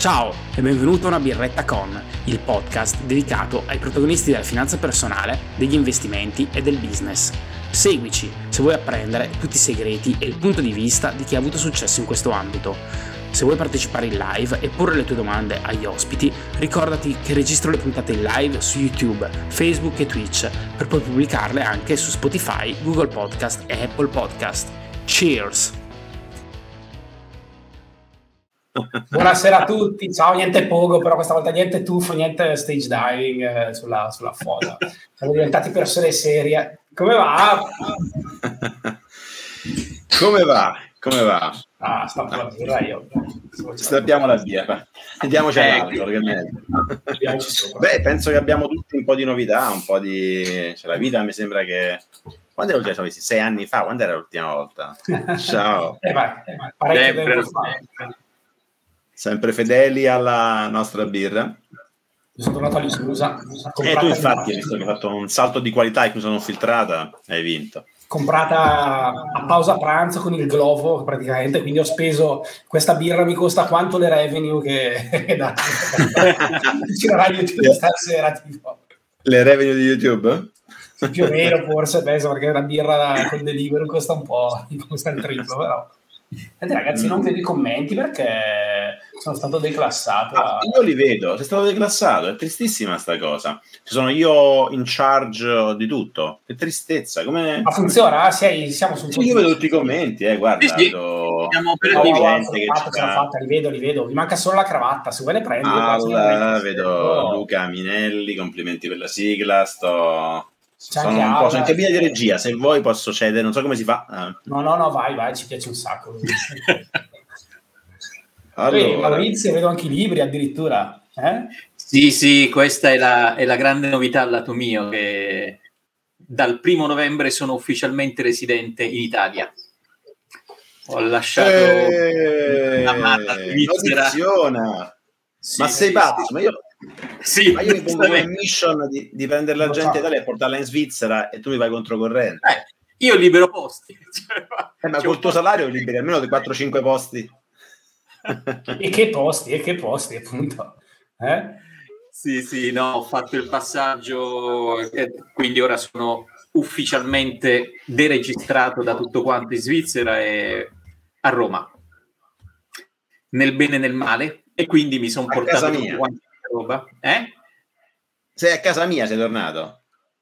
Ciao e benvenuto a Una birretta con, il podcast dedicato ai protagonisti della finanza personale, degli investimenti e del business. Seguici se vuoi apprendere tutti i segreti e il punto di vista di chi ha avuto successo in questo ambito. Se vuoi partecipare in live e porre le tue domande agli ospiti, ricordati che registro le puntate in live su YouTube, Facebook e Twitch per poi pubblicarle anche su Spotify, Google Podcast e Apple Podcast. Cheers! Buonasera a tutti, ciao, niente pogo, però questa volta niente tuffo, niente stage diving sulla foto. Siamo diventati persone serie. Come va? Come va? Ah, sta per la birra io. Strappiamo la birra. Vediamoci all'altro, che è meglio. Beh, penso che abbiamo tutti un po' di novità, un po' di... Cioè, la vita mi sembra che... Quando era l'ultima volta? 6 anni fa? Quando era l'ultima volta? Ciao. Parecchio tempo fa. Sempre fedeli alla nostra birra. Sono tornato all'Isusa. Tu infatti hai visto che hai fatto un salto di qualità e mi sono filtrata, hai vinto. Comprata a pausa pranzo con il Glovo praticamente, quindi ho speso, questa birra mi costa quanto le revenue che da YouTube stasera, tipo. Le revenue di YouTube? Più o meno forse, penso, perché una birra con delivery costa un po', costa il triplo, però. Senti, ragazzi, non vedo i commenti perché sono stato declassato. Io li vedo, sei stato declassato, è tristissima sta cosa. Sono io in charge di tutto, che tristezza. Come... Ma funziona? Siamo sul io vedo tutti i commenti, guarda. Sì. Vedo... fatta, li vedo. Mi manca solo la cravatta, se vuoi ne prendi. Vedo Luca Minelli, complimenti per la sigla, sono un po' in cabina di regia, se vuoi posso cedere, non so come si fa. No, vai, ci piace un sacco. Allora. Maurizio, vedo anche i libri addirittura. Sì, questa è la grande novità al lato mio, che dal 1 novembre sono ufficialmente residente in Italia. Ho lasciato l'amata Svizzera. Ma sei pazzo? Ma io mi pongo come mission di prendere la gente in Italia e portarla in Svizzera e tu mi vai controcorrente. Io libero posti. Ma col tuo salario liberi almeno di 4-5 posti. E che posti, appunto. Sì, no, ho fatto il passaggio, quindi ora sono ufficialmente deregistrato da tutto quanto in Svizzera e a Roma, nel bene e nel male, e quindi mi sono portato tutta quanta roba. Sei a casa mia, sei tornato?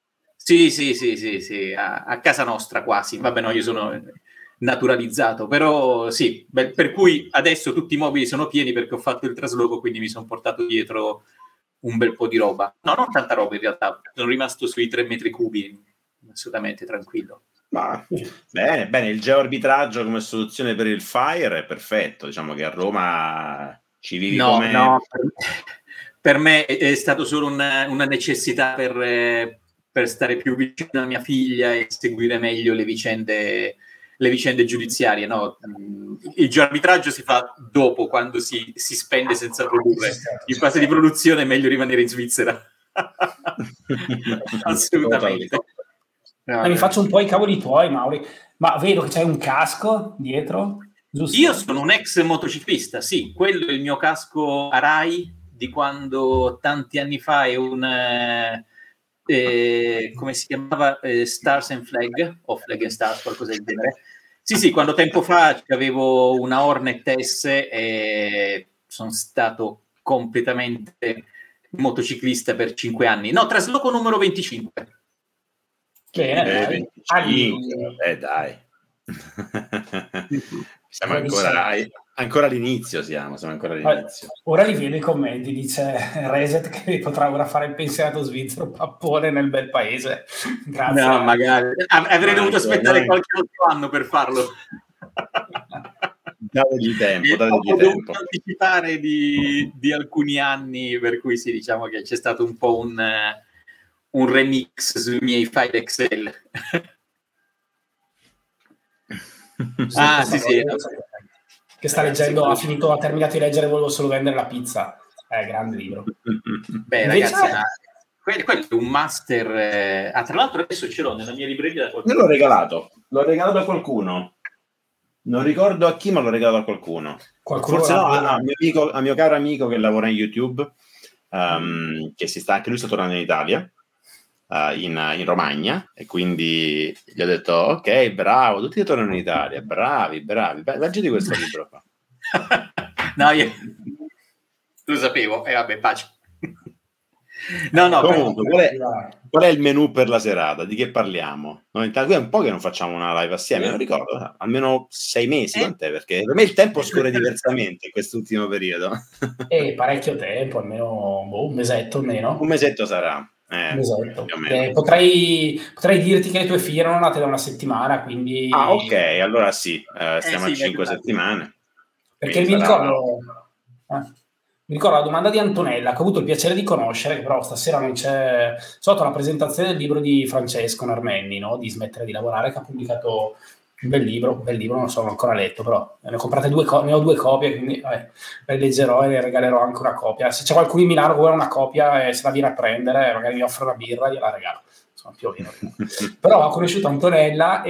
Sì, a casa nostra quasi. Vabbè, no, io sono naturalizzato, però sì, per cui adesso tutti i mobili sono pieni perché ho fatto il trasloco, quindi mi sono portato dietro un bel po' di roba. No, non tanta roba in realtà, sono rimasto sui 3 metri cubi, assolutamente tranquillo. Ma bene, il geoarbitraggio come soluzione per il FIRE è perfetto, diciamo che a Roma ci vivi come... No, per me è stato solo una necessità per stare più vicino a mia figlia e seguire meglio le vicende giudiziarie, no? Il geoarbitraggio si fa dopo, quando si spende senza produrre. In fase di produzione è meglio rimanere in Svizzera. Assolutamente. Mi faccio un po' i cavoli tuoi, Mauri. Ma vedo che c'hai un casco dietro, giusto? Io sono un ex motociclista, sì. Quello è il mio casco Arai di quando tanti anni fa è un... come si chiamava? Stars and Flag o Flag and Stars, qualcosa del genere. Sì, quando tempo fa avevo una Hornet S e sono stato completamente motociclista per 5 anni. No, trasloco numero 25. Bene, 25. Dai. Siamo ancora all'inizio, siamo ancora all'inizio. Ora li vedo i commenti, dice Reset che potrà ora fare il pensionato svizzero, pappone nel bel paese. Grazie. No, magari. Avrei dovuto aspettare qualche altro anno per farlo. Dategli tempo. Ho dovuto anticipare di alcuni anni, per cui sì, diciamo che c'è stato un po' un remix sui miei file Excel. Sì. Che sta leggendo, ha terminato di leggere, volevo solo vendere la pizza. Grande libro. Beh, ragazzi, quello è un master. Tra l'altro adesso ce l'ho nella mia libreria da qualcuno. Io l'ho regalato a qualcuno. Non ricordo a chi, ma l'ho regalato a qualcuno. Forse no, a mio caro amico che lavora in YouTube, che anche lui sta tornando in Italia, in Romagna, e quindi gli ho detto ok, bravo, tutti tornano in Italia, bravi, leggiti questo libro qua. No, io lo sapevo, e vabbè, pace. No, comunque, qual è il menù per la serata? Di che parliamo? Qui è un po' che non facciamo una live assieme, non ricordo, almeno 6 mesi, quant'è? Perché per me il tempo scorre diversamente in quest'ultimo periodo. Parecchio tempo, almeno un mesetto almeno. Un mesetto sarà. Esatto. Potrei dirti che le tue figlie erano nate da una settimana, quindi... Ah, ok, allora sì, stiamo a 5 settimane. Perché mi ricordo la domanda di Antonella, che ho avuto il piacere di conoscere, che però stasera non c'è... Sotto la presentazione del libro di Francesco Narmenni, no? Di Smettere di lavorare, che ha pubblicato un bel libro, non so, non ho ancora letto, però ne ho comprate ne ho 2 copie, quindi le leggerò e ne regalerò anche una copia. Se c'è qualcuno in Milano che vuole una copia e se la viene a prendere, magari mi offre una birra e gliela regalo. Insomma, più o meno. Però ho conosciuto Antonella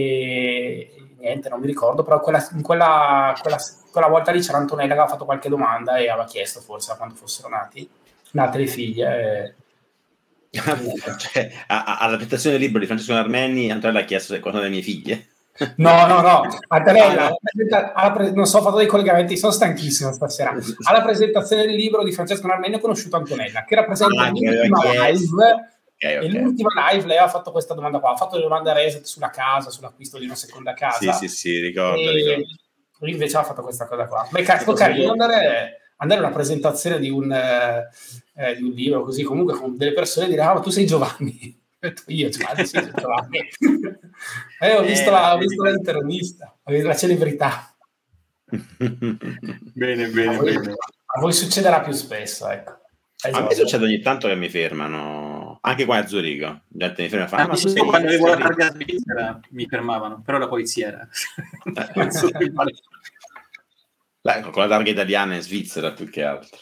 e niente, non mi ricordo, però quella volta lì c'era Antonella che aveva fatto qualche domanda e aveva chiesto forse a quando fossero nate le figlie. Cioè, alla presentazione del libro di Francesco Narmenni, Antonella ha chiesto se quando le mie figlie. No, Antonella, non so, ho fatto dei collegamenti, sono stanchissimo stasera. Alla presentazione del libro di Francesco Narmenni ho conosciuto Antonella, che rappresenta l'ultima live. E l'ultima live lei ha fatto questa domanda qua, ha fatto le domande a Reset sulla casa, sull'acquisto di una seconda casa. Sì, ricordo. Lui invece ha fatto questa cosa qua. Beh, carino andare a una presentazione di un libro così, comunque con delle persone dire ma tu sei Giovanni. Io Giovanni, sì, Giovanni. Ho visto l'intervista, ho visto la celebrità. Bene. A voi succederà più spesso, ecco. A me succede ogni tanto che mi fermano, anche qua a Zurigo. Gente mi ferma e fa, quando avevo la targa svizzera mi fermavano, però la polizia era. Con la targa italiana in Svizzera più che altro.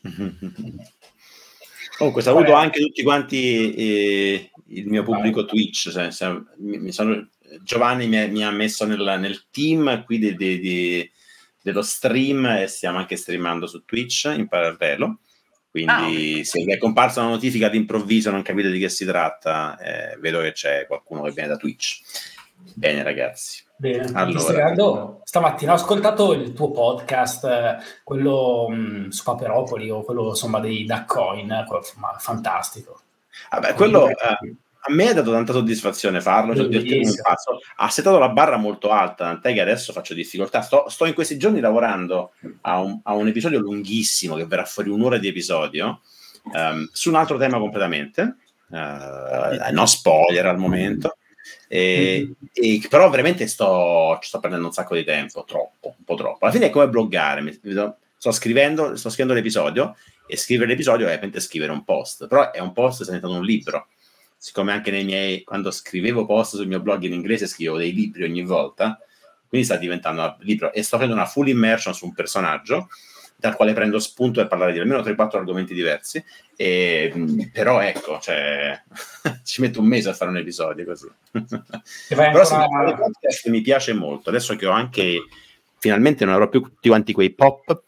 Comunque saluto anche tutti quanti il mio pubblico Twitch. Giovanni mi ha messo nel team qui dello stream e stiamo anche streamando su Twitch in parallelo. Quindi se vi è comparsa una notifica d'improvviso, non capite di che si tratta, vedo che c'è qualcuno che viene da Twitch. Bene ragazzi. Bene. Allora, stamattina ho ascoltato il tuo podcast, quello su Paperopoli o quello insomma dei Duckcoin, fantastico. Vabbè, quello a me ha dato tanta soddisfazione farlo, ha settato la barra molto alta, tant'è che adesso faccio difficoltà. Sto in questi giorni lavorando a un episodio lunghissimo che verrà fuori 1 ora di episodio su un altro tema completamente, no spoiler al momento, però veramente sto prendendo un sacco di tempo, un po' troppo. Alla fine è come bloggare, sto scrivendo l'episodio, e scrivere l'episodio è veramente scrivere un post, però è un post sta diventando un libro. Siccome anche quando scrivevo post sul mio blog in inglese scrivevo dei libri ogni volta, quindi sta diventando un libro e sto facendo una full immersion su un personaggio dal quale prendo spunto per parlare di almeno 3-4 argomenti diversi, però ecco, ci metto un mese a fare un episodio così. Però se fare podcast mi piace molto, adesso che ho anche finalmente non avrò più tutti quanti quei pop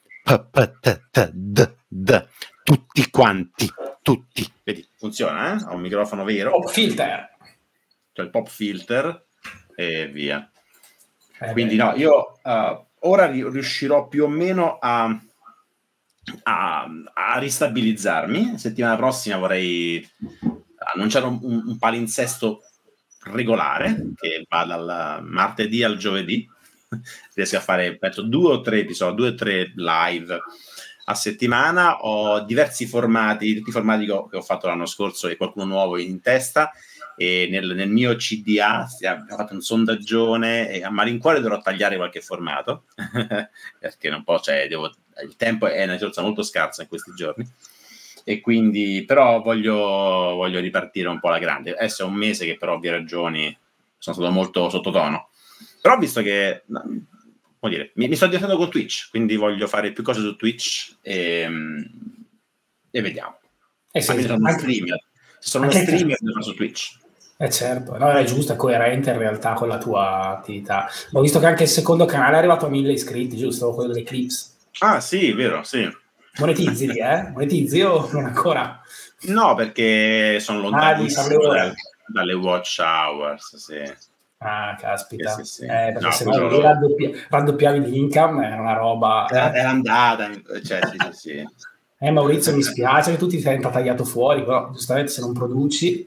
tutti quanti, vedi, funziona, ha un microfono vero, pop filter, cioè il pop filter e via. Quindi no, io ora riuscirò più o meno a ristabilizzarmi. Settimana prossima vorrei annunciare un palinsesto regolare che va dal martedì al giovedì. Riesco a fare penso 2 o 3 episodi, 2 o 3 live a settimana. Ho diversi formati, tutti i formati che ho fatto l'anno scorso e qualcuno nuovo in testa, e nel mio CDA ho fatto un sondaggione e a malincuore dovrò tagliare qualche formato perché non posso, il tempo è una risorsa molto scarsa in questi giorni, e quindi però voglio ripartire un po' alla grande. Adesso è un mese che per ovvie ragioni sono stato molto sottotono, però visto che mi sto divertendo con Twitch, quindi voglio fare più cose su Twitch e vediamo. Sono streamer su Twitch. Certo, no, è giusto, è coerente in realtà con la tua attività. Ho visto che anche il secondo canale è arrivato a 1000 iscritti, giusto? Quello delle clips. Ah sì, vero, sì. Monetizzi lì, Monetizzi o non ancora? No, perché sono lontanissimo dalle watch hours, sì. Ah, caspita. Sì. Perché No, se no lì raddoppiavi l'income, è una roba... Era andata, cioè sì. Maurizio, mi spiace che tu ti senta tagliato fuori, però giustamente se non produci...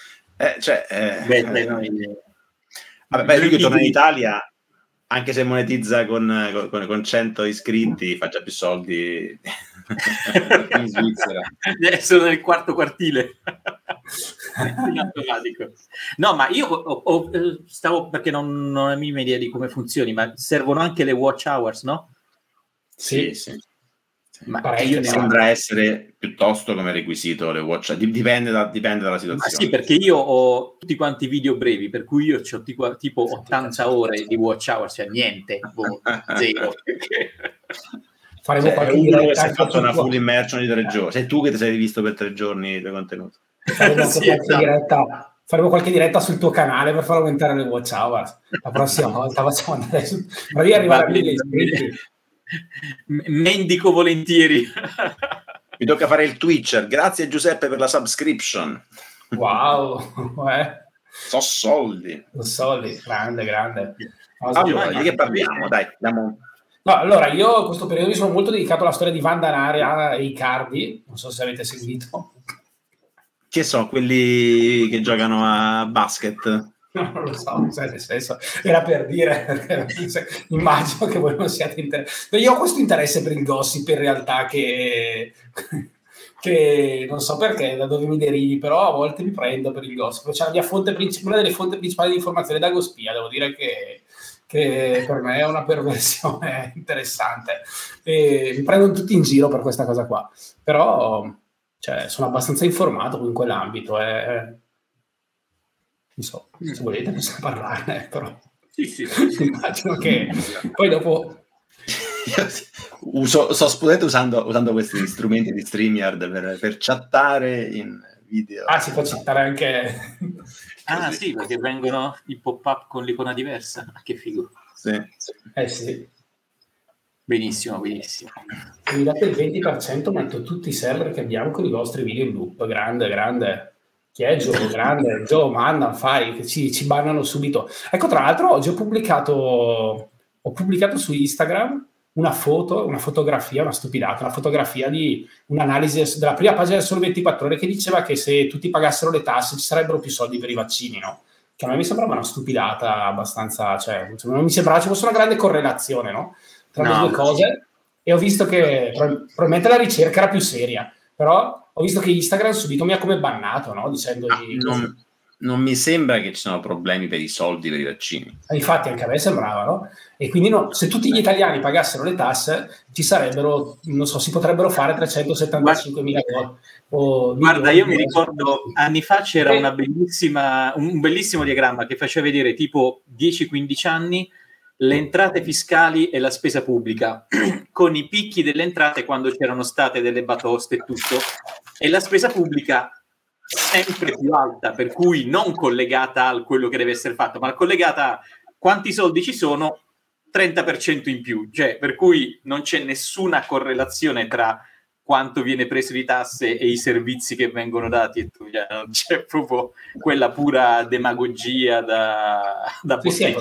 Vabbè, lui che torna in Italia, anche se monetizza con 100 iscritti, fa già più soldi in Svizzera. Sono nel quarto quartile. In automatico. No, ma io stavo, perché non ho la minima idea di come funzioni, ma servono anche le watch hours, no? Sì. Ma io sembra essere piuttosto come requisito le watch, dipende dalla situazione. Ma sì, perché io ho tutti quanti video brevi, per cui io ho tipo 80 ore di watch hours, cioè niente, zero. Faremo qualche uno diretta, che si è fatto una full immersion di 3 giorni. Sei tu che ti sei visto per 3 giorni i tuoi contenuti. Faremo qualche diretta sul tuo canale per far aumentare le watch hours. La prossima volta facciamo andare su. Ma devi arrivare a 1000 iscritti. Mendico volentieri. Mi tocca fare il Twitcher. Grazie Giuseppe per la subscription. Wow, So soldi, grande. Allora, di che parliamo? Dai, andiamo. No, allora, io in questo periodo mi sono molto dedicato alla storia di Vanda Nara e Icardi. Non so se avete seguito. Che sono quelli che giocano a basket? Non lo so, nel senso, era per dire, perché immagino che voi non siate interessati. Io ho questo interesse per il gossip in realtà che non so perché, da dove mi derivi, però a volte mi prendo per il gossip. C'è la mia una delle fonti principali di informazione da Gospia, devo dire che per me è una perversione interessante. E mi prendono tutti in giro per questa cosa qua, però sono abbastanza informato in quell'ambito. Non so, se volete possiamo parlarne, però sì. Immagino che poi dopo sto usando questi strumenti di StreamYard per chattare in video. Si può chattare anche sì, perché vengono i pop-up con l'icona diversa. Che figo. Sì. Benissimo. Se mi date il 20% metto tutti i server che abbiamo con i vostri video in loop. Grande. Chi è Gio? Grande, Gio, manda, fai, che ci bannano subito. Ecco, tra l'altro oggi ho pubblicato su Instagram una fotografia, una stupidata, una fotografia di un'analisi della prima pagina del Sole 24 Ore che diceva che se tutti pagassero le tasse ci sarebbero più soldi per i vaccini, no? Che a me mi sembrava una stupidata abbastanza, non mi sembrava ci fosse una grande correlazione, no? Tra le due cose, e ho visto che probabilmente la ricerca era più seria, però ho visto che Instagram subito mi ha come bannato, no? Dicendogli non mi sembra che ci siano problemi per i soldi per i vaccini. Infatti anche a me sembrava, no? E quindi se tutti gli italiani pagassero le tasse ci sarebbero, non so, si potrebbero fare 375.000 euro. Guarda, io mi ricordo anni fa c'era un bellissimo diagramma che faceva vedere tipo 10-15 anni le entrate fiscali e la spesa pubblica con i picchi delle entrate quando c'erano state delle batoste e tutto, e la spesa pubblica sempre più alta, per cui non collegata a quello che deve essere fatto, ma collegata a quanti soldi ci sono, 30% in più, cioè per cui non c'è nessuna correlazione tra quanto viene preso di tasse e i servizi che vengono dati, e tu, non c'è proprio quella pura demagogia da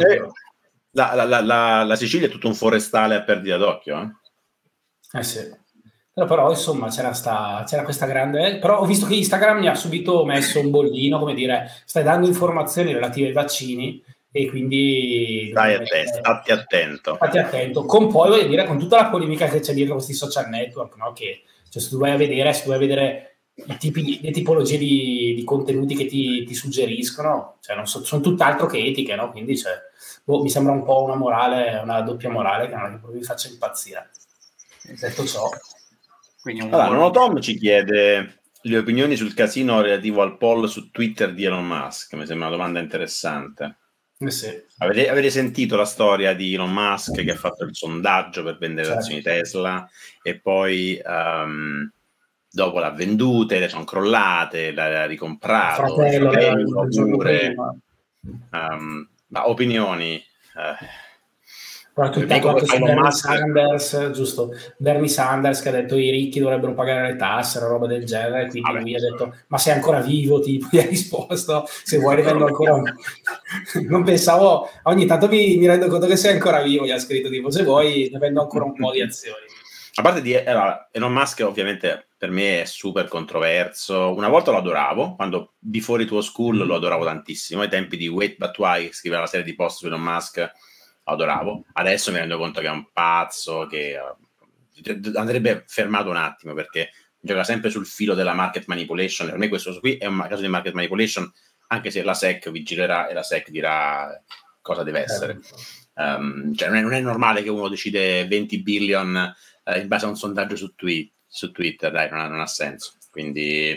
La Sicilia è tutto un forestale a perdita d'occhio. Sì. Però insomma c'era questa grande, però ho visto che Instagram mi ha subito messo un bollino, come dire, stai dando informazioni relative ai vaccini e quindi stati attento, con poi voglio dire con tutta la polemica che c'è dietro questi social network, no? Che se tu vai a vedere le tipologie di contenuti che ti suggeriscono, sono tutt'altro che etiche, no? Quindi mi sembra un po' una doppia morale che non mi faccia impazzire. Detto ciò, Nono Tom ci chiede le opinioni sul casino relativo al poll su Twitter di Elon Musk. Mi sembra una domanda interessante. Sì. Avete sentito la storia di Elon Musk che ha fatto il sondaggio per vendere azioni Tesla e poi dopo l'ha vendute, le sono crollate, l'ha ricomprato, fratello pure. Ma opinioni. Però twittato anche su Bernie Sanders, giusto? Bernie Sanders che ha detto i ricchi dovrebbero pagare le tasse, una roba del genere, quindi lui ha detto ma sei ancora vivo, tipo, gli ha risposto se vuoi rivendo ancora non pensavo, ogni tanto mi rendo conto che sei ancora vivo, gli ha scritto tipo se vuoi ne vendo ancora un po' di azioni. A parte di Elon Musk, ovviamente per me è super controverso. Una volta lo adoravo, quando Before It Was Cool lo adoravo tantissimo, ai tempi di Wait But Why, che scriveva la serie di post su Elon Musk, lo adoravo. Adesso mi rendo conto che è un pazzo, che andrebbe fermato un attimo, perché gioca sempre sul filo della market manipulation. Per me questo qui è un caso di market manipulation, anche se la SEC vigilerà e la SEC dirà cosa deve essere. Cioè non è normale che uno decide 20 billion in base a un sondaggio su Twitter, dai, non ha senso. Quindi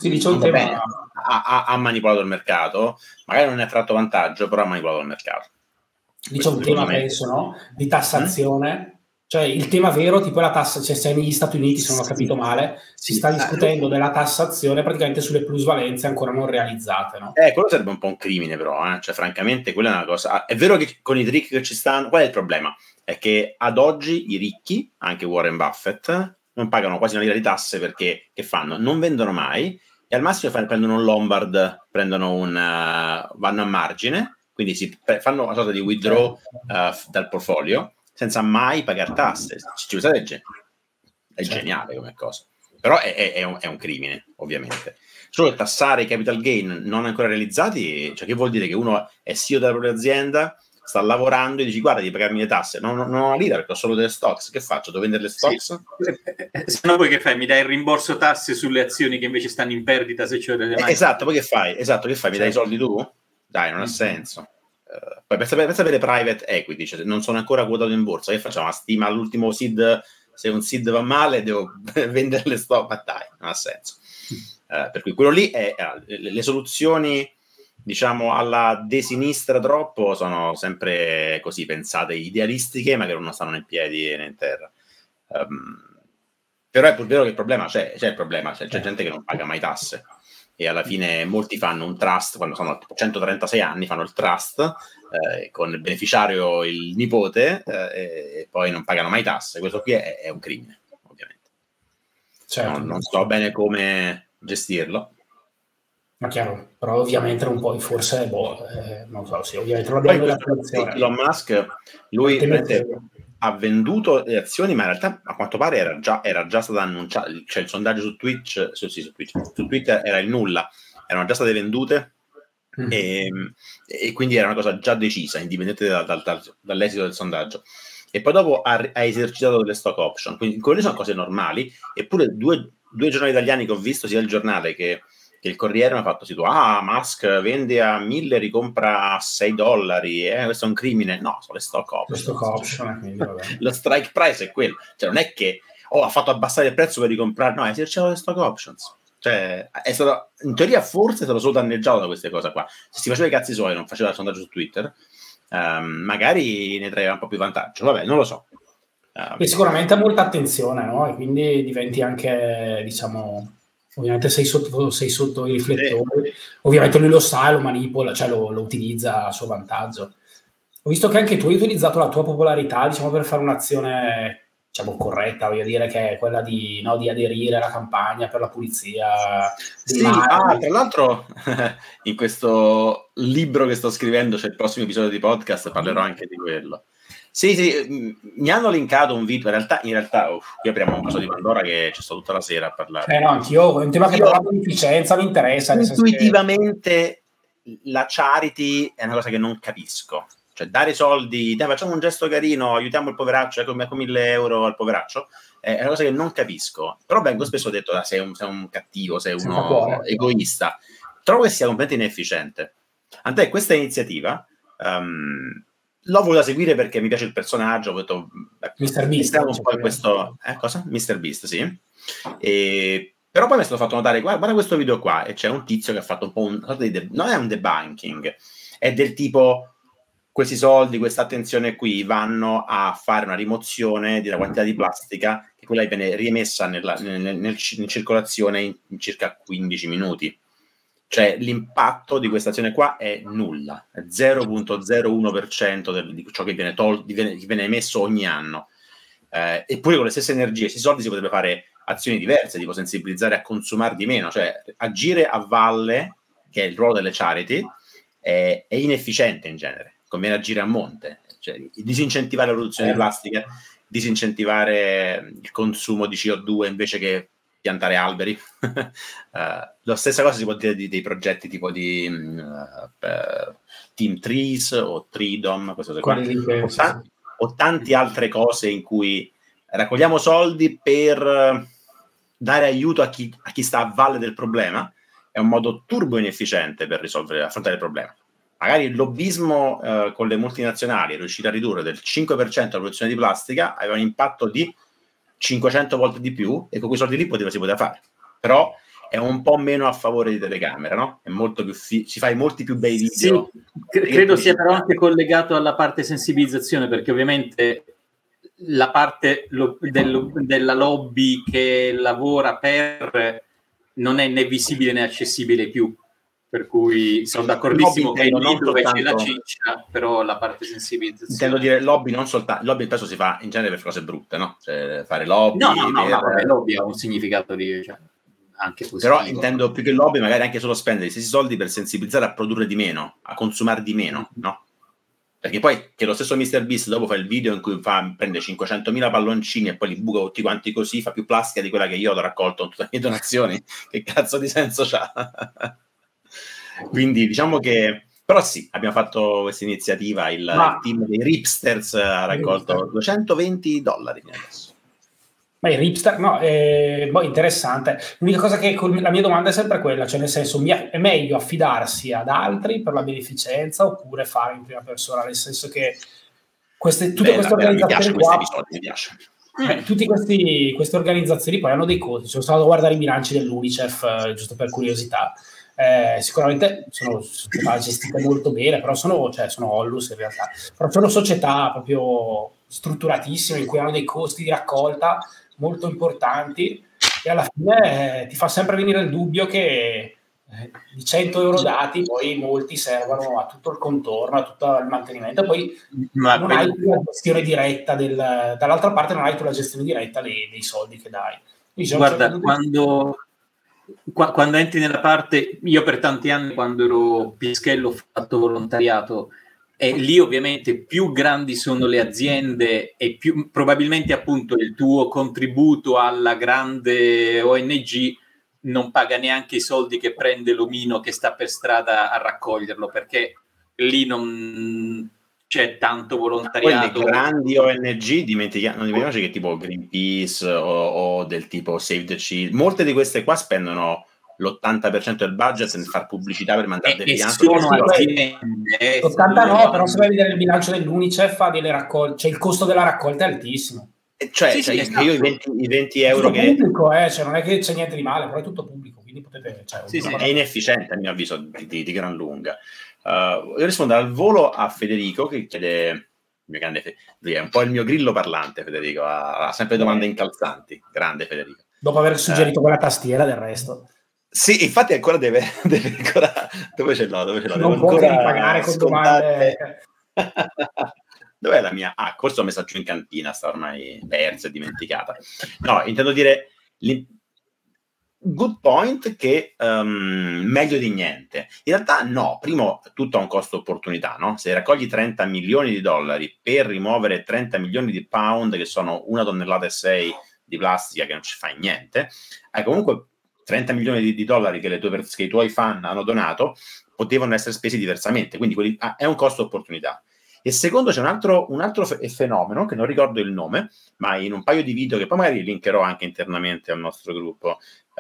ha manipolato il mercato, magari non ne ha tratto vantaggio, però ha manipolato il mercato. C'è un tema, penso, no? Di tassazione. Cioè il tema vero, tipo la tassa, cioè se negli Stati Uniti, se non ho capito male, si sta discutendo della tassazione praticamente sulle plusvalenze ancora non realizzate, no? Quello sarebbe un po' un crimine, però, cioè francamente quella è una cosa. È vero che con i trick che ci stanno, qual è il problema? È che ad oggi i ricchi, anche Warren Buffett, non pagano quasi una lira di tasse perché che fanno? Non vendono mai e al massimo prendono un Lombard, vanno a margine, quindi fanno una sorta di withdraw dal portfolio senza mai pagare tasse. Ci pensate, è geniale come cosa. Però è un crimine, ovviamente. Solo tassare i capital gain non ancora realizzati, cioè che vuol dire che uno è CEO della propria azienda, sta lavorando e dici guarda di pagarmi le tasse, non ho una lira perché ho solo delle stocks, che faccio? Devo vendere le stocks? Se no poi che fai? Mi dai il rimborso tasse sulle azioni che invece stanno in perdita se c'ho delle mani? Esatto, poi che fai? Mi dai i soldi tu? Dai, non ha senso. Poi pensa avere private equity, cioè non sono ancora quotato in borsa, che facciamo? Stima all'ultimo seed, se un seed va male devo vendere le stock, ma dai, non ha senso. Per cui quello lì è le soluzioni, diciamo, alla de sinistra troppo sono sempre così pensate, idealistiche, ma che non stanno né in piedi né in terra. Però è pur vero che il problema c'è il problema, c'è gente che non paga mai tasse e alla fine molti fanno un trust, quando sono tipo 136 anni fanno il trust con il beneficiario il nipote e poi non pagano mai tasse. Questo qui è un crimine, ovviamente. Certo. Non so bene come gestirlo. Ma chiaro, però ovviamente un po' forse non so, sì, ovviamente lo abbiamo della produzione. Elon Musk, lui ha venduto le azioni, ma in realtà a quanto pare era già stato annunciato, cioè il sondaggio su Twitter era il nulla, erano già state vendute e quindi era una cosa già decisa, indipendente dall'esito del sondaggio. E poi dopo ha esercitato delle stock option, quindi quelle sono cose normali, eppure due giornali italiani che ho visto, sia il giornale che il Corriere mi ha fatto Musk vende a 1.000 ricompra a $6, questo è un crimine. No, sono le stock option. Quindi, lo strike price è quello, cioè non è che ha fatto abbassare il prezzo per ricomprare, no, è esercitato le stock options, cioè è stato, in teoria forse è stato solo danneggiato da queste cose qua. Se si faceva i cazzi suoi, non faceva il sondaggio su Twitter, magari ne traeva un po' più vantaggio, vabbè, non lo so. E sicuramente ha molta attenzione, no? E quindi diventi anche, diciamo, ovviamente sei sotto i riflettori, ovviamente lui lo sa, lo manipola, cioè lo utilizza a suo vantaggio. Ho visto che anche tu hai utilizzato la tua popolarità, diciamo, per fare un'azione, diciamo, corretta, voglio dire, che è quella di aderire alla campagna per la pulizia. Tra l'altro in questo libro che sto scrivendo c'è il prossimo episodio di podcast, parlerò anche di quello. Sì, mi hanno linkato un video, in realtà qui apriamo un vaso di Pandora che c'è stato tutta la sera a parlare. No, anch'io, è un tema che per la beneficenza mi interessa. Intuitivamente la charity è una cosa che non capisco. Cioè dare soldi, dai, facciamo un gesto carino, aiutiamo il poveraccio, come 1.000 euro al poveraccio, è una cosa che non capisco. Però vengo spesso detto, sei un cattivo, sei uno egoista. Trovo che sia completamente inefficiente. Tant'è questa iniziativa... l'ho voluta seguire perché mi piace il personaggio, ho detto Mr. Beast, un po' in questo cosa? Mr. Beast, sì. Però poi mi è stato fatto notare, guarda questo video qua, e c'è un tizio che ha fatto un po' non è un debunking, è del tipo questi soldi, questa attenzione qui vanno a fare una rimozione di una quantità di plastica e poi lei viene riemessa in circolazione in circa 15 minuti. Cioè l'impatto di questa azione qua è nulla, è 0,01% di ciò che viene emesso ogni anno. Eppure con le stesse energie, questi soldi si potrebbe fare azioni diverse, tipo sensibilizzare a consumare di meno, cioè agire a valle, che è il ruolo delle charity, è inefficiente in genere, conviene agire a monte, cioè disincentivare la produzione di plastica, disincentivare il consumo di CO2 invece che piantare alberi. La stessa cosa si può dire dei progetti tipo di Team Trees o Treedom, queste cose qua, o tante altre cose in cui raccogliamo soldi per dare aiuto a chi sta a valle del problema. È un modo turbo inefficiente per affrontare il problema. Magari il lobbismo con le multinazionali è riuscito a ridurre del 5% la produzione di plastica, aveva un impatto di 500 volte di più, e con quei soldi lì si poteva fare. Però è un po' meno a favore di telecamera, no? È molto più si fa molti più bei video. Sì, credo sia però anche collegato alla parte sensibilizzazione, perché ovviamente la parte della lobby che lavora per non è né visibile né accessibile più, per cui sono d'accordissimo che lì dove c'è la ciccia, però la parte sensibilizzazione, intendo dire lobby, non soltanto lobby, spesso si fa in genere per cose brutte, no? Cioè, fare lobby lobby ha un significato anche positivo. Però intendo più che lobby, magari anche solo spendere gli stessi soldi per sensibilizzare a produrre di meno, a consumare di meno, no? Perché poi che lo stesso MrBeast dopo fa il video in cui prende 500.000 palloncini e poi li buca tutti quanti così, fa più plastica di quella che io ho raccolto in tutte le mie donazioni. Che cazzo di senso c'ha? Quindi diciamo che, però sì, abbiamo fatto questa iniziativa, il team dei Ripsters ha raccolto $220 adesso. Ma i Ripster, no, interessante. L'unica cosa che la mia domanda è sempre quella, cioè nel senso, è meglio affidarsi ad altri per la beneficenza oppure fare in prima persona, nel senso che tutte queste organizzazioni qua, mi piace. Tutte queste organizzazioni poi hanno dei costi. Sono stato a guardare i bilanci dell'UNICEF giusto per curiosità. Sicuramente sono società gestite molto bene, però sono Ollus in realtà, però sono società proprio strutturatissime in cui hanno dei costi di raccolta molto importanti, e alla fine ti fa sempre venire il dubbio che di 100 euro dati poi molti servono a tutto il contorno, a tutto il mantenimento, e poi non hai più la gestione diretta dall'altra parte non hai più la gestione diretta dei soldi che dai. Guarda, quando entri nella parte, io per tanti anni quando ero pischello ho fatto volontariato, e lì ovviamente più grandi sono le aziende e più probabilmente appunto il tuo contributo alla grande ONG non paga neanche i soldi che prende l'omino che sta per strada a raccoglierlo, perché lì non c'è tanto volontariato. Poi le grandi ONG non dimentichiamoci che tipo Greenpeace o del tipo Save the Children, molte di queste qua spendono l'80% del budget nel far pubblicità per mandare dei pianti. L'80 no, però se vai a vedere il bilancio dell'UNICEF fa delle raccolte, cioè il costo della raccolta è altissimo. Esatto. Io i 20 euro che pubblico, cioè non è che c'è niente di male, però è tutto pubblico, quindi potete, è inefficiente a mio avviso di gran lunga. Io rispondo al volo a Federico che chiede, lui è un po' il mio grillo parlante. Federico ha sempre domande incalzanti, grande Federico, dopo aver suggerito quella tastiera del resto. Sì, infatti ancora deve ancora dove ce l'ho non può ancora pagare con domande. Dov'è la mia? Forse l'ho messa giù in cantina, sta ormai persa e dimenticata. No, intendo dire good point che meglio di niente. In realtà no, primo tutto ha un costo opportunità, no? Se raccogli $30 milioni per rimuovere 30 milioni di pound, che sono 1,6 tonnellate di plastica, che non ci fai niente, hai comunque 30 milioni di dollari che i tuoi fan hanno donato, potevano essere spesi diversamente, quindi è un costo opportunità. E secondo, c'è un altro fenomeno che non ricordo il nome, ma in un paio di video che poi magari linkerò anche internamente al nostro gruppo,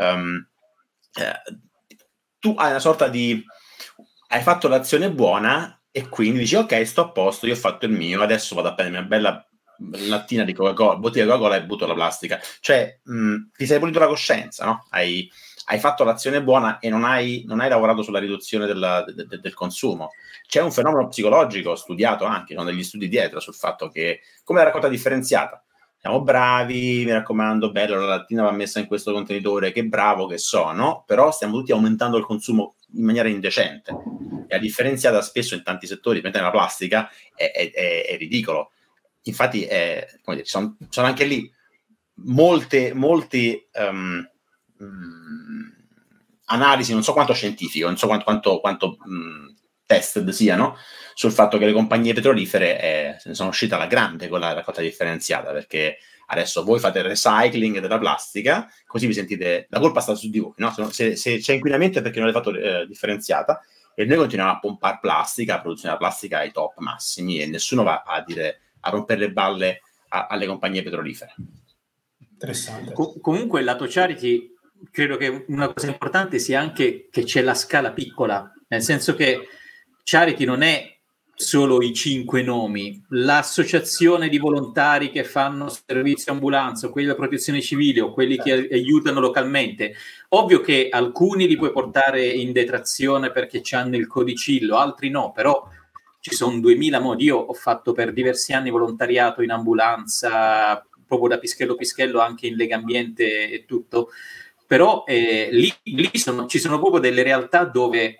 tu hai una sorta hai fatto l'azione buona e quindi dici ok, sto a posto, io ho fatto il mio, adesso vado a prendere una bella lattina di Coca-Cola, bottiglia di Coca-Cola e butto la plastica. Cioè ti sei pulito la coscienza, no? Hai fatto l'azione buona e non hai lavorato sulla riduzione del consumo. C'è un fenomeno psicologico studiato anche, con degli studi dietro, sul fatto che, come la raccolta differenziata, siamo bravi, mi raccomando, bello, la lattina va messa in questo contenitore, che bravo che sono, però stiamo tutti aumentando il consumo in maniera indecente. E a differenziata spesso in tanti settori, mentre nella plastica, è ridicolo. Infatti, come dire, sono anche lì molti analisi, non so quanto scientifico, non so quanto tested siano, sul fatto che le compagnie petrolifere se ne sono uscite alla grande con la raccolta differenziata, perché adesso voi fate il recycling della plastica, così vi sentite, la colpa sta su di voi, no? Se c'è inquinamento è perché non l'avete fatto differenziata, e noi continuiamo a pompare plastica, a produzione della plastica ai top massimi, e nessuno va a rompere le balle alle compagnie petrolifere. Interessante. Comunque il lato charity, credo che una cosa importante sia anche che c'è la scala piccola, nel senso che charity non è solo i 5 nomi, l'associazione di volontari che fanno servizio ambulanza, quelli della protezione civile o quelli che aiutano localmente. Ovvio che alcuni li puoi portare in detrazione perché hanno il codicillo, altri no, però ci sono 2000 modi. Io ho fatto per diversi anni volontariato in ambulanza, proprio da Pischello anche in Legambiente e tutto, però lì ci sono proprio delle realtà dove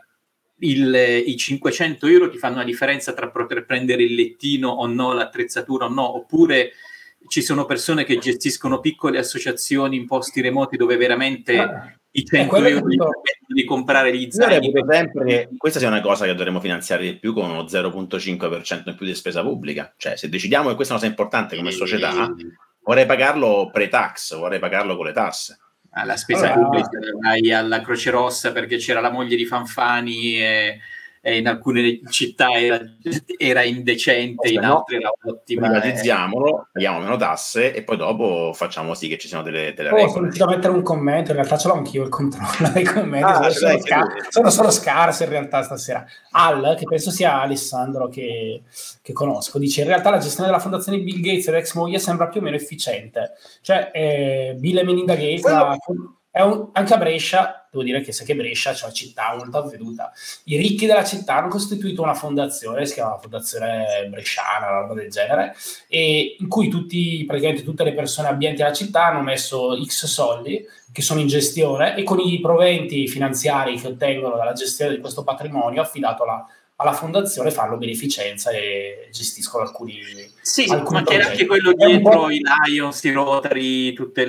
i 500 euro ti fanno la differenza tra poter prendere il lettino o no, l'attrezzatura o no, oppure ci sono persone che gestiscono piccole associazioni in posti remoti dove veramente i 100 euro di comprare gli zaini. Sempre, questa sia una cosa che dovremmo finanziare di più con uno 0,5% in più di spesa pubblica. Cioè, se decidiamo che questa è una cosa importante come società, vorrei pagarlo pre-tax, vorrei pagarlo con le tasse. Alla spesa pubblica vai alla Croce Rossa perché c'era la moglie di Fanfani e in alcune città era indecente, in altre era ottima. Privatizziamolo, paghiamo meno tasse e poi dopo facciamo sì che ci siano delle regole. Sono riuscito a mettere un commento, in realtà ce l'ho anch'io il controllo dei commenti, sono solo scarse in realtà stasera. Al, che penso sia Alessandro che conosco, dice: in realtà la gestione della fondazione di Bill Gates ed ex moglie sembra più o meno efficiente. Cioè Bill e Melinda Gates anche a Brescia, devo dire che sai che Brescia c'è una città molto avveduta. I ricchi della città hanno costituito una fondazione, si chiama Fondazione Bresciana, una roba del genere, e in cui praticamente tutte le persone abbienti alla città hanno messo X soldi che sono in gestione, e con i proventi finanziari che ottengono dalla gestione di questo patrimonio affidato alla fondazione fanno beneficenza e gestiscono alcuni ma progetti. C'è anche quello dietro i Lions, i Rotary, tutte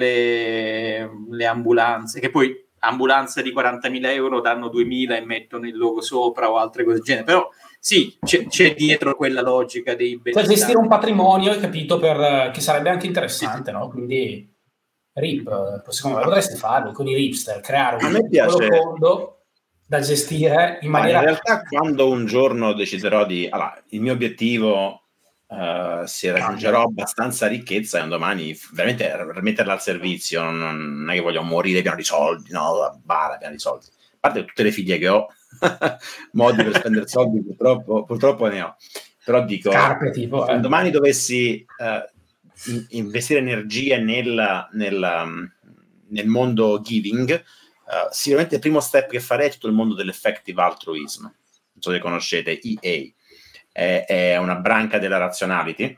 le ambulanze, che poi ambulanze di 40.000 euro danno 2.000 e mettono il logo sopra o altre cose del genere, però sì, c'è dietro quella logica dei benefici. Cioè gestire un patrimonio, hai capito, che sarebbe anche interessante, no? Quindi RIP, secondo me potresti farlo con i RIPster, creare un piccolo fondo da gestire in maniera... In realtà quando un giorno deciderò il mio obiettivo se raggiungerò abbastanza ricchezza, e un domani veramente metterla al servizio, non è che voglio morire pieno di soldi, no, la bara piena di soldi, a parte tutte le figlie che ho modi per spendere soldi purtroppo ne ho, però dico scarpe, tipo, se domani dovessi investire energie nel mondo giving, sicuramente il primo step che farei è tutto il mondo dell'effective altruism. Non so se conoscete EA, è una branca della Rationality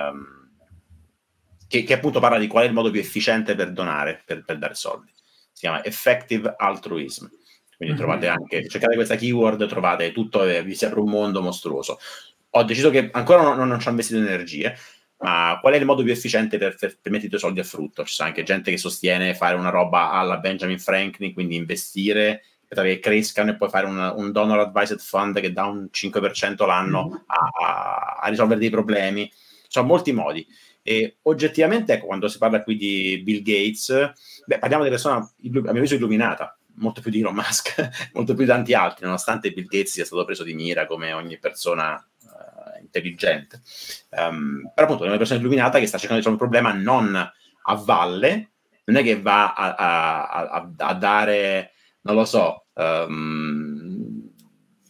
che appunto parla di qual è il modo più efficiente per donare, per dare soldi. Si chiama effective altruism, quindi trovate anche, cercate questa keyword, trovate tutto, vi si apre un mondo mostruoso. Ho deciso che ancora non ci ho investito energie, ma qual è il modo più efficiente per mettere i tuoi soldi a frutto? Ci sono anche gente che sostiene fare una roba alla Benjamin Franklin, quindi investire che crescano e poi fare un donor advised fund che dà un 5% l'anno a risolvere dei problemi. Ci sono molti modi, e oggettivamente, ecco, quando si parla qui di Bill Gates, parliamo di persona a mio avviso illuminata, molto più di Elon Musk, molto più di tanti altri, nonostante Bill Gates sia stato preso di mira come ogni persona intelligente, però appunto è una persona illuminata che sta cercando di risolvere un problema non a valle, non è che va a dare, non lo so,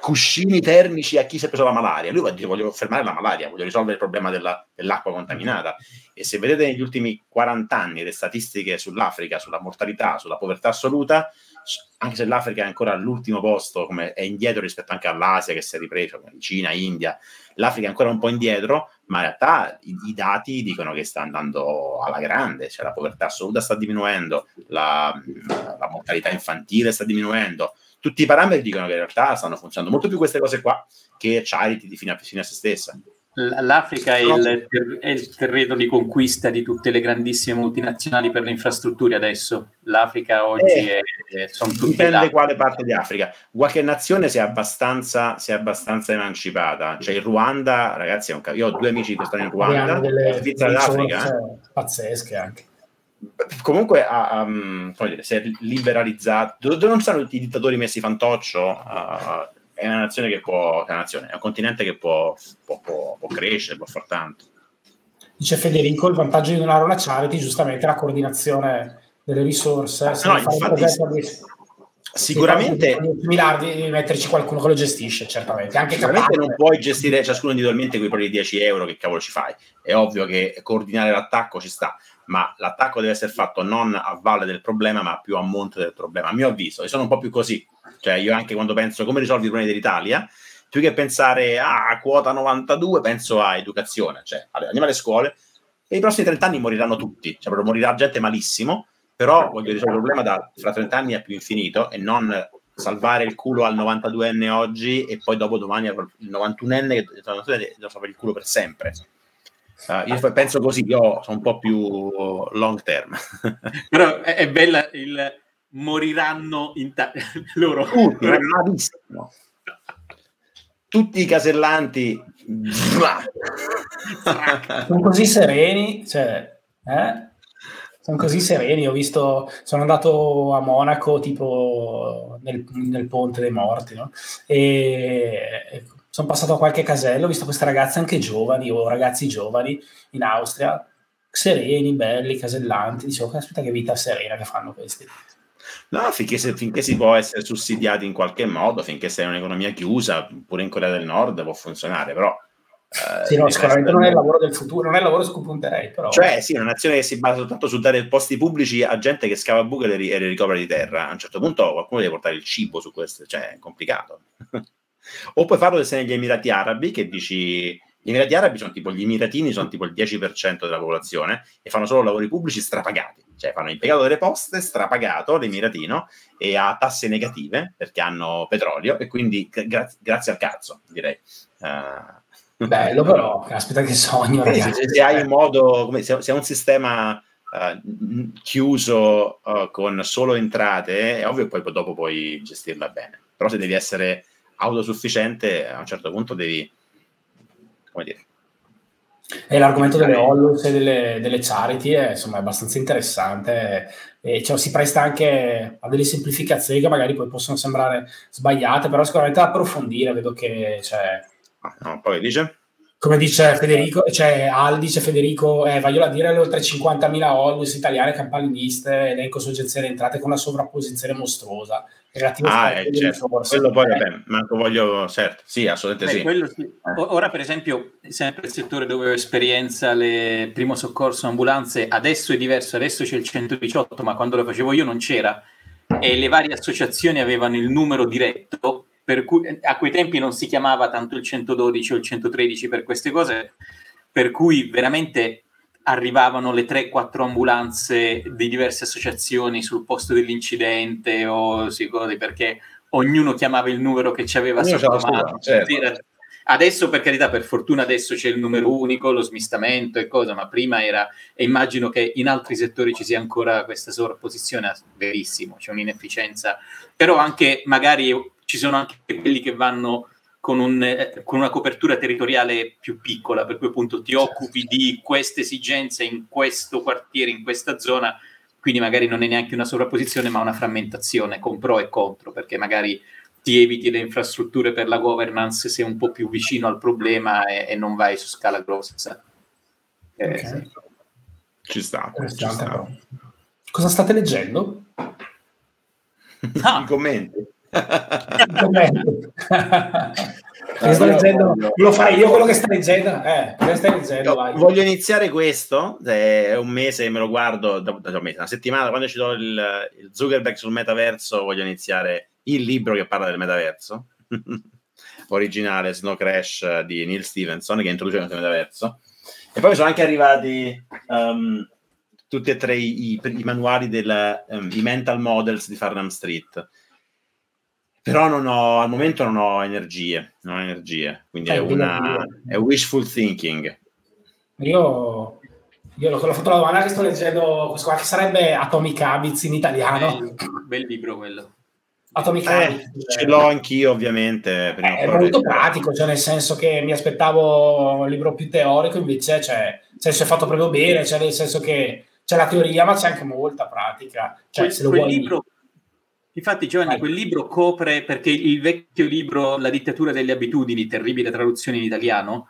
cuscini termici a chi si è preso la malaria. Lui va a dire: voglio fermare la malaria, voglio risolvere il problema dell'acqua contaminata. E se vedete negli ultimi 40 anni le statistiche sull'Africa, sulla mortalità, sulla povertà assoluta, anche se l'Africa è ancora all'ultimo posto, come è indietro rispetto anche all'Asia che si è ripresa, come Cina, India, l'Africa è ancora un po' indietro, ma in realtà i dati dicono che sta andando alla grande, cioè la povertà assoluta sta diminuendo, la mortalità infantile sta diminuendo, tutti i parametri dicono che in realtà stanno funzionando molto più queste cose qua che charity di fine a se stessa. L'Africa è il terreno di conquista di tutte le grandissime multinazionali per le infrastrutture adesso. L'Africa oggi sono tutte dipende quale parte di Africa. Qualche nazione si è abbastanza emancipata. Cioè il Ruanda, ragazzi, io ho 2 amici che stanno in Ruanda, la Svizzera d'Africa, pazzesche anche. Comunque si è liberalizzato. Dove non sono tutti i dittatori messi fantoccio, è una nazione che può, è un continente che può crescere, può far tanto. Dice Federico, il vantaggio di donare una charity giustamente è la coordinazione delle risorse. Sicuramente miliardi di metterci qualcuno che lo gestisce, certamente. Anche sicuramente non puoi gestire ciascuno individualmente quei propri 10 euro, che cavolo ci fai? È ovvio che coordinare l'attacco ci sta, ma l'attacco deve essere fatto non a valle del problema, ma più a monte del problema. A mio avviso, io sono un po' più così. Cioè io anche quando penso come risolvi i problemi dell'Italia, più che pensare a quota 92, penso a educazione. Cioè andiamo alle scuole e i prossimi 30 anni moriranno tutti. Cioè proprio morirà gente malissimo, però voglio risolvere il problema fra 30 anni a più infinito e non salvare il culo al 92enne oggi e poi dopo domani il 91enne che deve salvare il culo per sempre. Io penso così, io sono un po' più long term. Però è bella il moriranno loro. Malissimo. Tutti i casellanti sono così sereni, sono così sereni. Sono andato a Monaco tipo nel Ponte dei Morti, no? E sono passato a qualche casello, ho visto queste ragazze anche giovani o ragazzi giovani in Austria, sereni, belli, casellanti. Dicevo, aspetta, che vita serena che fanno questi. No, finché si può essere sussidiati in qualche modo, finché sei un'economia chiusa, pure in Corea del Nord può funzionare, però sì, no, sicuramente non è il lavoro del futuro, non è il lavoro su cui punterei, però. Cioè, sì, una nazione che si basa soltanto su dare posti pubblici a gente che scava buche e le ricopre di terra. A un certo punto qualcuno deve portare il cibo su questo, cioè è complicato. O puoi farlo se negli Emirati Arabi, che dici... Gli Emirati Arabi sono tipo, gli emiratini sono tipo il 10% della popolazione e fanno solo lavori pubblici strapagati, cioè fanno impiegato delle poste strapagato l'emiratino e a tasse negative perché hanno petrolio e quindi grazie al cazzo, direi. Bello, però, aspetta, che sogno, ragazzi. Se hai un modo, se è un sistema chiuso con solo entrate, è ovvio che poi dopo puoi gestirla bene, però se devi essere autosufficiente a un certo punto devi, come dire. E l'argomento delle Hollus e delle charity è, insomma, è abbastanza interessante e cioè, si presta anche a delle semplificazioni che magari poi possono sembrare sbagliate, però sicuramente da approfondire. Vedo che poi dice? Come dice Federico, dice Federico, voglio dire, le oltre 50.000 Hollus italiane campanilisте, elenco soggezione entrate con una sovrapposizione mostruosa. Certo. Quello poi manco voglio, certo, sì, assolutamente sì. Ora per esempio sempre il settore dove ho esperienza, le primo soccorso, ambulanze, adesso è diverso, adesso c'è il 118, ma quando lo facevo io non c'era e le varie associazioni avevano il numero diretto, per cui a quei tempi non si chiamava tanto il 112 o il 113 per queste cose, per cui veramente arrivavano le 3-4 ambulanze di diverse associazioni sul posto dell'incidente o cose, perché ognuno chiamava il numero che ci aveva sotto mano. Certo. Adesso, per carità, per fortuna adesso c'è il numero unico, lo smistamento e cosa, ma prima era, e immagino che in altri settori ci sia ancora questa sovrapposizione, verissimo, c'è un'inefficienza, però anche magari ci sono anche quelli che vanno con una copertura territoriale più piccola, per cui appunto ti occupi di queste esigenze in questo quartiere, in questa zona, quindi magari non è neanche una sovrapposizione ma una frammentazione con pro e contro, perché magari ti eviti le infrastrutture per la governance, sei un po' più vicino al problema e non vai su scala grossa. Okay. Ci sta. Cosa state leggendo? I commenti. Sto leggendo, lo fai io quello che stai leggendo? Voglio iniziare questo, è un mese me lo guardo, una settimana, quando ci do il Zuckerberg sul metaverso, voglio iniziare il libro che parla del metaverso, originale, Snow Crash di Neil Stephenson, che introduce il metaverso. E poi sono anche arrivati tutti e tre i manuali i mental models di Farnham Street. Però al momento non ho energie, quindi è wishful thinking. Io l'ho fatto la domanda che sto leggendo, questo qua che sarebbe Atomic Habits in italiano. Bel libro quello. Atomic Habits. Ce l'ho anch'io ovviamente. È molto pratico, cioè nel senso che mi aspettavo un libro più teorico, invece è fatto proprio bene, cioè nel senso che c'è la teoria ma c'è anche molta pratica. Cioè, se lo vuoi... libro... Infatti Giovanni, quel libro copre, perché il vecchio libro La dittatura delle abitudini, terribile traduzione in italiano,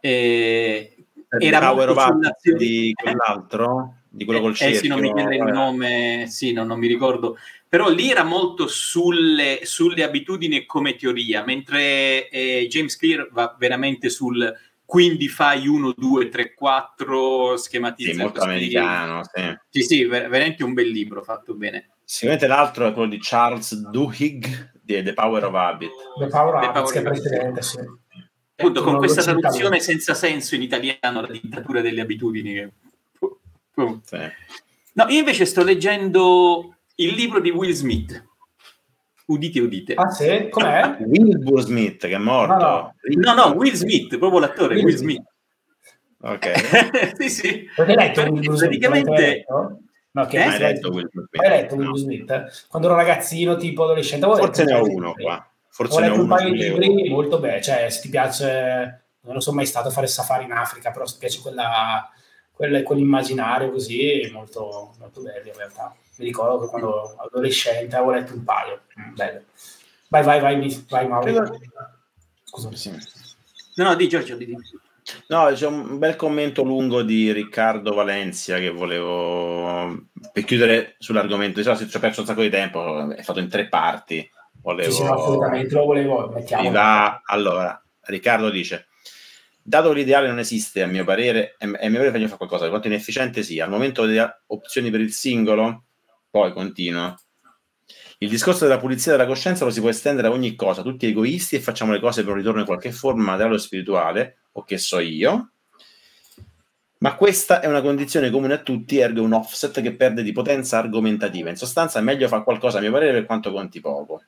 era Power of Habit di quell'altro, di quello col cerchio. Sì, non mi chiede il nome, sì, non mi ricordo, però lì era molto sulle abitudini come teoria, mentre James Clear va veramente sul quindi fai 1, 2, 3, 4, schematizza. Sì, molto americano, sì. Sì, veramente un bel libro, fatto bene. Sicuramente l'altro è quello di Charles Duhigg di The Power of Habit. The Power of Habit, che è precedente, sì. Appunto, con questa traduzione senza senso in italiano, La dittatura delle abitudini. Sì. No, io invece sto leggendo il libro di Will Smith. Udite. Ah sì? Com'è? Wilbur Smith, che è morto. No, Will Smith, proprio l'attore, Will Smith. Ok. sì. Avete letto Will Smith? Praticamente... No, che hai letto Will Smith? Quando ero ragazzino, tipo adolescente. Forse ne ho uno qua. Ho letto un paio di libri molto belli. Cioè, se ti piace, non lo so mai stato a fare safari in Africa, però se ti piace quell'immaginario così, molto, molto bello in realtà. Mi ricordo che quando adolescente avevo letto un paio. Bello. Vai Mauro. Scusami. Sì. No, di Giorgio, di. No, c'è un bel commento lungo di Riccardo Valencia che volevo, per chiudere sull'argomento, se ci ho perso un sacco di tempo, è fatto in 3 parti. Sì, assolutamente, lo volevo, mettiamo. Allora, Riccardo dice: dato che l'ideale non esiste, a mio parere, faccio fare qualcosa, quanto inefficiente sia, al momento delle opzioni per il singolo, poi continua. Il discorso della pulizia della coscienza lo si può estendere a ogni cosa, tutti egoisti e facciamo le cose per un ritorno in qualche forma materiale o spirituale, o che so io, ma questa è una condizione comune a tutti, ergo un offset che perde di potenza argomentativa. In sostanza è meglio fare qualcosa, a mio parere, per quanto conti poco.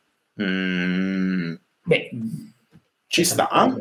Ci sta.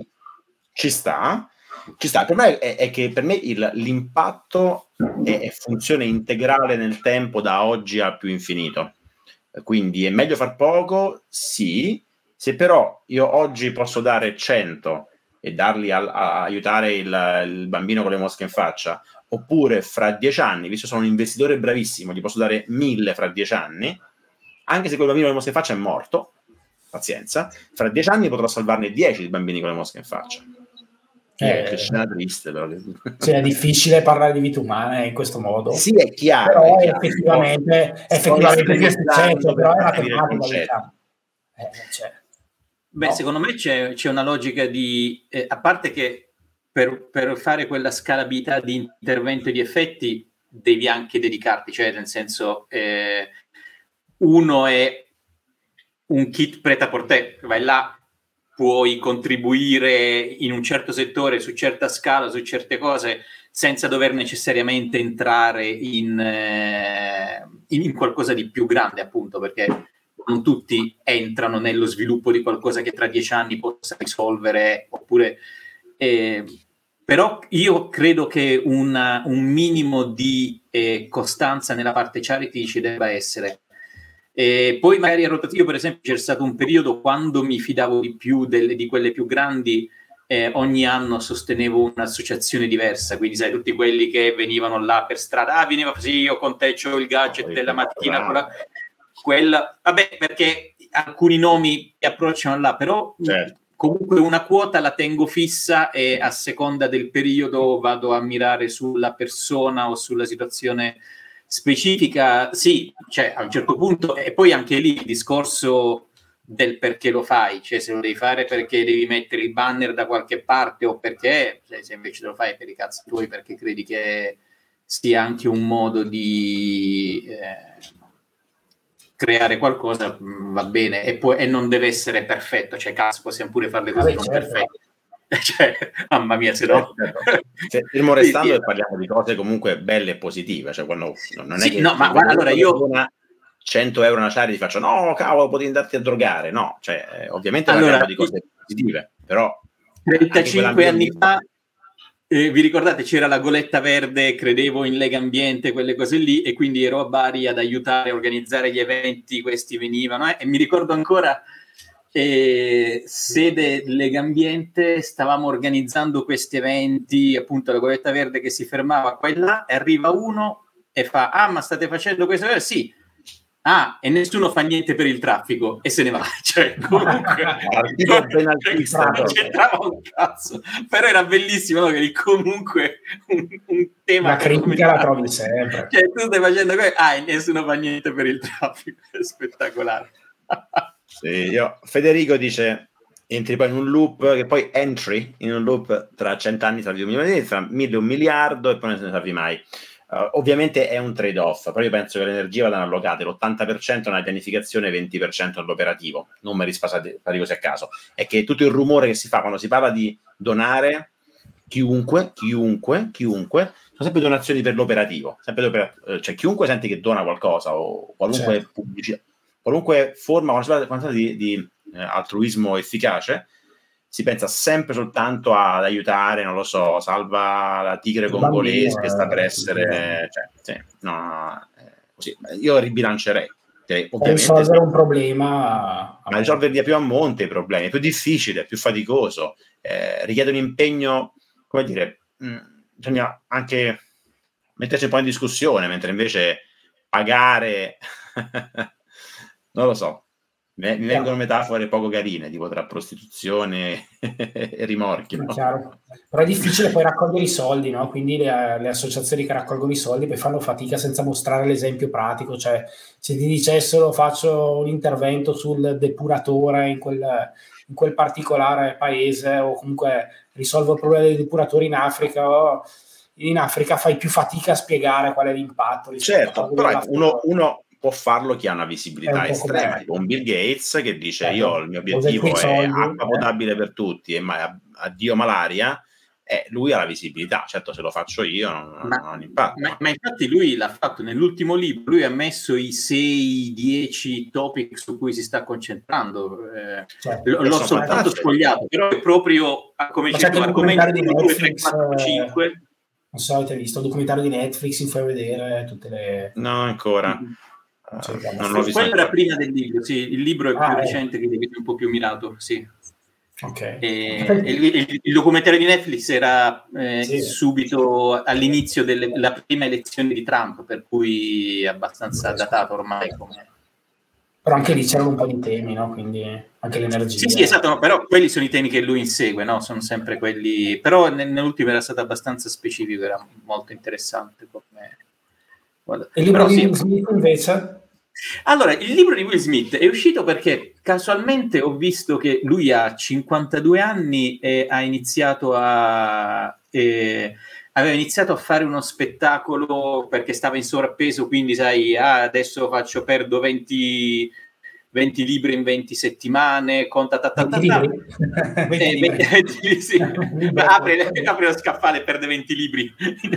Il problema è che per me l'impatto è funzione integrale nel tempo da oggi a più infinito. Quindi è meglio far poco, sì, se però io oggi posso dare 100 e darli a aiutare il bambino con le mosche in faccia, oppure fra 10 anni, visto che sono un investitore bravissimo, gli posso dare 1000 fra 10 anni, anche se quel bambino con le mosche in faccia è morto, pazienza, fra 10 anni potrò salvarne 10 di bambini con le mosche in faccia. Che scena triste, però. Sì, è difficile parlare di vite umane in questo modo. Sì, è chiaro. Però è chiaro, effettivamente però è matematica. Beh, no. Secondo me c'è una logica di... a parte che per fare quella scalabilità di intervento e di effetti devi anche dedicarti, cioè nel senso uno è un kit prêt-à-porter, vai là, puoi contribuire in un certo settore, su certa scala, su certe cose, senza dover necessariamente entrare in qualcosa di più grande, appunto, perché non tutti entrano nello sviluppo di qualcosa che tra 10 anni possa risolvere, oppure... però io credo che un minimo di costanza nella parte charity ci debba essere. Poi magari a rotativo, per esempio, c'è stato un periodo quando mi fidavo di più di quelle più grandi, ogni anno sostenevo un'associazione diversa, quindi sai, tutti quelli che venivano là per strada, sì, io con te c'ho il gadget della mattina, quella, vabbè, perché alcuni nomi ti approcciano là, però certo. Comunque una quota la tengo fissa e a seconda del periodo vado a mirare sulla persona o sulla situazione specifica, sì, cioè a un certo punto, e poi anche lì il discorso del perché lo fai, cioè se lo devi fare perché devi mettere il banner da qualche parte o perché, se invece lo fai per i cazzi tuoi perché credi che sia anche un modo di creare qualcosa, va bene, e non deve essere perfetto, cioè cazzo, possiamo pure fare le cose non perfette. Cioè, mamma mia, se no fermo restando che parliamo di cose comunque belle e positive, cioè quando non è che no, ma guarda, allora io 100 euro una charity faccio no cavolo potevi andarti a drogare, no, cioè ovviamente parliamo di cose positive, però 35 anni fa vi ricordate c'era la goletta verde, credevo in Lega Ambiente, quelle cose lì, e quindi ero a Bari ad aiutare a organizzare gli eventi, questi venivano e mi ricordo ancora sede Lega Ambiente, stavamo organizzando questi eventi, appunto la goletta verde che si fermava qua e là, e arriva uno e fa ma state facendo questo? Sì. E nessuno fa niente per il traffico e se ne va, cioè comunque non c'entrava un cazzo, però era bellissimo, no? Che comunque un tema, la critica la trovi sempre, cioè tu stai facendo questo e nessuno fa niente per il traffico, è spettacolare. Sì, Federico dice entri poi in un loop, che poi entry in un loop tra 100 anni tra 2 milioni, tra 1000 e 1 miliardo e poi non se ne sa mai. Ovviamente è un trade-off, però io penso che le energie vadano allocate l'80% nella pianificazione e 20% all'operativo, numeri spasati così a caso. È che tutto il rumore che si fa quando si parla di donare, chiunque, sono sempre donazioni per l'operativo, cioè chiunque sente che dona qualcosa o qualunque pubblicità, qualunque forma, quando si parla di altruismo efficace, si pensa sempre soltanto ad aiutare, non lo so, salva la tigre congolese che sta per essere, così. Io ribilancerei. Ovviamente, risolvere un problema, ma risolverli più a monte i problemi, è più difficile, è più faticoso, richiede un impegno, come dire, bisogna anche metterci un po' in discussione, mentre invece pagare, non lo so. Mi vengono metafore poco carine, tipo tra prostituzione e rimorchio. No? Chiaro. Però è difficile poi raccogliere i soldi, no? Quindi le associazioni che raccolgono i soldi poi fanno fatica senza mostrare l'esempio pratico. Cioè, se ti dicessero faccio un intervento sul depuratore in quel particolare paese, o comunque risolvo il problema dei depuratori in Africa fai più fatica a spiegare qual è l'impatto. Certo, però uno può farlo chi ha una visibilità estrema, tipo un Bill Gates che dice io il mio obiettivo è acqua potabile per tutti e addio malaria, lui ha la visibilità, certo se lo faccio io non ha un impatto. Ma infatti lui l'ha fatto nell'ultimo libro, lui ha messo i 6-10 topic su cui si sta concentrando, l'ho soltanto sfogliato, però è proprio come dicevo, argomenti 2, 3, 4, 5. Non so, avete visto il documentario di Netflix, mi fai vedere tutte le... No, ancora. Non l'ho visto. Quello era prima del libro, sì. Il libro è più recente, quindi è un po' più mirato, sì. Okay. Il documentario di Netflix era subito all'inizio della prima elezione di Trump, per cui è abbastanza datato ormai. Però anche lì c'erano un po' di temi, no? Quindi anche l'energia. Sì, esatto, no, però quelli sono i temi che lui insegue, no? Sono sempre quelli. Però nell'ultimo era stato abbastanza specifico, era molto interessante. E il libro di Will Smith invece? Allora, il libro di Will Smith è uscito perché casualmente ho visto che lui ha 52 anni e ha iniziato aveva iniziato a fare uno spettacolo perché stava in sovrappeso, quindi sai, adesso perdo 20 libri in 20 settimane, conta sì. apre lo scaffale e perde 20 libri.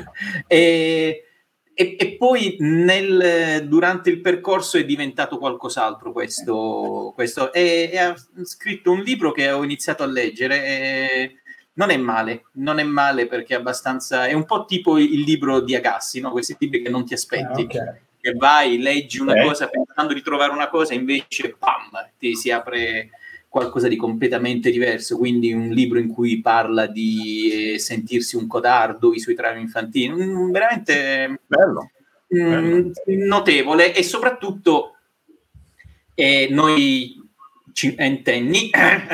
E poi durante il percorso è diventato qualcos'altro questo e ha scritto un libro che ho iniziato a leggere e non è male perché è un po' tipo il libro di Agassi, no? Questi libri che non ti aspetti, che vai, leggi una cosa pensando di trovare una cosa, invece pam, ti si apre qualcosa di completamente diverso, quindi un libro in cui parla di sentirsi un codardo, i suoi traumi infantili, veramente bello. Notevole, e soprattutto noi cinquantenni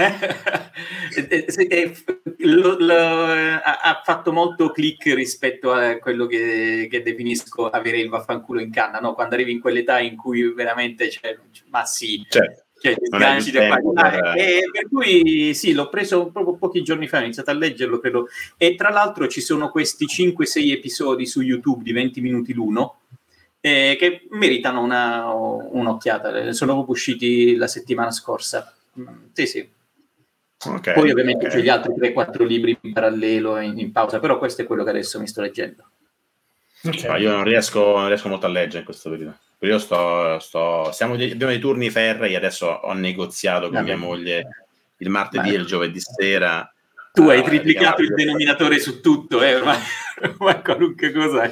ha fatto molto click rispetto a quello che definisco avere il vaffanculo in canna, no? Quando arrivi in quell'età in cui veramente ma sì, certo. Per cui sì, l'ho preso proprio pochi giorni fa, ho iniziato a leggerlo, credo. E tra l'altro ci sono questi 5-6 episodi su YouTube di 20 minuti l'uno, che meritano un'occhiata. Sono proprio usciti la settimana scorsa. Sì. Okay. Poi ovviamente c'è gli altri 3-4 libri in parallelo in pausa, però questo è quello che adesso mi sto leggendo. Okay. Io non riesco molto a leggere in questo periodo. Io abbiamo dei turni ferrei, adesso ho negoziato con mia moglie il martedì e il giovedì sera. Tu hai triplicato il denominatore su tutto, ormai qualunque cosa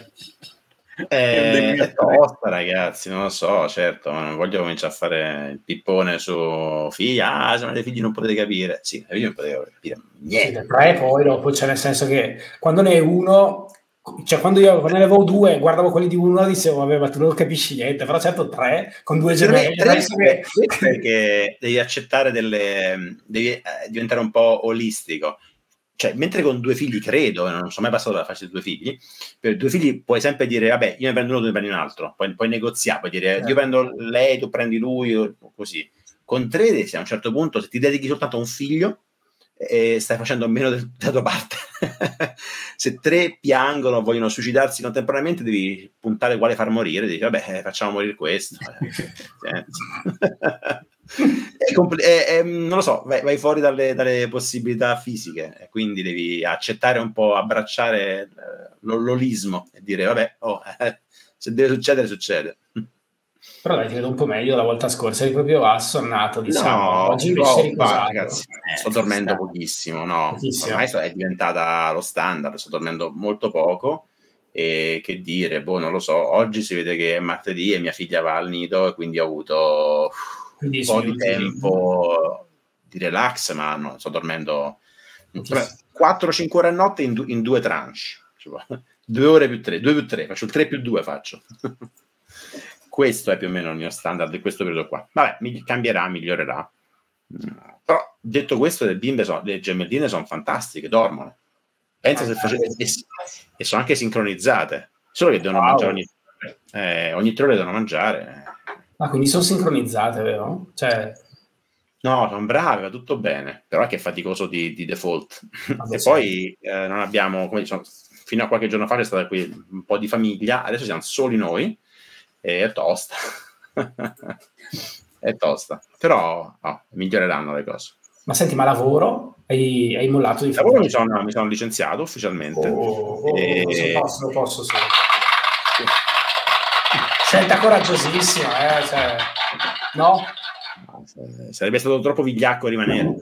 è tosta, ragazzi, non lo so, certo, ma non voglio cominciare a fare il pippone su figli, se non avete figli non potete capire. Sì, io non potevo capire niente. Poi dopo c'è, nel senso che quando ne è uno, cioè quando ne avevo 2 guardavo quelli di 1 e dicevo vabbè, ma tu non capisci niente, però certo 3 con 2 gemelli perché devi accettare devi diventare un po' olistico. Cioè, mentre con 2 figli, credo, non sono mai passato dalla fase di 2 figli, per 2 figli puoi sempre dire, vabbè, io ne prendo uno, tu ne prendi un altro, puoi negoziare, puoi dire, io prendo lei, tu prendi lui, così. Con 3, a un certo punto, se ti dedichi soltanto a un figlio, stai facendo meno della tua parte. Se 3 piangono, vogliono suicidarsi contemporaneamente, devi puntare quale far morire, dici, vabbè, facciamo morire questo. Non lo so, vai fuori dalle possibilità fisiche e quindi devi accettare un po', abbracciare l'olismo e dire vabbè, se deve succedere succede. Però dai, ti vedo un po' meglio la volta scorsa, eri proprio assonnato, diciamo. No, oggi invece riposato. Ragazzi, sto dormendo pochissimo, no? Pochissimo. Ormai è diventata lo standard, sto dormendo molto poco. E che dire, non lo so, oggi si vede che è martedì e mia figlia va al nido e quindi ho avuto un po' di tempo di relax, ma no, sto dormendo 4-5 ore a notte in 2 tranche, 2 ore più 3, 2 più 3, faccio il 3 più 2 faccio. Questo è più o meno il mio standard di questo periodo qua. Vabbè, cambierà, migliorerà. Però detto questo, le gemelline sono fantastiche, dormono. Pensa se e sono anche sincronizzate, solo che devono mangiare ogni 3 ore devono mangiare. Quindi sono sincronizzate, vero? No, sono brave, va tutto bene, però è che è faticoso di default. E poi non abbiamo, fino a qualche giorno fa c'è stata qui un po' di famiglia, adesso siamo soli noi, e è tosta. È tosta, però miglioreranno le cose. Ma senti, ma lavoro? Hai mollato di lavoro? Mi sono licenziato ufficialmente. Lo posso sì. Scelta coraggiosissima, no? Sarebbe stato troppo vigliacco rimanere.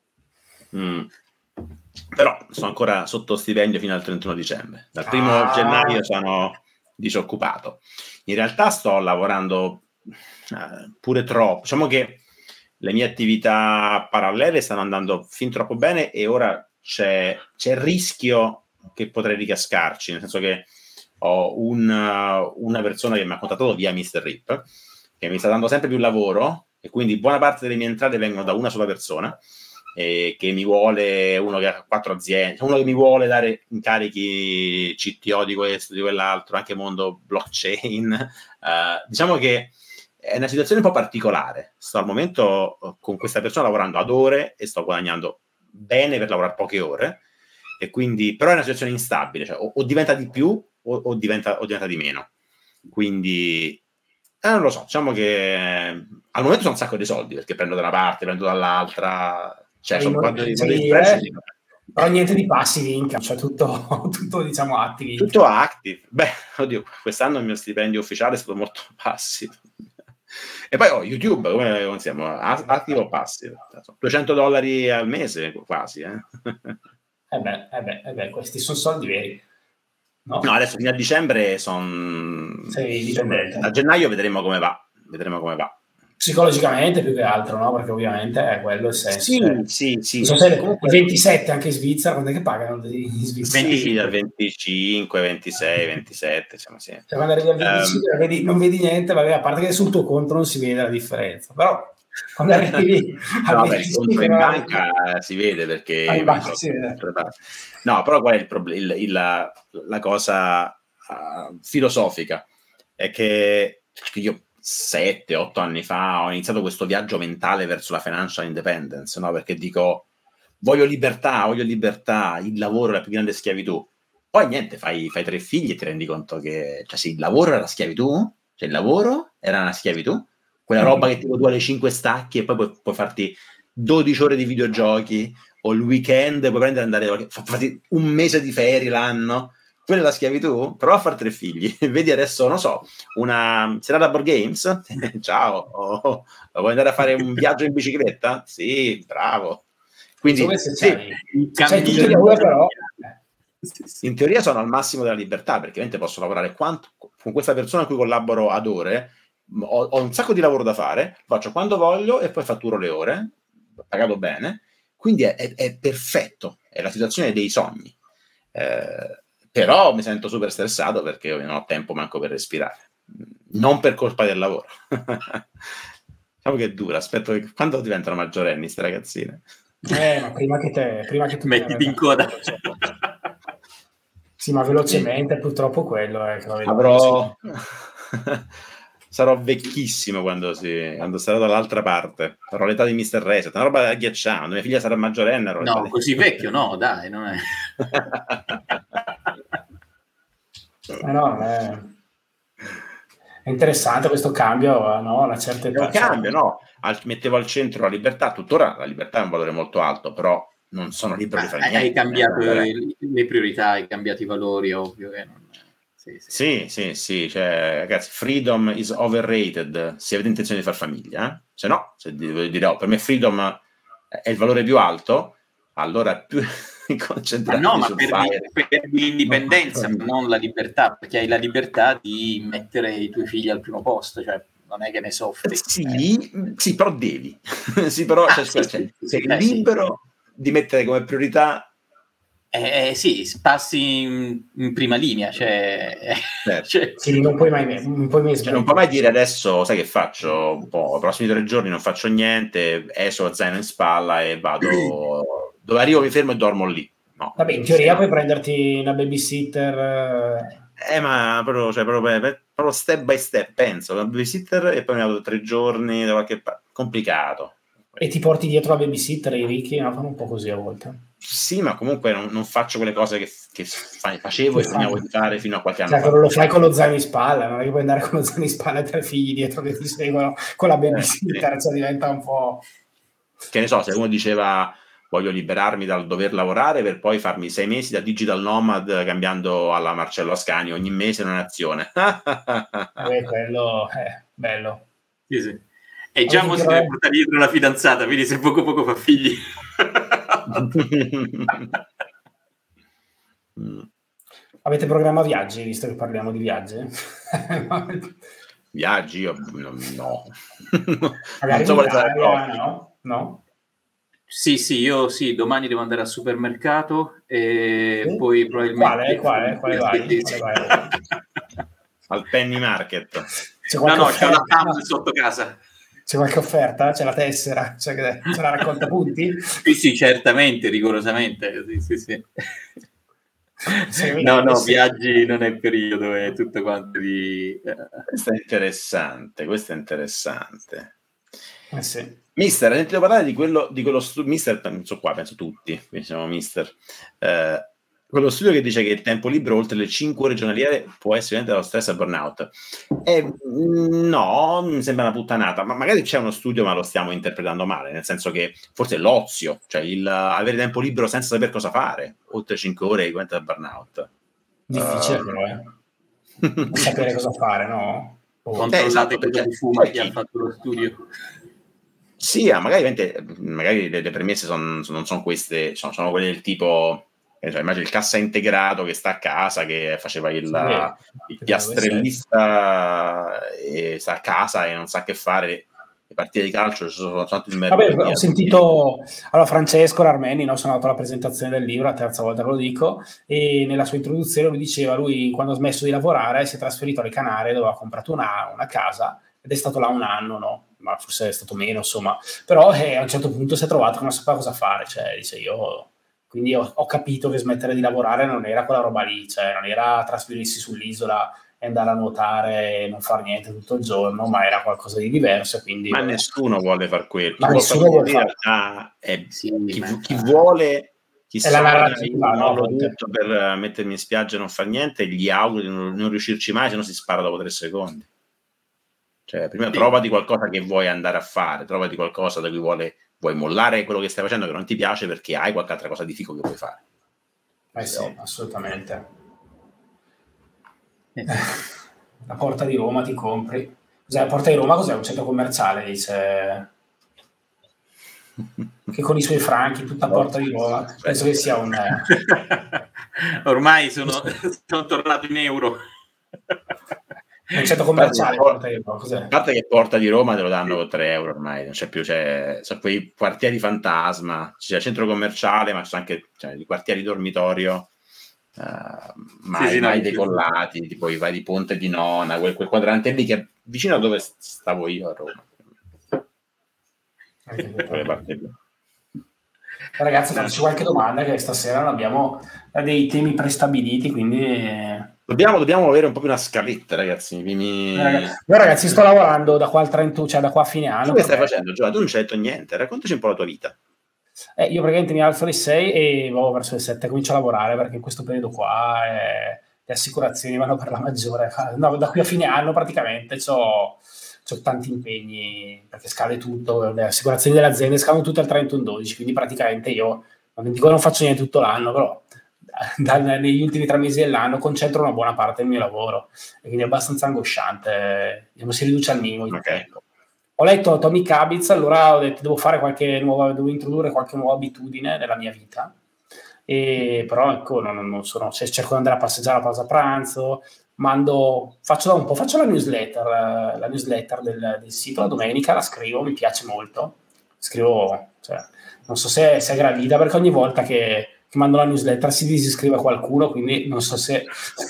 Però sono ancora sotto stipendio fino al 31 dicembre. Dal 1 gennaio sono disoccupato. In realtà sto lavorando pure troppo. Diciamo che le mie attività parallele stanno andando fin troppo bene e ora c'è il rischio che potrei ricascarci, nel senso che ho una persona che mi ha contattato via Mr. Rip, che mi sta dando sempre più lavoro e quindi buona parte delle mie entrate vengono da una sola persona, che mi vuole, uno che ha 4 aziende, uno che mi vuole dare incarichi CTO di questo, di quell'altro, anche mondo blockchain. Diciamo che è una situazione un po' particolare. Sto al momento con questa persona lavorando ad ore e sto guadagnando bene per lavorare poche ore, e quindi però è una situazione instabile, cioè o diventa di più o diventa di meno. Quindi non lo so, diciamo che al momento sono un sacco di soldi perché prendo da una parte, prendo dall'altra, però niente di passive income, cioè tutto diciamo active. Tutto active. Oddio, quest'anno il mio stipendio ufficiale è stato molto passive. E poi YouTube, come siamo? Attivo o passive? $200 al mese quasi. Questi sono soldi veri. No, adesso fino a dicembre sono... Sei dipendente. A gennaio vedremo come va. Psicologicamente più che altro, no? Perché ovviamente è quello il senso. Sì. Non so se il 27 anche in Svizzera, quando è che pagano in Svizzera? Sì, dal 25, 26, 27, insomma, sì. Cioè, quando arrivi al 25 non vedi niente, vabbè, a parte che sul tuo conto non si vede la differenza, però quando arrivi al 25 in banca si vede perché no, però qual è il problema? La cosa filosofica è che io 7-8 anni fa ho iniziato questo viaggio mentale verso la financial independence, no? Perché dico, voglio libertà, il lavoro è la più grande schiavitù. Poi niente, fai 3 figli e ti rendi conto che, cioè, se il lavoro era schiavitù, cioè il lavoro era una schiavitù, quella roba che tipo tu alle 5 stacchi e poi puoi farti 12 ore di videogiochi, o il weekend puoi prendere e andare farti un mese di ferie l'anno, quella è la schiavitù. Prova a fare 3 figli, vedi adesso, non so, una serata board games, ciao, vuoi andare a fare un viaggio in bicicletta? Sì, bravo. Quindi c'hai tutte le due, però in teoria sono al massimo della libertà, perché ovviamente posso lavorare con questa persona a cui collaboro ad ore, ho un sacco di lavoro da fare, faccio quando voglio e poi fatturo le ore, pagato bene, quindi è perfetto, è la situazione dei sogni. Però mi sento super stressato perché non ho tempo manco per respirare, non per colpa del lavoro. Diciamo che è dura, aspetto che quando diventano maggiorenni queste ragazzine? Ma prima che tu mettiti in coda. Sì, ma velocemente, purtroppo quello è che sarò vecchissimo quando sarò dall'altra parte, sarò l'età di Mr. Reset, una roba agghiacciante. Mia figlia sarà maggiorenne. No, così vecchio no, dai, non è. È interessante questo cambio, no? Una certa età. No? Mettevo al centro la libertà, tuttora la libertà è un valore molto alto, però non sono libero di fare niente. Hai cambiato le priorità, hai cambiato i valori, ovvio che non. Sì, cioè, ragazzi, freedom is overrated se avete intenzione di far famiglia, se no, se dire per me freedom è il valore più alto, allora più concentratevi ma per l'indipendenza, non la libertà, perché hai la libertà di mettere i tuoi figli al primo posto, cioè non è che ne soffri. Sì, però devi. Sì, però sei libero di mettere come priorità. Sì, passi in prima linea, sì, non puoi mai dire adesso, sai che faccio? Un po', i prossimi 3 giorni non faccio niente, esco zaino in spalla e vado dove arrivo, mi fermo e dormo lì. No, vabbè, in teoria puoi prenderti una babysitter. Ma proprio step by step, penso, una babysitter e poi mi vado 3 giorni da qualche parte. Complicato. E ti porti dietro la babysitter, i ricchi fanno un po' così a volte. Sì, ma comunque non faccio quelle cose che facevo e sognavo di fare fino a qualche anno fa. Lo fai con lo zaino in spalla, non è che puoi andare con lo zaino in spalla e 3 figli dietro che ti seguono con la babysitter, cioè diventa un po'. Che ne so, se uno diceva voglio liberarmi dal dover lavorare per poi farmi 6 mesi da digital nomad cambiando alla Marcello Ascani ogni mese in un'azione. Quello è bello. Sì. E già si deve portare dietro la fidanzata, quindi se poco fa figli. Avete programma viaggi, visto che parliamo di viaggi? Viaggi? Io no. Magari in Italia, no? Sì, io domani devo andare al supermercato e poi probabilmente. Quale vai? Al Penny Market. C'è una tab sotto casa. C'è qualche offerta? C'è la tessera? C'è la raccolta punti? Sì, certamente, rigorosamente. Sì. No, viaggi non è periodo, è tutto quanto di. Questo è interessante. Sì. Mister, devo parlare di quello Mister, non so qua, penso tutti, siamo Mister. Quello studio che dice che il tempo libero oltre le 5 ore giornaliere può essere dallo stress e burnout. No, mi sembra una puttanata, ma magari c'è uno studio ma lo stiamo interpretando male, nel senso che forse l'ozio, cioè avere tempo libero senza sapere cosa fare, oltre 5 ore diventa burnout. Difficile però, sapere cosa fare, no? Controllate cosa di fuma chi ha fatto lo studio. Sì, magari le premesse non sono queste, sono quelle del tipo... immagino il cassa integrato che sta a casa, che faceva il piastrellista e sta a casa e non sa che fare. Le partite di calcio ci sono tanto il merito. Ho sentito Francesco Armeni, sono andato alla presentazione del libro, la terza volta che lo dico, e nella sua introduzione lui diceva, quando ha smesso di lavorare si è trasferito alle Canarie dove ha comprato una casa ed è stato là 1 anno, no? Ma forse è stato meno, insomma, però a un certo punto si è trovato che non sapeva cosa fare, cioè dice quindi ho capito che smettere di lavorare non era quella roba lì, cioè non era trasferirsi sull'isola e andare a nuotare e non fare niente tutto il giorno, ma era qualcosa di diverso. Quindi, ma nessuno vuole far quello. Ma nessuno vuole fare. Chi vuole, chi è la narrativa, non l'ho detto per mettermi in spiaggia e non far niente, gli auguro di non riuscirci mai, se no si spara dopo 3 secondi. Cioè, prima trovati qualcosa che vuoi andare a fare, trovati qualcosa da cui vuoi mollare quello che stai facendo che non ti piace perché hai qualche altra cosa di figo che vuoi fare. Sì, assolutamente. La Porta di Roma ti compri. Cos'è la Porta di Roma? Cos'è? Un centro commerciale, dice, che con i suoi franchi tutta Porta di Roma. Penso che sia un ormai sono tornato in euro. Un centro commerciale. A parte che Porta di Roma te lo danno con 3 euro ormai, non c'è più, sono quei quartieri fantasma, c'è il centro commerciale, ma ci sono anche i quartieri dormitorio, mai decollati, tipo i vari Ponte di Nona, quel quadrante lì che è vicino a dove stavo io a Roma. Ragazzi, faccio qualche domanda, che stasera non abbiamo dei temi prestabiliti, quindi dobbiamo avere un po' più una scaletta, ragazzi. Io, ragazzi, sto lavorando da qua al 31, cioè da qua a fine anno. Che stai facendo, Gio? Tu non ci hai detto niente, raccontaci un po' la tua vita. Io praticamente mi alzo alle 6 e verso le 7 comincio a lavorare, perché in questo periodo qua le assicurazioni vanno per la maggiore. No, da qui a fine anno praticamente c'ho tanti impegni, perché scade tutto, le assicurazioni delle aziende scadono tutte al 31/12, quindi praticamente io non faccio niente tutto l'anno, però negli ultimi 3 mesi dell'anno concentro una buona parte del mio lavoro, e quindi è abbastanza angosciante, si riduce al minimo il tempo. Ho letto Atomic Habits, allora ho detto devo introdurre qualche nuova abitudine nella mia vita, però ecco, non sono, cerco di andare a passeggiare a pausa pranzo, faccio la newsletter del sito la domenica, la scrivo, mi piace molto, non so se è gradita, perché ogni volta che mando la newsletter si disiscrive qualcuno, quindi non so se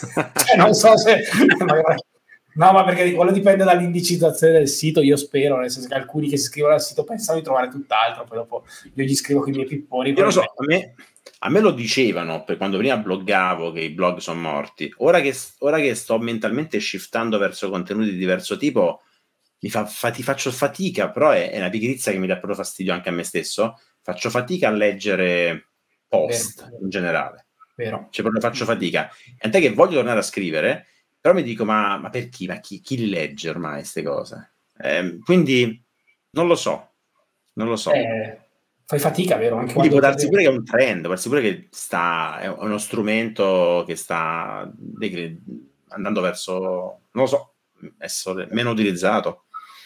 magari, no, ma perché quello dipende dall'indicizzazione del sito, io spero, nel senso che alcuni che si iscrivono al sito pensano di trovare tutt'altro, poi dopo io gli scrivo con i miei pipponi. Io lo so, a me lo dicevano quando prima bloggavo che i blog sono morti. Ora che sto mentalmente shiftando verso contenuti di diverso tipo, faccio fatica, però è una pigrizia che mi dà proprio fastidio anche a me stesso. Faccio fatica a leggere post in generale. Vero. Cioè proprio faccio fatica. Tant'è che voglio tornare a scrivere, però mi dico, ma per chi? Ma chi legge ormai queste cose? Quindi non lo so. Fai fatica, vero? Anche quindi può darsi pure che è un trend, può darsi pure che è uno strumento che sta andando verso, non lo so, essere meno utilizzato.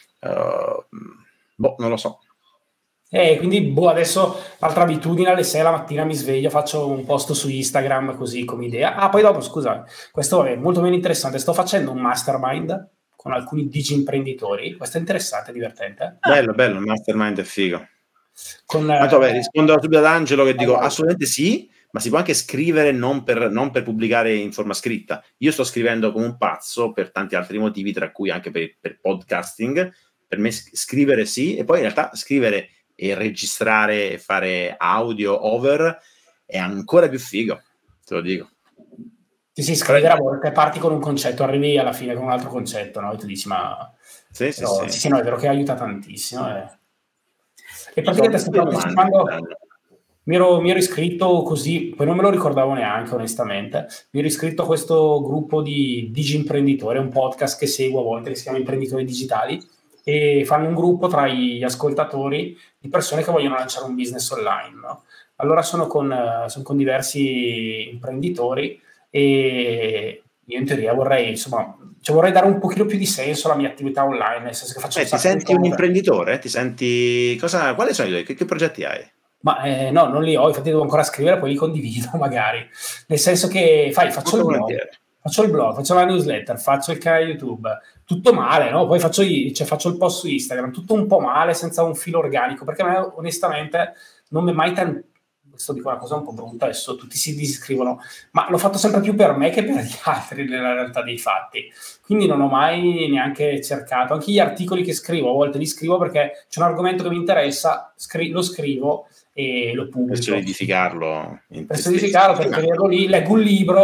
Non lo so. Quindi adesso l'altra abitudine, alle 6 la mattina mi sveglio, faccio un post su Instagram così come idea. Poi dopo, scusa, questo è molto meno interessante, sto facendo un mastermind con alcuni digi imprenditori, questo è interessante, divertente. Bello, il mastermind è figo. Rispondo subito ad Angelo che dico assolutamente sì, ma si può anche scrivere non per pubblicare in forma scritta. Io sto scrivendo come un pazzo per tanti altri motivi, tra cui anche per podcasting. Per me scrivere sì, e poi in realtà scrivere e registrare e fare audio over è ancora più figo, te lo dico. Sì, scrivere a volte parti con un concetto, arrivi alla fine con un altro concetto, no? E tu dici ma sì, no, è vero che aiuta tantissimo. E praticamente sto partecipando, mi ero iscritto così, poi non me lo ricordavo neanche onestamente, mi ero iscritto a questo gruppo di Digi Imprenditori, un podcast che seguo a volte, che si chiama Imprenditori Digitali, e fanno un gruppo tra gli ascoltatori di persone che vogliono lanciare un business online, no? Allora sono con diversi imprenditori, e io in teoria vorrei dare un pochino più di senso alla mia attività online, nel senso che faccio ti senti un imprenditore? Ti senti quali sono i tuoi? Che progetti hai? Ma no, non li ho, infatti devo ancora scrivere, poi li condivido magari, nel senso che faccio il blog, faccio la newsletter, faccio il canale YouTube, tutto male, no? Poi faccio il post su Instagram, tutto un po' male, senza un filo organico, perché a me onestamente non mi è mai questo dico una cosa un po' brutta, adesso tutti si disiscrivono, ma l'ho fatto sempre più per me che per gli altri nella realtà dei fatti, quindi non ho mai neanche cercato, anche gli articoli che scrivo a volte li scrivo perché c'è un argomento che mi interessa, lo scrivo e lo pubblico. Per solidificarlo per vederlo lì, leggo un libro,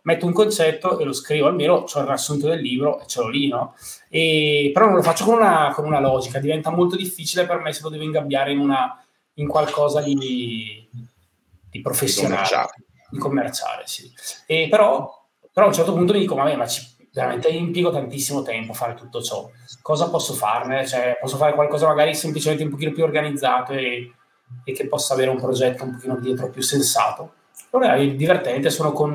metto un concetto e lo scrivo, almeno c'ho il riassunto del libro e ce l'ho lì, no? Però non lo faccio con una logica, diventa molto difficile per me se lo devo ingabbiare in qualcosa di professionale, di commerciale, sì. Però a un certo punto mi dico, vabbè, ma veramente impiego tantissimo tempo a fare tutto ciò, cosa posso farne? Cioè, posso fare qualcosa magari semplicemente un pochino più organizzato e che possa avere un progetto un pochino dietro più sensato. Allora è divertente, sono con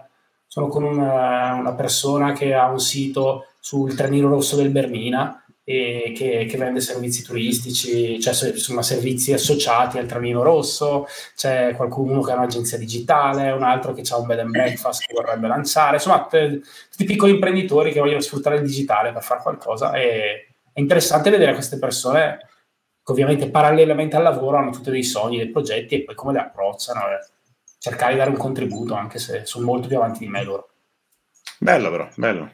una persona che ha un sito sul Trenino Rosso del Bernina e che vende servizi turistici, cioè sono servizi associati al Trenino Rosso, c'è qualcuno che ha un'agenzia digitale, un altro che ha un bed and breakfast che vorrebbe lanciare, insomma tutti i piccoli imprenditori che vogliono sfruttare il digitale per fare qualcosa. È interessante vedere queste persone che ovviamente parallelamente al lavoro hanno tutti dei sogni, dei progetti e poi come li approcciano, cercare di dare un contributo anche se sono molto più avanti di me loro. Bello però, bello.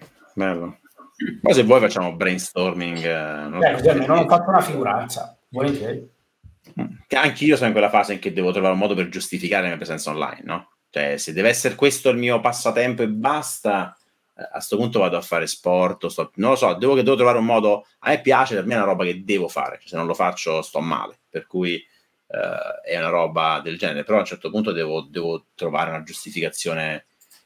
Ma se vuoi facciamo brainstorming. Non ho fatto una figuraccia, volentieri. Anche io sono in quella fase in cui devo trovare un modo per giustificare la mia presenza online, no? Cioè, se deve essere questo il mio passatempo e basta, a questo punto vado a fare sport, non lo so, devo trovare un modo. A me piace, per me è una roba che devo fare, cioè, se non lo faccio sto male, per cui è una roba del genere, però a un certo punto devo trovare una giustificazione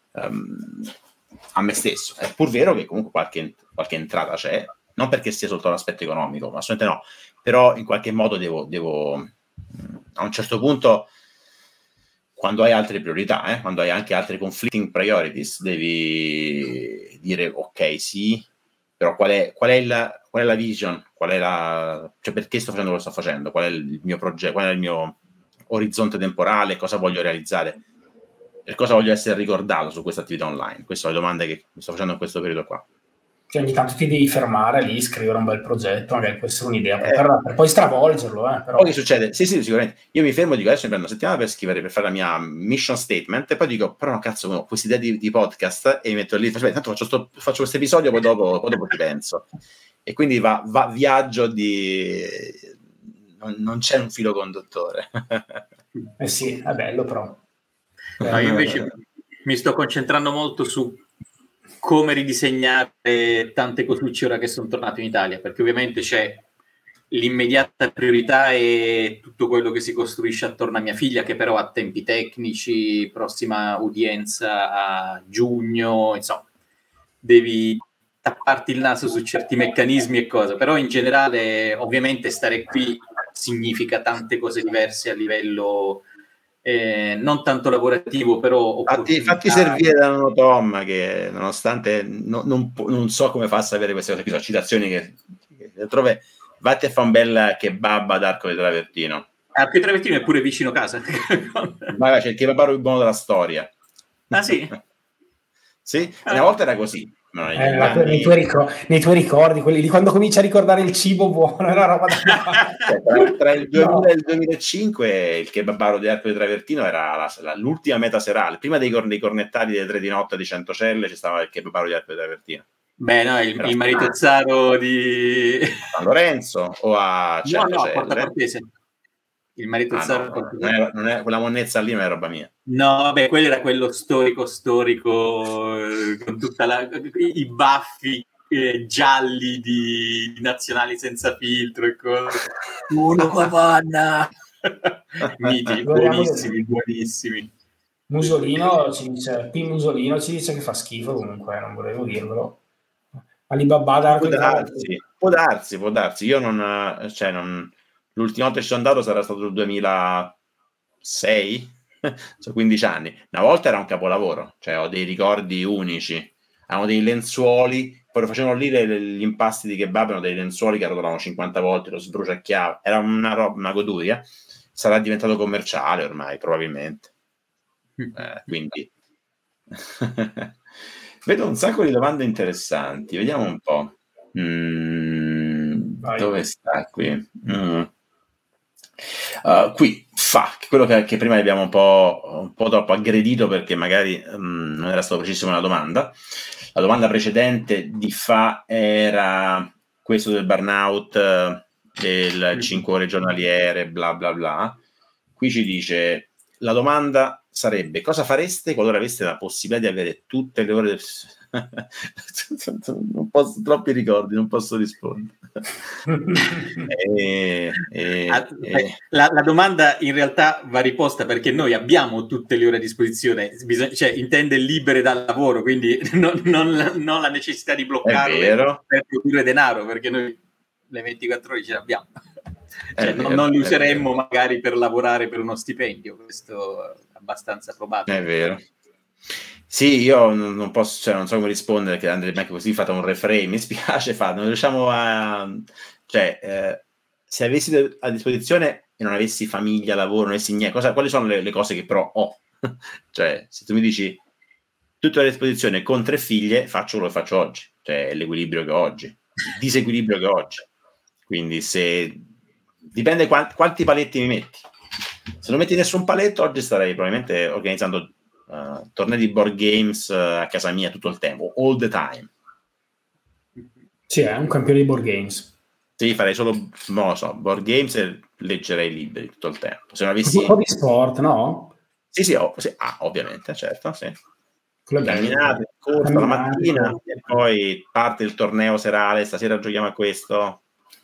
a me stesso. È pur vero che comunque qualche entrata c'è, non perché sia soltanto l'aspetto economico, ma assolutamente no, però in qualche modo devo a un certo punto, quando hai altre priorità, quando hai anche altre conflicting priorities, devi dire ok, sì, però qual è la vision, cioè perché sto facendo quello che sto facendo, qual è il mio progetto, qual è il mio orizzonte temporale, cosa voglio realizzare, per cosa voglio essere ricordato su questa attività online. Queste sono le domande che mi sto facendo in questo periodo qua. Che ogni tanto ti devi fermare lì, scrivere un bel progetto, magari può essere un'idea per poi stravolgerlo. Però. Poi che succede? Sì, sicuramente. Io mi fermo e dico, adesso mi prendo una settimana per scrivere, per fare la mia mission statement, e poi dico, però no, cazzo, ho questa idea di podcast, e mi metto lì, tanto faccio questo episodio, poi dopo ti penso. E quindi va viaggio di... Non c'è un filo conduttore. Sì, è bello però. No, io invece mi sto concentrando molto su come ridisegnare tante cosucce ora che sono tornato in Italia, perché ovviamente c'è l'immediata priorità e tutto quello che si costruisce attorno a mia figlia, che però ha tempi tecnici, prossima udienza a giugno, insomma, devi tapparti il naso su certi meccanismi e cose, però in generale ovviamente stare qui significa tante cose diverse a livello non tanto lavorativo, però fatti servire da Nono Tom, che nonostante non so come fa a sapere queste cose, citazioni che trove, vatti a fare un bel kebab ad Arco di Travertino. Arco di Travertino è pure vicino casa. Ma c'è il kebab più buono della storia. Ah sì? Sì, una volta era così. Nei tuoi ricordi, quelli di quando cominci a ricordare il cibo buono, è una roba da... tra il 2000 e il 2005 il kebabaro di Arco di Travertino era l'ultima meta serale. Prima dei cornettari delle 3 di notte di Centocelle ci stava il kebabaro di Arco di Travertino. Beh, no, il maritozzaro di San Lorenzo o a Centocelle? No, Porta Portese. Il maritozzaro non è quella monnezza lì, non è roba mia. No, vabbè, quello era quello storico con tutta i baffi gialli di Nazionali Senza Filtro e cose. Uno Pavanna. Miti, buonissimi. Musolino ci dice che fa schifo, comunque non volevo dirvelo. Alibaba può darsi. Io non l'ultima volta che ci sono andato sarà stato il 2006, sono 15 anni. Una volta era un capolavoro, cioè ho dei ricordi unici. Avevano dei lenzuoli, poi facevano lì gli impasti di kebab, erano dei lenzuoli che rotolavano 50 volte, lo sbruciacchiava, era una goduria. Sarà diventato commerciale ormai, probabilmente. Quindi vedo un sacco di domande interessanti, vediamo un po'. Dove sta qui? Qui quello che prima abbiamo un po' troppo aggredito, perché magari non era stato precisissimo la domanda. La domanda precedente di era questo del burnout, del 5 ore giornaliere, bla bla bla. Qui ci dice: la domanda sarebbe: cosa fareste qualora aveste la possibilità di avere tutte le ore non posso, troppi ricordi, non posso rispondere. La domanda in realtà va riposta, perché noi abbiamo tutte le ore a disposizione, cioè intende libere dal lavoro, quindi non la necessità di bloccarle per produrre denaro, perché noi le 24 ore ce le abbiamo. Cioè, non le useremmo magari per lavorare per uno stipendio, questo è abbastanza probabile. È vero. Sì, io non posso, cioè non so come rispondere, che andrebbe anche così, fate un reframe, mi spiace, non riusciamo a... Cioè, se avessi a disposizione e non avessi famiglia, lavoro, non avessi niente, quali sono le cose che però ho? Cioè, se tu mi dici tutto a disposizione con 3 figlie, faccio quello che faccio oggi, cioè è l'equilibrio che ho oggi, il disequilibrio che ho oggi. Quindi dipende quanti paletti mi metti. Se non metti nessun paletto, oggi starei probabilmente organizzando tornei di board games a casa mia tutto il tempo, all the time. Sì, è un campione di board games. Sì, farei solo, non lo so, board games e leggerei libri tutto il tempo. Se non avessi... Un po' di sport, no? Sì, ovviamente, certo, sì. Camminate, corsa la mattina e poi parte il torneo serale, stasera giochiamo a questo.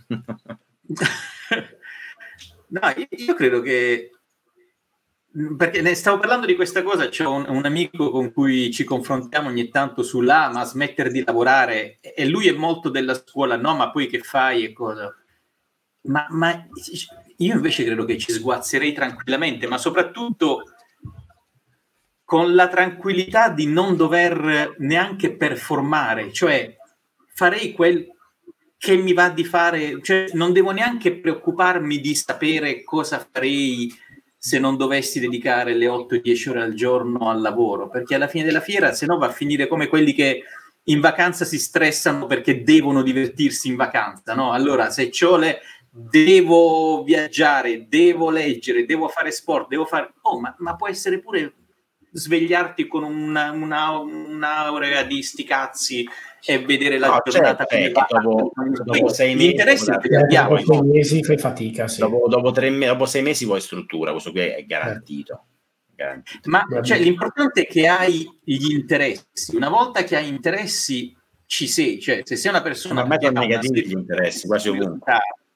No, io credo che, perché ne stavo parlando di questa cosa, c'ho un amico con cui ci confrontiamo ogni tanto ma smettere di lavorare, e lui è molto della scuola, no, ma poi che fai e cosa? Ma io invece credo che ci sguazzerei tranquillamente, ma soprattutto con la tranquillità di non dover neanche performare, cioè farei quel che mi va di fare, cioè non devo neanche preoccuparmi di sapere cosa farei se non dovessi dedicare le 8-10 ore al giorno al lavoro, perché alla fine della fiera se no va a finire come quelli che in vacanza si stressano perché devono divertirsi in vacanza, no? Allora se devo viaggiare, devo leggere, devo fare sport, devo fare... ma può essere pure svegliarti con un'aurea di sti cazzi e vedere la giornata dopo 6 mesi, interessi abbiamo. Dopo 6 mesi fai fatica, sì. Dopo 6 mesi vuoi struttura, questo qui è garantito. Ma cioè, l'importante è che hai gli interessi. Una volta che hai interessi ci sei, cioè se sei una persona... Ormai sono negativi gli interessi quasi ovunque.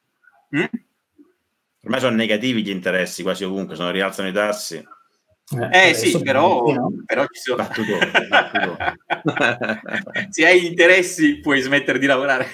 Ormai sono negativi gli interessi quasi ovunque, sono rialzano i tassi. Sì, però ci sono. Se hai interessi puoi smettere di lavorare.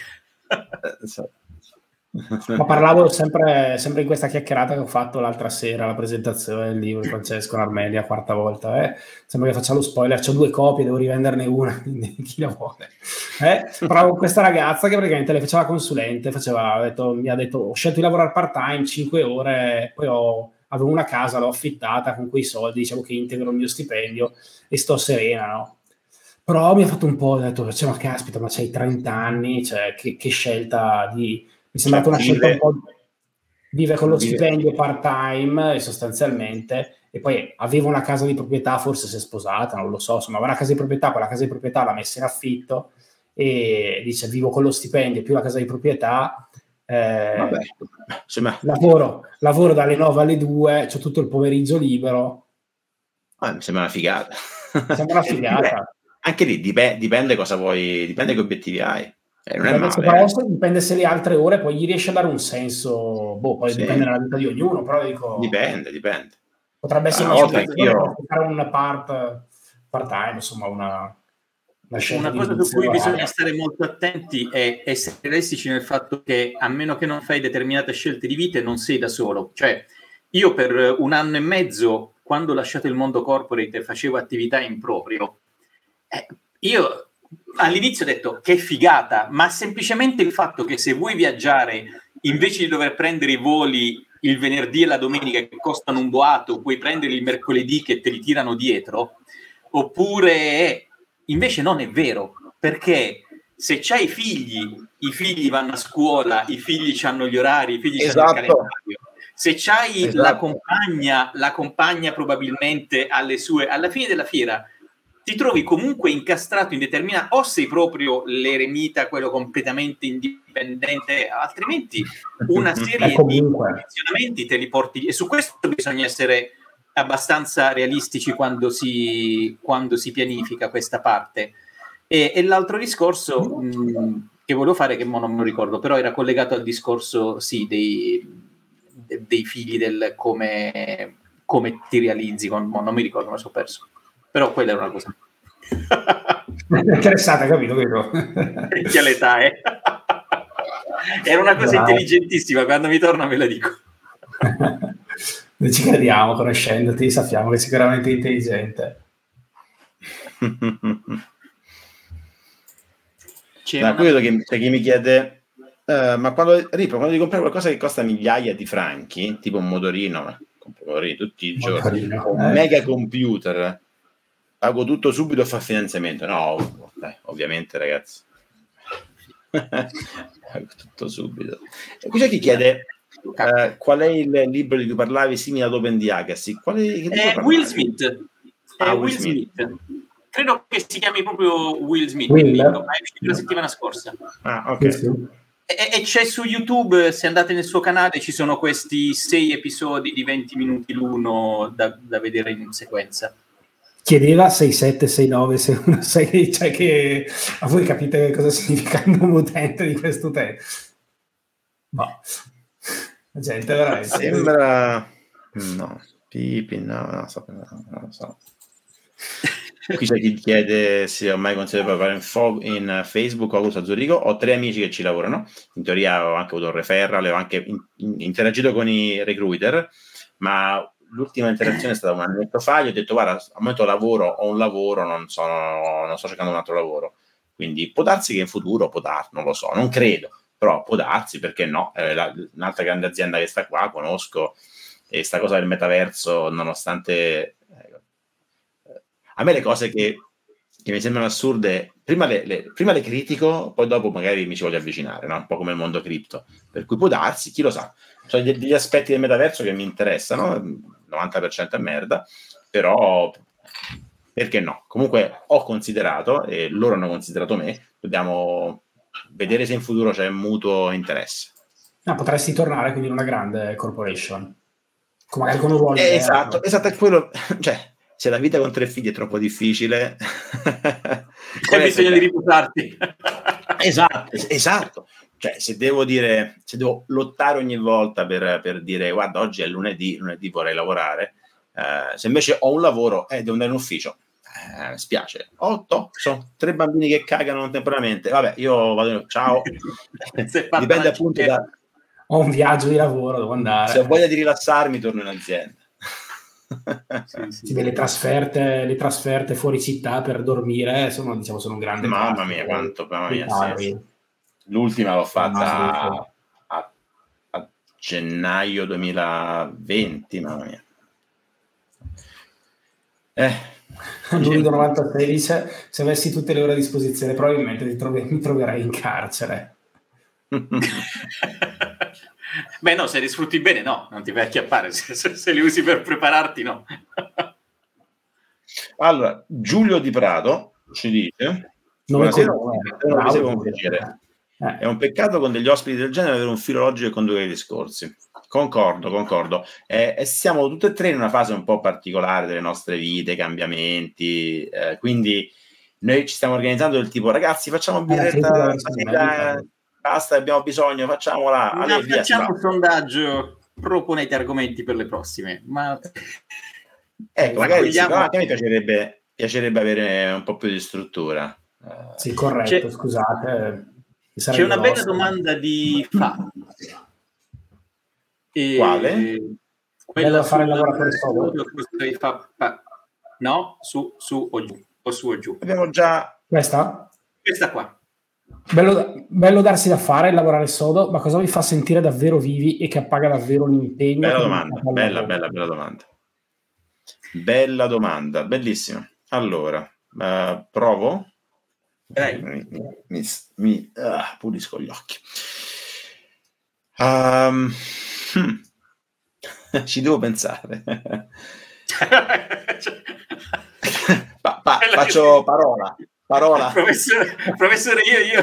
Ma parlavo sempre in questa chiacchierata che ho fatto l'altra sera, la presentazione del libro di Francesco Narmelli, 4ª volta. Sembra che faccia lo spoiler, c'ho 2 copie, devo rivenderne una, quindi chi la vuole. Parlavo con questa ragazza che praticamente le faceva consulente, mi ha detto ho scelto di lavorare part time 5 ore, poi avevo una casa, l'ho affittata con quei soldi, diciamo che integro il mio stipendio e sto serena, no? Però mi ha fatto un po', ho detto, ma caspita, ma c'hai 30 anni, cioè che scelta di... Mi è sembrata una scelta un po' vive con lo stipendio part time sostanzialmente, e poi avevo una casa di proprietà, forse si è sposata, non lo so, insomma aveva una casa di proprietà, quella casa di proprietà l'ha messa in affitto e dice vivo con lo stipendio più la casa di proprietà. Lavoro dalle 9 alle 2, c'ho tutto il pomeriggio libero. Mi sembra una figata. Sembra una figata. Anche lì dipende cosa vuoi, dipende che obiettivi hai. Non è male. Dipende se le altre ore poi gli riesce a dare un senso, poi sì. Dipende dalla vita di ognuno, però dico... Dipende. Potrebbe essere una fare un part time, insomma, una cosa su cui bisogna stare molto attenti è essere realistici nel fatto che a meno che non fai determinate scelte di vita non sei da solo. Cioè io per 1 anno e mezzo, quando ho lasciato il mondo corporate e facevo attività in proprio, io all'inizio ho detto che figata, ma semplicemente il fatto che se vuoi viaggiare invece di dover prendere i voli il venerdì e la domenica che costano un boato, puoi prendere il mercoledì che te li tirano dietro, oppure invece non è vero, perché se c'hai i figli vanno a scuola, i figli hanno gli orari, i figli hanno il calendario. Se c'hai la compagna probabilmente alla fine della fiera ti trovi comunque incastrato in determinata, o sei proprio l'eremita, quello completamente indipendente, altrimenti una serie di condizionamenti te li porti, e su questo bisogna essere abbastanza realistici quando si pianifica questa parte. E l'altro discorso che volevo fare, che non me lo ricordo, però era collegato al discorso dei figli, del come ti realizzi, non mi ricordo, me lo so perso, però quella era una cosa interessante, capito? Che l'età è. Era una cosa intelligentissima, quando mi torna me la dico. Noi ci crediamo, conoscendoti, sappiamo che è sicuramente intelligente. Qui vedo che chi mi chiede ma quando devi comprare qualcosa che costa migliaia di franchi, tipo un motorino, tutti i giorni, un mega computer, pago tutto subito e fa finanziamento? No, dai, ovviamente, ragazzi. Tutto subito. E qui c'è chi chiede qual è il libro di cui parlavi simile ad Open Diagassi? Will Smith. Will Smith. Credo che si chiami proprio Will Smith. La settimana scorsa. Ok. E c'è su YouTube, se andate nel suo canale, ci sono questi 6 episodi di 20 minuti l'uno da vedere in sequenza. Chiedeva 6-7, 6-9, 6-1, cioè che a voi capite cosa significa il nome utente di questo utente? No. La gente veramente sembra no, Pipi, no, non lo so. Qui c'è chi chiede se ho mai considerato parlare in Facebook o a Zurigo. Ho 3 amici che ci lavorano, in teoria ho anche avuto un referral, ho anche interagito con i recruiter, ma l'ultima interazione è stata un annetto fa. Gli ho detto: guarda, al momento ho un lavoro, non sto cercando un altro lavoro, quindi può darsi che in futuro, non lo so, non credo, però può darsi, perché no? Un'altra grande azienda che sta qua, conosco, e sta cosa del metaverso, nonostante a me le cose che mi sembrano assurde, prima le critico, poi dopo magari mi ci voglio avvicinare, no? Un po' come il mondo cripto, per cui può darsi, chi lo sa. Cioè degli aspetti del metaverso che mi interessano, 90% è merda, però perché no? Comunque ho considerato, e loro hanno considerato me, dobbiamo vedere se in futuro c'è mutuo interesse. Potresti tornare quindi in una grande corporation, magari con un ruolo esatto, è quello, cioè se la vita con 3 figli è troppo difficile, c'è bisogno di riposarti. Esatto. Cioè, se devo lottare ogni volta per dire guarda, oggi è lunedì vorrei lavorare, se invece ho un lavoro devo andare in ufficio, mi spiace, sono 3 bambini che cagano contemporaneamente, vabbè, io vado, ciao. Dipende appunto ho un viaggio di lavoro, devo andare, se ho voglia di rilassarmi torno in azienda. Sì, le trasferte fuori città per dormire sono un grande mamma mia, sì. L'ultima l'ho fatta a gennaio 2020, mamma mia. Luglio 96 dice: se avessi tutte le ore a disposizione probabilmente mi troverei in carcere. Beh no, se li sfrutti bene no, non ti vai a acchiappare, se li usi per prepararti no. Allora, Giulio Di Prato ci dice: buonasera, è un peccato con degli ospiti del genere avere un filo logico e condurre i discorsi. Concordo. Siamo tutte e 3 in una fase un po' particolare delle nostre vite, cambiamenti, quindi noi ci stiamo organizzando del tipo: ragazzi, facciamo birretta, basta, abbiamo bisogno, facciamola. Facciamo un sondaggio, proponete argomenti per le prossime. Ma ecco, magari anche a me piacerebbe avere un po' più di struttura. Sì, corretto, scusate. C'è una bella domanda di Fa. Quale? Quella fare il lavoratore solo. No, su o giù, o su o giù. Abbiamo già questa qua. Bello darsi da fare, lavorare sodo, ma cosa vi fa sentire davvero vivi e che appaga davvero l'impegno? Bella domanda. Bella domanda, bellissima. Allora, provo. Mi pulisco gli occhi. Ci devo pensare. Faccio parola. Professore, io.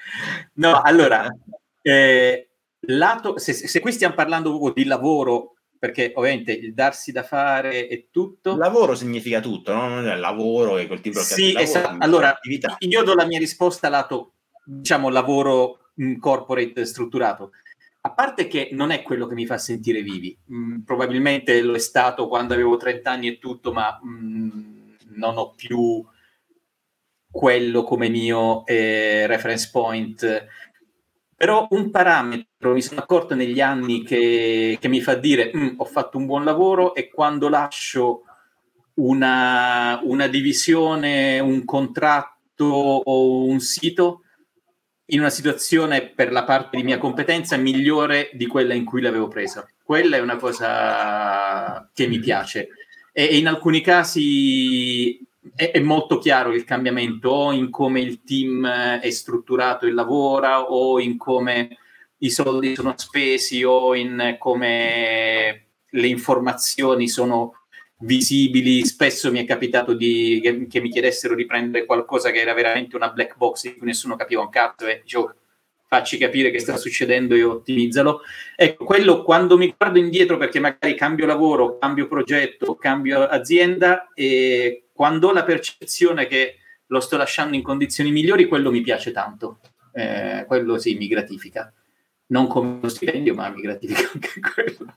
No, allora, se qui stiamo parlando proprio di lavoro perché ovviamente il darsi da fare è tutto. Lavoro significa tutto, no? Non è lavoro e quel tipo sì, di esatto. Allora, io do la mia risposta lato, diciamo, lavoro corporate strutturato. A parte che non è quello che mi fa sentire vivi, probabilmente lo è stato quando avevo 30 anni e tutto, ma non ho più quello come mio reference point. Però un parametro mi sono accorto negli anni che mi fa dire ho fatto un buon lavoro, e quando lascio una divisione, un contratto o un sito in una situazione per la parte di mia competenza migliore di quella in cui l'avevo presa. Quella è una cosa che mi piace, e in alcuni casi è molto chiaro il cambiamento, o in come il team è strutturato e lavora, o in come i soldi sono spesi, o in come le informazioni sono visibili. Spesso mi è capitato che mi chiedessero di prendere qualcosa che era veramente una black box in cui nessuno capiva un cazzo, e dicevo facci capire che sta succedendo e ottimizzalo. Ecco, quello quando mi guardo indietro, perché magari cambio lavoro, cambio progetto, cambio azienda, e quando ho la percezione che lo sto lasciando in condizioni migliori, quello mi piace tanto. Quello sì, mi gratifica. Non come lo stipendio, ma mi gratifica anche quello.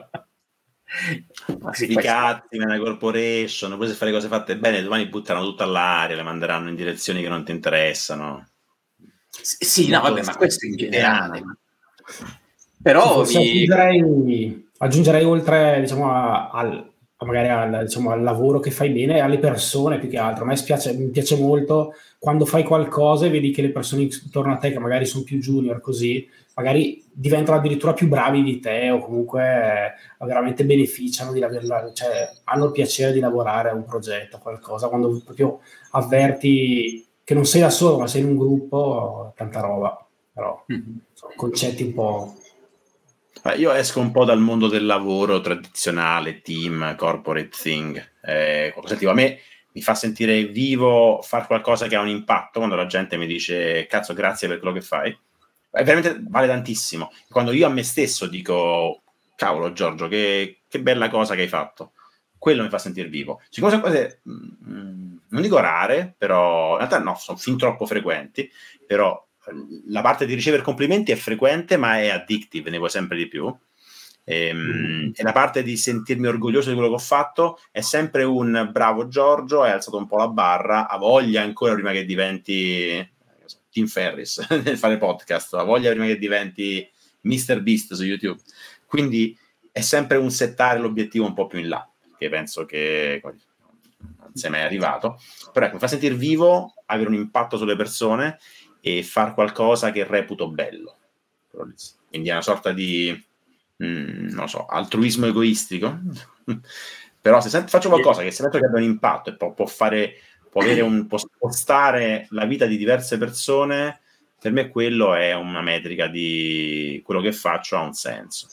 Sti cazzi nella corporation, poi se fai le cose fatte bene domani buttano tutto all'aria, le manderanno in direzioni che non ti interessano. Sì, no, vabbè, ma questo è in generale. Però aggiungerei oltre, diciamo, magari al lavoro che fai bene, alle persone più che altro. A me mi piace molto quando fai qualcosa e vedi che le persone intorno a te, che magari sono più junior, così magari diventano addirittura più bravi di te, o comunque veramente beneficiano di averla, cioè hanno il piacere di lavorare a un progetto, a qualcosa, quando proprio avverti che non sei da solo, ma sei in un gruppo, tanta roba. Però sono concetti un po'. Io esco un po' dal mondo del lavoro tradizionale, team, corporate thing. Tipo, a me mi fa sentire vivo fare qualcosa che ha un impatto, quando la gente mi dice cazzo, grazie per quello che fai. Veramente vale tantissimo. Quando io a me stesso dico cavolo Giorgio, che bella cosa che hai fatto, quello mi fa sentire vivo. Siccome sono cose non dico rare, però in realtà no, sono fin troppo frequenti, però la parte di ricevere complimenti è frequente, ma è addictive, ne vuoi sempre di più. E la parte di sentirmi orgoglioso di quello che ho fatto è sempre un bravo Giorgio, hai alzato un po' la barra, ha voglia ancora prima che diventi Tim Ferriss nel fare podcast, ha voglia prima che diventi Mr. Beast su YouTube. Quindi è sempre un settare l'obiettivo un po' più in là, che penso che non sia mai arrivato, però ecco, mi fa sentire vivo, avere un impatto sulle persone e far qualcosa che reputo bello. Quindi è una sorta di non so, altruismo egoistico. Però se faccio qualcosa che sento che abbia un impatto e può spostare la vita di diverse persone, per me quello è una metrica di quello che faccio, ha un senso.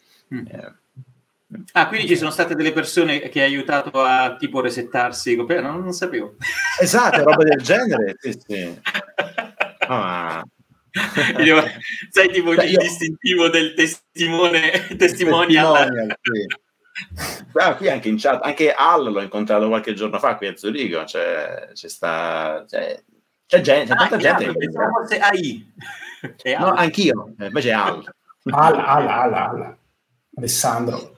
Quindi ci sono state delle persone che hai aiutato a tipo resettarsi? Non sapevo. Esatto, roba del genere. Sì. Sai, tipo il distintivo del testimonial. Sì. Qui anche in chat, anche Al l'ho incontrato qualche giorno fa qui a Zurigo, c'è gente, tanta gente. Pensavo fosse AI. No, anch'io, invece è Al. Alessandro.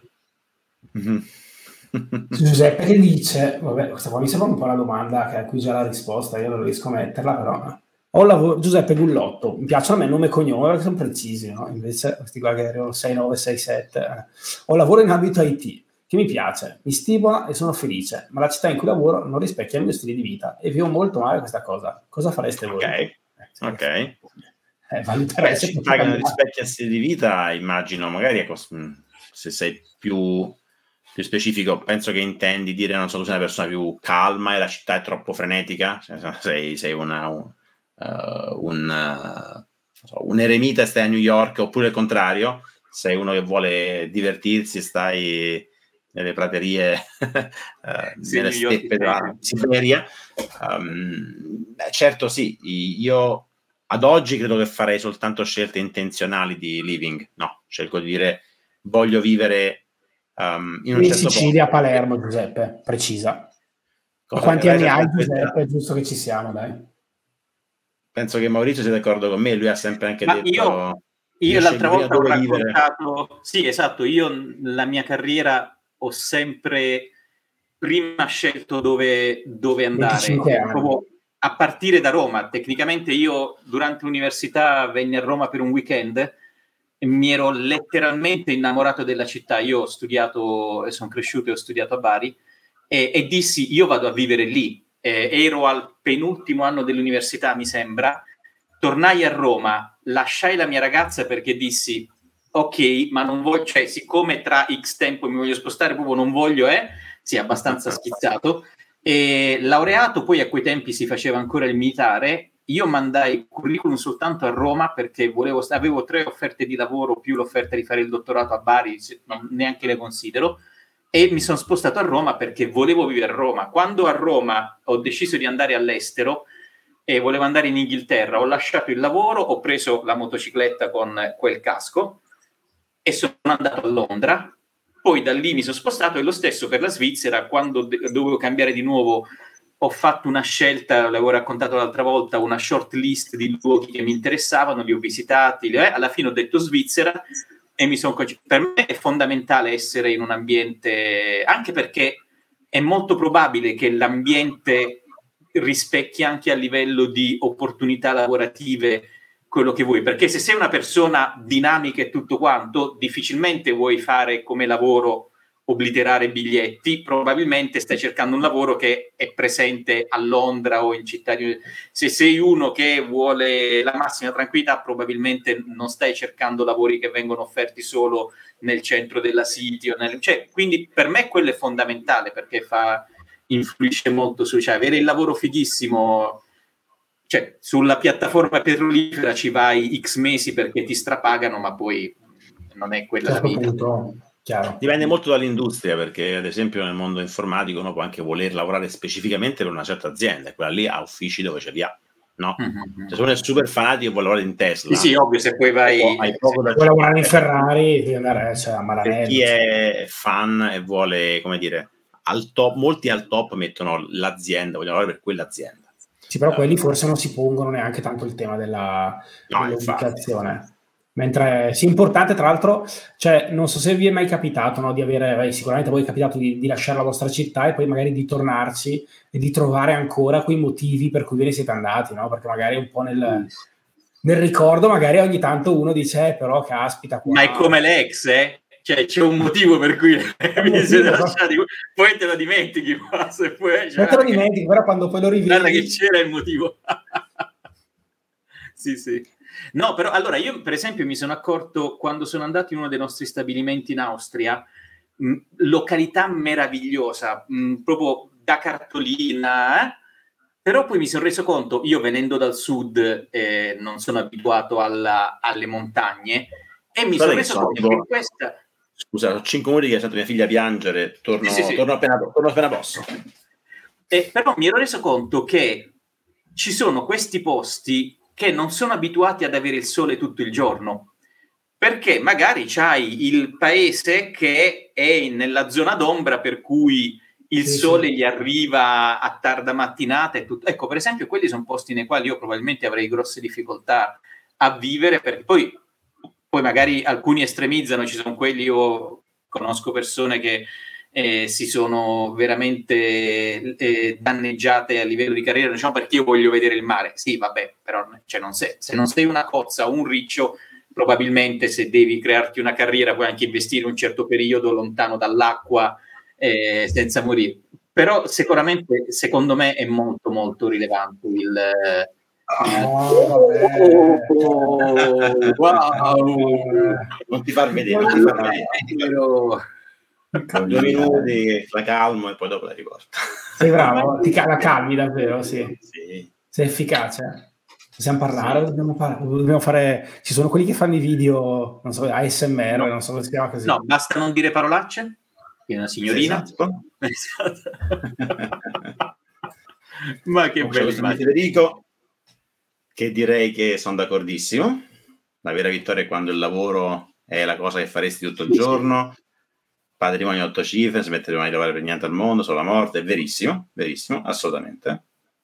Giuseppe che dice, vabbè, questa qua mi sembra un po' la domanda a cui già la risposta, io non riesco a metterla, però Giuseppe Gullotto, mi piacciono a me nome e cognome perché sono precisi, no? Invece questi qua che erano 6967. Ho lavoro in ambito IT, che mi piace, mi stimola e sono felice, ma la città in cui lavoro non rispecchia il mio stile di vita e vivo molto male questa cosa. Cosa fareste voi? Ok. Città che non rispecchia il stile di vita, immagino, magari se sei più specifico, penso che intendi dire, non so, tu sei una persona più calma e la città è troppo frenetica, sei un eremita e stai a New York, oppure il contrario, sei uno che vuole divertirsi e stai nelle praterie nelle steppe della Siberia. Certo sì, io ad oggi credo che farei soltanto scelte intenzionali di living, no, scelgo di dire voglio vivere in Sicilia, a Palermo, Giuseppe, precisa. Quanti anni hai, Giuseppe? È giusto che ci siamo, dai. Penso che Maurizio sia d'accordo con me, lui ha sempre anche detto... Io l'altra volta ho raccontato... Sì, esatto, io la mia carriera ho sempre prima scelto dove andare, proprio a partire da Roma. Tecnicamente io durante l'università venni a Roma per un weekend e mi ero letteralmente innamorato della città. Io ho studiato e sono cresciuto e ho studiato a Bari e dissi io vado a vivere lì. Ero al penultimo anno dell'università, mi sembra. Tornai a Roma, lasciai la mia ragazza perché dissi ok, ma non voglio, cioè siccome tra X tempo mi voglio spostare, proprio non voglio, sì, abbastanza schizzato. E laureato, poi a quei tempi si faceva ancora il militare. Io mandai curriculum soltanto a Roma perché avevo 3 offerte di lavoro più l'offerta di fare il dottorato a Bari, neanche le considero, e mi sono spostato a Roma perché volevo vivere a Roma. Quando a Roma ho deciso di andare all'estero e volevo andare in Inghilterra, ho lasciato il lavoro, ho preso la motocicletta con quel casco e sono andato a Londra. Poi da lì mi sono spostato e lo stesso per la Svizzera. Quando dovevo cambiare di nuovo ho fatto una scelta, l'avevo raccontato l'altra volta, una short list di luoghi che mi interessavano, li ho visitati, alla fine ho detto Svizzera e mi sono per me è fondamentale essere in un ambiente, anche perché è molto probabile che l'ambiente rispecchi anche a livello di opportunità lavorative quello che vuoi, perché se sei una persona dinamica e tutto quanto, difficilmente vuoi fare come lavoro obliterare biglietti, probabilmente stai cercando un lavoro che è presente a Londra o in città se sei uno che vuole la massima tranquillità, probabilmente non stai cercando lavori che vengono offerti solo nel centro della City cioè, quindi per me quello è fondamentale perché influisce molto cioè avere il lavoro fighissimo, cioè sulla piattaforma petrolifera ci vai X mesi perché ti strapagano, ma poi non è quella la vita. Chiaro. Dipende molto dall'industria, perché ad esempio nel mondo informatico uno può anche voler lavorare specificamente per una certa azienda, quella lì ha uffici dove ce li ha, no? Se uno è super fanatico e vuole lavorare in Tesla, sì, ovvio, se poi hai poco da vuoi lavorare in Ferrari, devi andare a Maranello. Per chi è fan e vuole, come dire, al top, molti al top mettono l'azienda, vogliono lavorare per quell'azienda. Sì, però quelli forse non si pongono neanche tanto il tema dell'ubicazione. Mentre sì, importante, tra l'altro, cioè, non so se vi è mai capitato, no, di avere, sicuramente a voi è capitato di lasciare la vostra città e poi magari di tornarci e di trovare ancora quei motivi per cui ve ne siete andati, no? Perché magari un po' nel ricordo, magari ogni tanto uno dice, però caspita qua. Ma è come l'ex, Cioè c'è un motivo per cui mi siete lasciati, poi te lo dimentichi, se poi, non te lo dimentichi, però quando poi lo rivedi... Guarda che c'era il motivo. Sì. No, però allora io per esempio mi sono accorto quando sono andato in uno dei nostri stabilimenti in Austria, località meravigliosa, proprio da cartolina, però poi mi sono reso conto, io venendo dal sud non sono abituato alle montagne e mi sono reso conto che questa... Scusa, ho 5 minuti che è stata mia figlia a piangere, torno appena posso. Però mi ero reso conto che ci sono questi posti che non sono abituati ad avere il sole tutto il giorno, perché magari c'hai il paese che è nella zona d'ombra per cui il sole gli arriva a tarda mattinata e tutto. Ecco, per esempio, quelli sono posti nei quali io probabilmente avrei grosse difficoltà a vivere, perché poi magari alcuni estremizzano, ci sono quelli, io conosco persone che si sono veramente danneggiate a livello di carriera, diciamo, perché io voglio vedere il mare. Sì, vabbè, però cioè se non sei una cozza o un riccio, probabilmente se devi crearti una carriera puoi anche investire un certo periodo lontano dall'acqua senza morire. Però sicuramente, secondo me, è molto molto rilevante wow! Non ti far vedere, non ti far vedere. 2 minuti, la calmo e poi dopo la riporto. Sei bravo, la calmi davvero, sì. Sei efficace. Possiamo parlare? Dobbiamo fare... Ci sono quelli che fanno i video, non so, ASMR, non so come si chiama così. No, basta non dire parolacce. È una signorina. Esatto. Ma che bello. Federico, che direi che sono d'accordissimo. La vera vittoria è quando il lavoro è la cosa che faresti tutto il giorno. patrimonio 8 cifre, si mette a lavorare per niente al mondo, solo la morte, è verissimo, assolutamente.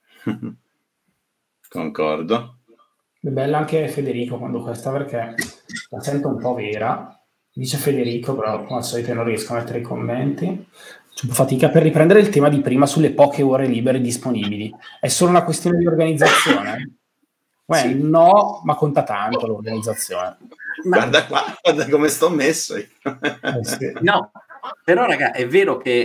Concordo. È bella anche Federico quando questa, perché la sento un po' vera. Dice Federico, però come al solito non riesco a mettere i commenti. C'è un po' fatica per riprendere il tema di prima sulle poche ore libere disponibili. È solo una questione di organizzazione? Sì. No, ma conta tanto l'organizzazione. Guarda qua, guarda come sto messo. Sì. No, però raga, è vero che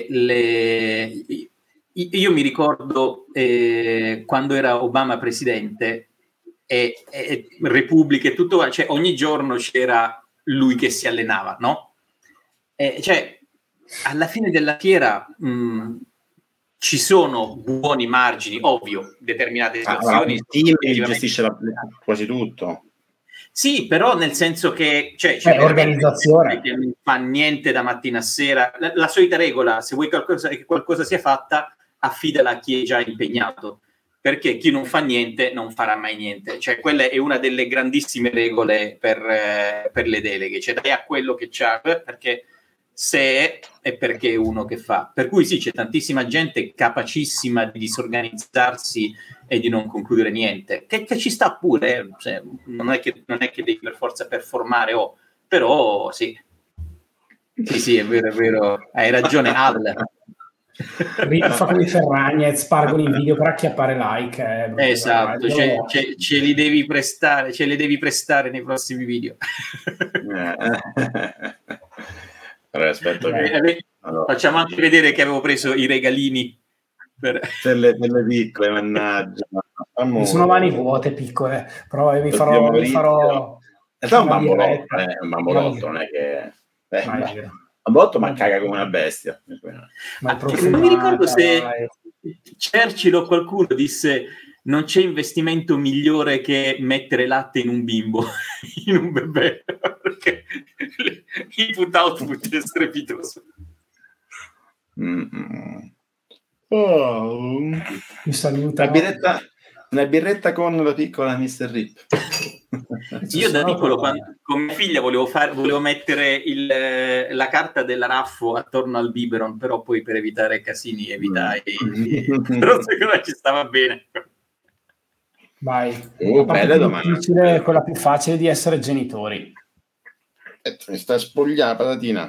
io mi ricordo quando era Obama presidente e Repubblica e tutto, cioè ogni giorno c'era lui che si allenava, no? Cioè, alla fine della fiera ci sono buoni margini, ovvio, determinate situazioni. Il team gestisce quasi tutto. Sì, però nel senso che c'è organizzazione che non fa niente da mattina a sera. La solita regola, se vuoi che qualcosa sia fatta, affidala a chi è già impegnato, perché chi non fa niente non farà mai niente. Cioè, quella è una delle grandissime regole per le deleghe, cioè dai a quello che c'ha, perché se è perché è uno che fa. Per cui sì, c'è tantissima gente capacissima di disorganizzarsi e di non concludere niente, che ci sta pure, cioè, non è che devi per forza performare, però sì, è vero, hai ragione Al. Fa come Ferragnez, spargono in video per acchiappare like. Esatto, ce li devi prestare nei prossimi video. Allora, aspetta facciamo anche vedere che avevo preso i regalini per le piccole, mannaggia. Sono mani vuote piccole, però mi farò è un bambolotto, non è che un bambolotto, ma caga come una bestia. Non mi ricordo se Churchill o qualcuno disse: non c'è investimento migliore che mettere latte in un bimbo, in un bebè, perché input-output è strepitoso. Mi saluta. Una birretta con la piccola Mr. Rip. Io da piccolo con mia figlia volevo mettere la carta della Raffo attorno al biberon, però poi per evitare casini evitai. Però secondo me ci stava bene. Vai. Bella domanda. Quella più facile di essere genitori. Mi sta spogliando la patatina.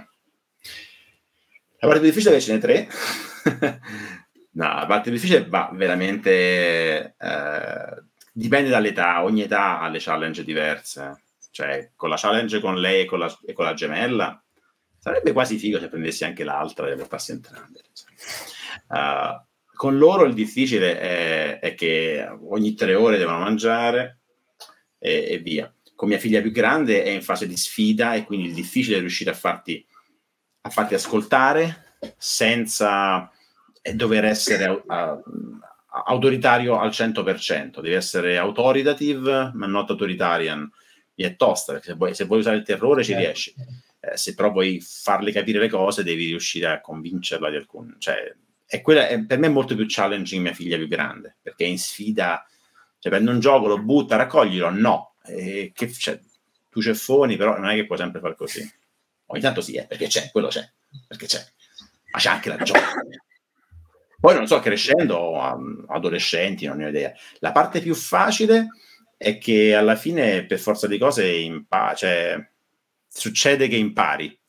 La parte difficile è che ce ne 3. No, la parte difficile va veramente dipende dall'età, ogni età ha le challenge diverse. Cioè, con la challenge con lei e con la gemella sarebbe quasi figo se prendessi anche l'altra e le passi entrambe. Con loro il difficile è che ogni 3 ore devono mangiare e via. Con mia figlia più grande è in fase di sfida e quindi il difficile è riuscire a farti ascoltare senza dover essere autoritario al 100%. Devi essere authoritative ma not authoritarian. E è tosta, perché se vuoi usare il terrore ci riesci. Se però vuoi farle capire le cose devi riuscire a convincerla di alcun... Cioè, per me è molto più challenging mia figlia più grande, perché è in sfida, cioè prende un gioco, lo butta, raccoglilo, no. Tu ceffoni, però non è che puoi sempre fare così. Ogni tanto sì, perché c'è, ma c'è anche la gioco. Poi non so, crescendo, adolescenti, non ne ho idea. La parte più facile è che alla fine, per forza di cose, cioè, succede che impari.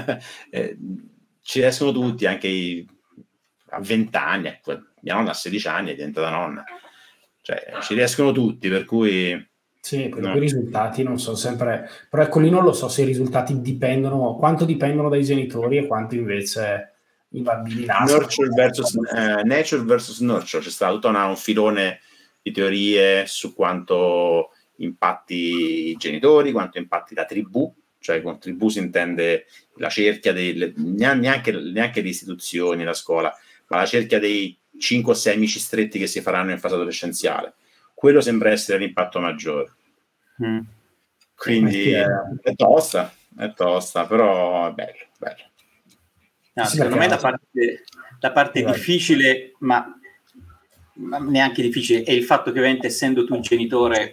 Ci riescono tutti, anche a 20 anni, mia nonna a 16 anni è diventata nonna. Cioè, ci riescono tutti, per cui... Sì, i risultati non sono sempre... Però ecco, lì non lo so se i risultati dipendono, quanto dipendono dai genitori e quanto invece i bambini nascono. Nature versus nurture. C'è stato tutto un filone di teorie su quanto impatti i genitori, quanto impatti la tribù, cioè con tribù si intende la cerchia neanche le istituzioni, la scuola, ma la cerchia dei 5 o 6 amici stretti che si faranno in fase adolescenziale. Quello sembra essere l'impatto maggiore. Quindi è tosta, però è bello. No, secondo me la parte difficile, ma neanche difficile, è il fatto che ovviamente essendo tu genitore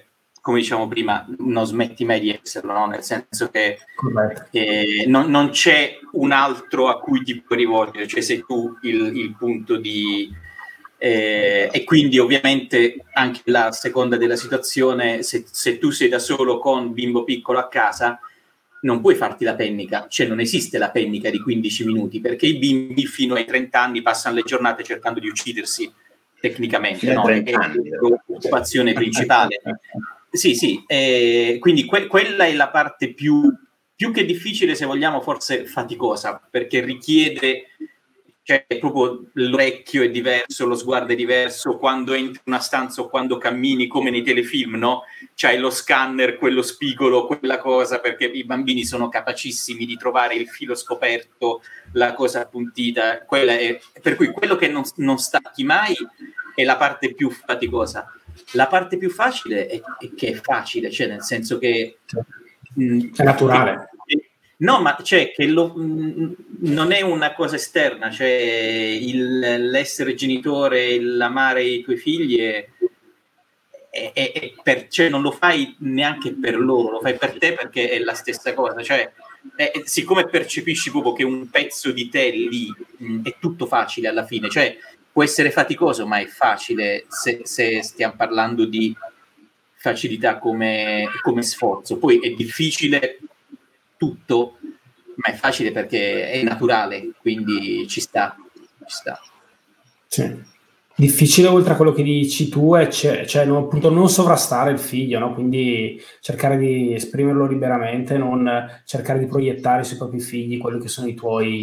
come diciamo prima, non smetti mai di esserlo, no? Nel senso che non c'è un altro a cui ti puoi rivolgere, cioè sei tu il punto di... e quindi ovviamente anche la seconda della situazione, se tu sei da solo con bimbo piccolo a casa, non puoi farti la pennica, cioè non esiste la pennica di 15 minuti, perché i bimbi fino ai 30 anni passano le giornate cercando di uccidersi tecnicamente, no? È la preoccupazione principale. Sì, quindi quella è la parte più che difficile, se vogliamo, forse faticosa, perché richiede, cioè proprio l'orecchio è diverso, lo sguardo è diverso, quando entri in una stanza o quando cammini, come nei telefilm, no? C'hai lo scanner, quello spigolo, quella cosa, perché i bambini sono capacissimi di trovare il filo scoperto, la cosa appuntita, per cui quello che non stacchi mai è la parte più faticosa. La parte più facile è che è facile, cioè nel senso che è naturale. No, ma cioè che non è una cosa esterna, cioè l'essere genitore, l'amare i tuoi figli cioè non lo fai neanche per loro, lo fai per te, perché è la stessa cosa, cioè siccome percepisci proprio che un pezzo di te lì è tutto facile alla fine, cioè può essere faticoso, ma è facile se stiamo parlando di facilità come sforzo. Poi è difficile tutto, ma è facile perché è naturale, quindi ci sta. Sì. Difficile, oltre a quello che dici tu, è appunto non sovrastare il figlio, no? Quindi cercare di esprimerlo liberamente, non cercare di proiettare sui propri figli quello che sono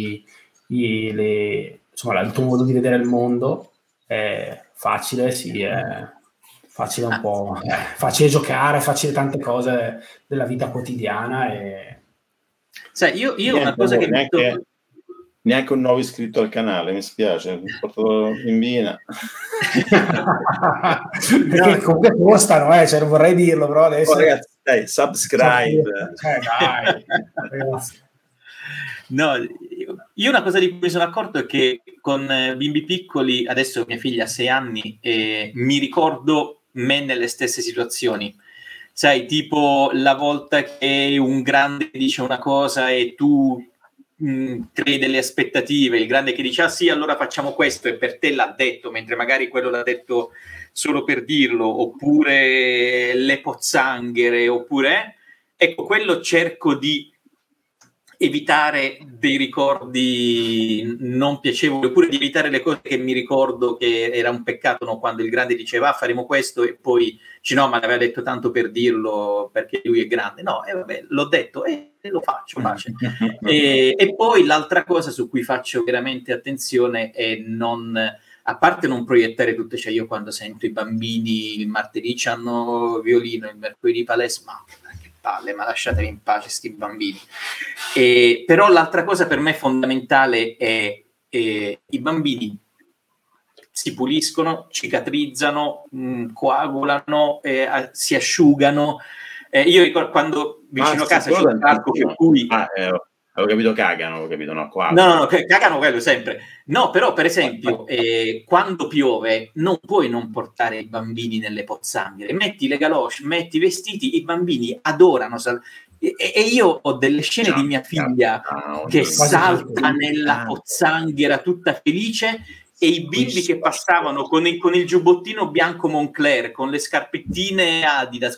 il tuo modo di vedere il mondo. È facile, sì, è facile un po', facile giocare, facile tante cose della vita quotidiana. Sai, io una cosa che neanche un nuovo iscritto al canale, mi spiace, mi porto in vena. Perché comunque costano, cioè non vorrei dirlo, però adesso... ragazzi, dai, subscribe. Dai, ragazzi. No, io una cosa di cui mi sono accorto è che con bimbi piccoli, adesso mia figlia ha 6 anni, e mi ricordo me nelle stesse situazioni. Sai, tipo la volta che un grande dice una cosa e tu crei delle aspettative, il grande che dice sì, allora facciamo questo, e per te l'ha detto, mentre magari quello l'ha detto solo per dirlo, oppure le pozzanghere, oppure ecco, quello cerco di evitare dei ricordi non piacevoli, oppure di evitare le cose che mi ricordo che era un peccato, no? Quando il grande diceva faremo questo e poi dice no, ma l'aveva detto tanto per dirlo perché lui è grande, no, vabbè, l'ho detto e lo faccio, pace. E poi l'altra cosa su cui faccio veramente attenzione è a parte non proiettare tutto, cioè io quando sento i bambini il martedì c'hanno violino, il mercoledì palestra, palle, ma lasciatevi in pace sti bambini. Però l'altra cosa per me fondamentale è i bambini si puliscono, cicatrizzano, coagulano, si asciugano. Io ricordo quando vicino a casa c'è un parco per cui... Avevo capito cagano, no? No, cagano quello sempre. No, però per esempio, quando piove non puoi non portare i bambini nelle pozzanghere. Metti le galoche, metti i vestiti, i bambini adorano. E io ho delle scene di mia figlia che salta nella pozzanghera tutta felice, e i bimbi che passavano con il giubbottino bianco Moncler, con le scarpettine Adidas,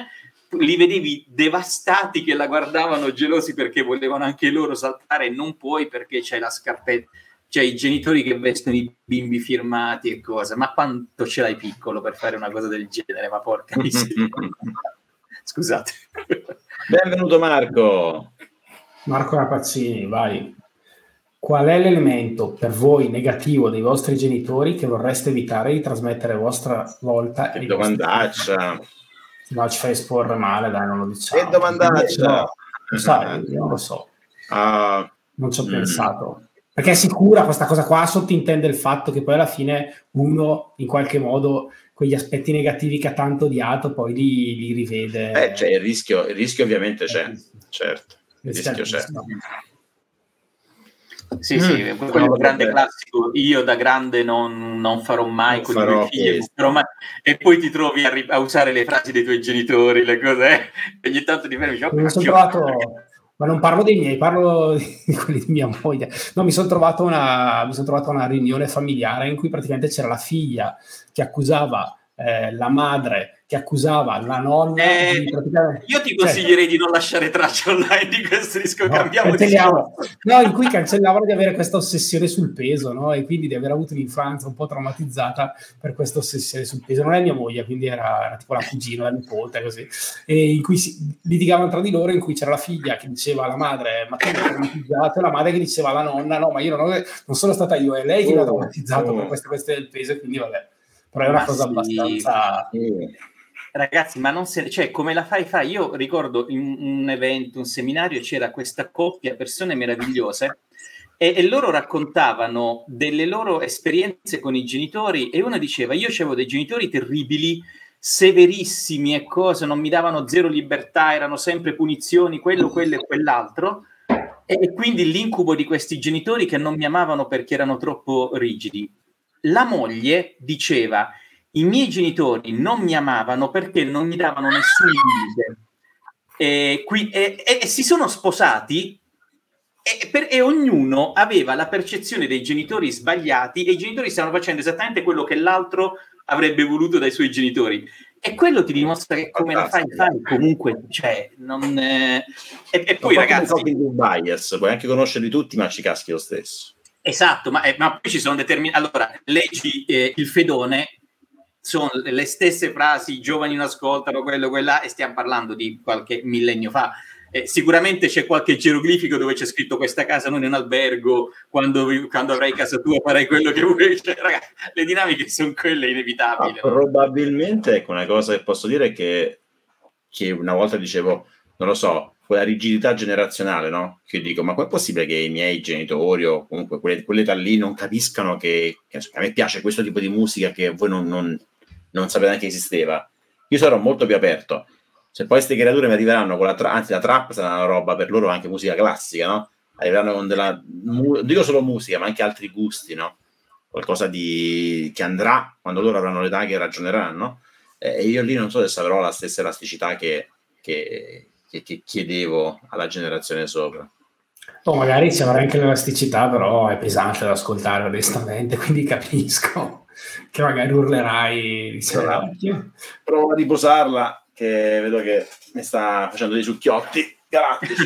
li vedevi devastati che la guardavano gelosi perché volevano anche loro saltare, e non puoi perché c'è la scarpetta, c'è i genitori che vestono i bimbi firmati e cose. Ma quanto ce l'hai piccolo per fare una cosa del genere? Ma porca miseria. Scusate. Benvenuto Marco Rapazzini, vai. Qual è l'elemento per voi negativo dei vostri genitori che vorreste evitare di trasmettere a vostra volta? Che domandaccia. No, ci fai esporre male, dai, non lo diciamo. Che domandaccia. Sai, io non lo so. Non ci ho pensato. Perché è sicura questa cosa qua, sottintende il fatto che poi alla fine uno, in qualche modo, quegli aspetti negativi che ha tanto odiato, poi li rivede. Cioè, il rischio ovviamente c'è, certo. Il rischio c'è. Sì, quello grande classico. Io da grande non farò mai con i miei figli, e poi ti trovi a usare le frasi dei tuoi genitori, le cose, e ogni tanto ti fermi. Ma non parlo dei miei, parlo di quelli di mia moglie. No, mi sono trovato una riunione familiare in cui praticamente c'era la figlia che accusava la madre, che accusava la nonna. Io ti consiglierei di non lasciare tracce online di questo disco. In cui cancellavano di avere questa ossessione sul peso, no? E quindi di aver avuto un'infanzia un po' traumatizzata per questa ossessione sul peso. Non è mia moglie, quindi era tipo la cugina, la nipote, così. E in cui litigavano tra di loro, in cui c'era la figlia che diceva alla madre: ma tu mi hai traumatizzato, e la madre che diceva alla nonna: no, ma io non sono stata io, è lei che mi ha traumatizzato per questa questione del peso, e quindi vabbè. Però è una cosa abbastanza... Ragazzi, ma non cioè, come la fai? Io ricordo in un evento, un seminario, c'era questa coppia, persone meravigliose, e loro raccontavano delle loro esperienze con i genitori, e una diceva: io avevo dei genitori terribili, severissimi e cose, non mi davano zero libertà, erano sempre punizioni, quello e quell'altro, e quindi l'incubo di questi genitori che non mi amavano perché erano troppo rigidi. La moglie diceva: i miei genitori non mi amavano perché non mi davano nessun limite, e si sono sposati, e ognuno aveva la percezione dei genitori sbagliati, e i genitori stavano facendo esattamente quello che l'altro avrebbe voluto dai suoi genitori, e quello ti dimostra che come la fai comunque, cioè non e poi ragazzi, un bias, puoi anche conoscerli tutti, ma ci caschi lo stesso. Esatto, ma poi ci sono allora leggi il Fedone, sono le stesse frasi, i giovani non ascoltano, quella, e stiamo parlando di qualche millennio fa. Sicuramente c'è qualche geroglifico dove c'è scritto: questa casa non è un albergo, quando avrai casa tua farai quello che vuoi. Cioè, ragazzi, le dinamiche sono quelle inevitabili. Probabilmente, ecco, una cosa che posso dire è che una volta dicevo, non lo so, quella rigidità generazionale, no? Che io dico: ma com'è possibile che i miei genitori o comunque quell'età lì non capiscano che a me piace questo tipo di musica che voi non sapete neanche esisteva? Io sarò molto più aperto. Se poi queste creature mi arriveranno con la trap sarà una roba per loro anche musica classica, no? Arriveranno con dico solo musica, ma anche altri gusti, no? Qualcosa che andrà quando loro avranno l'età che ragioneranno, e io lì non so se avrò la stessa elasticità che chiedevo alla generazione sopra. Magari ci avrà anche l'elasticità, però è pesante da ascoltare onestamente, quindi capisco che magari urlerai. Prova a riposarla, che vedo che mi sta facendo dei succhiotti galattici.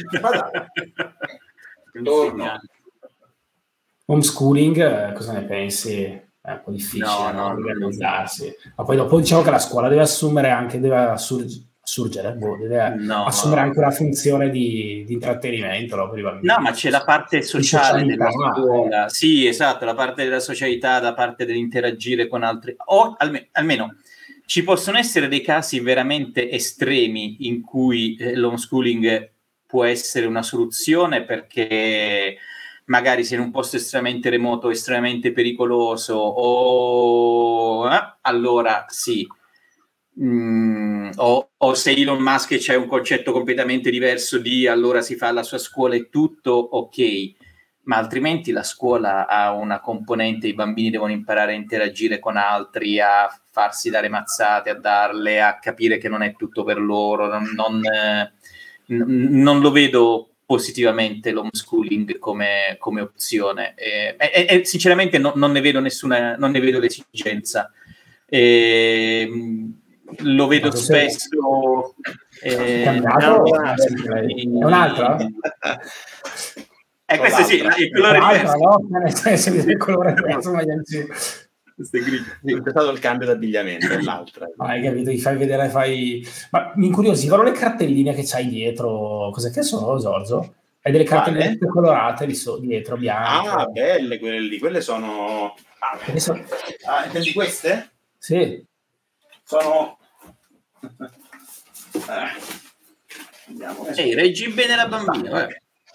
Homeschooling, cosa ne pensi? È un po' difficile organizzarsi. Ma poi dopo diciamo che la scuola deve assumere anche, deve assumere anche una funzione di intrattenimento, no, per i bambini. No, ma c'è la parte sociale della scuola. Sì, esatto, la parte della socialità, la parte dell'interagire con altri. O almeno ci possono essere dei casi veramente estremi in cui l'homeschooling può essere una soluzione, perché magari sei in un posto estremamente remoto, estremamente pericoloso, allora sì. O se Elon Musk c'è un concetto completamente diverso allora si fa la sua scuola e tutto, ok, ma altrimenti la scuola ha una componente: i bambini devono imparare a interagire con altri, a farsi dare mazzate, a darle, a capire che non è tutto per loro. Non lo vedo positivamente l'homeschooling come opzione, e sinceramente non ne vedo l'esigenza. Lo vedo spesso. È un'altra? Questo sì, il colore diverso. No? Nel senso che il colore diverso, ma è stato il cambio d'abbigliamento, è l'altra. Hai capito? Gli fai vedere, ma mi incuriosivano le cartelline che c'hai dietro. Cos'è che sono, Giorgio? Hai delle cartelline colorate dietro, bianche. Ah, belle quelle lì. Quelle sono... intendi queste? Sì. Sono... reggi bene la bambina.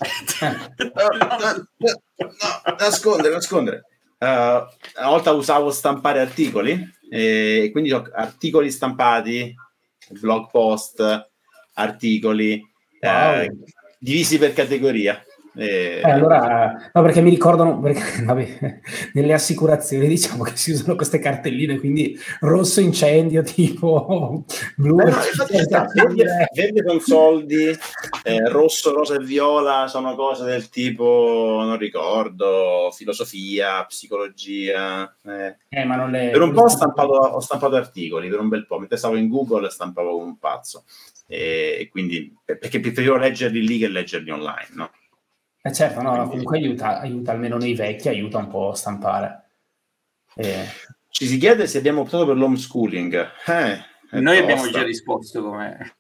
No, nascondere. Una volta usavo stampare articoli, e quindi ho articoli stampati, blog post, articoli divisi per categoria. Allora, no, perché mi ricordano, perché vabbè, nelle assicurazioni diciamo che si usano queste cartelline, quindi rosso incendio, tipo blu. Verde con soldi, rosso, rosa e viola sono cose del tipo, non ricordo, filosofia, psicologia. Ma non le... Per un po' ho stampato articoli, per un bel po', mentre stavo in Google stampavo come un pazzo, e quindi perché preferivo leggerli lì che leggerli online, no? Certo, no, comunque aiuta almeno nei vecchi, aiuta un po' a stampare. Ci si chiede se abbiamo optato per l'homeschooling. Noi abbiamo già risposto come...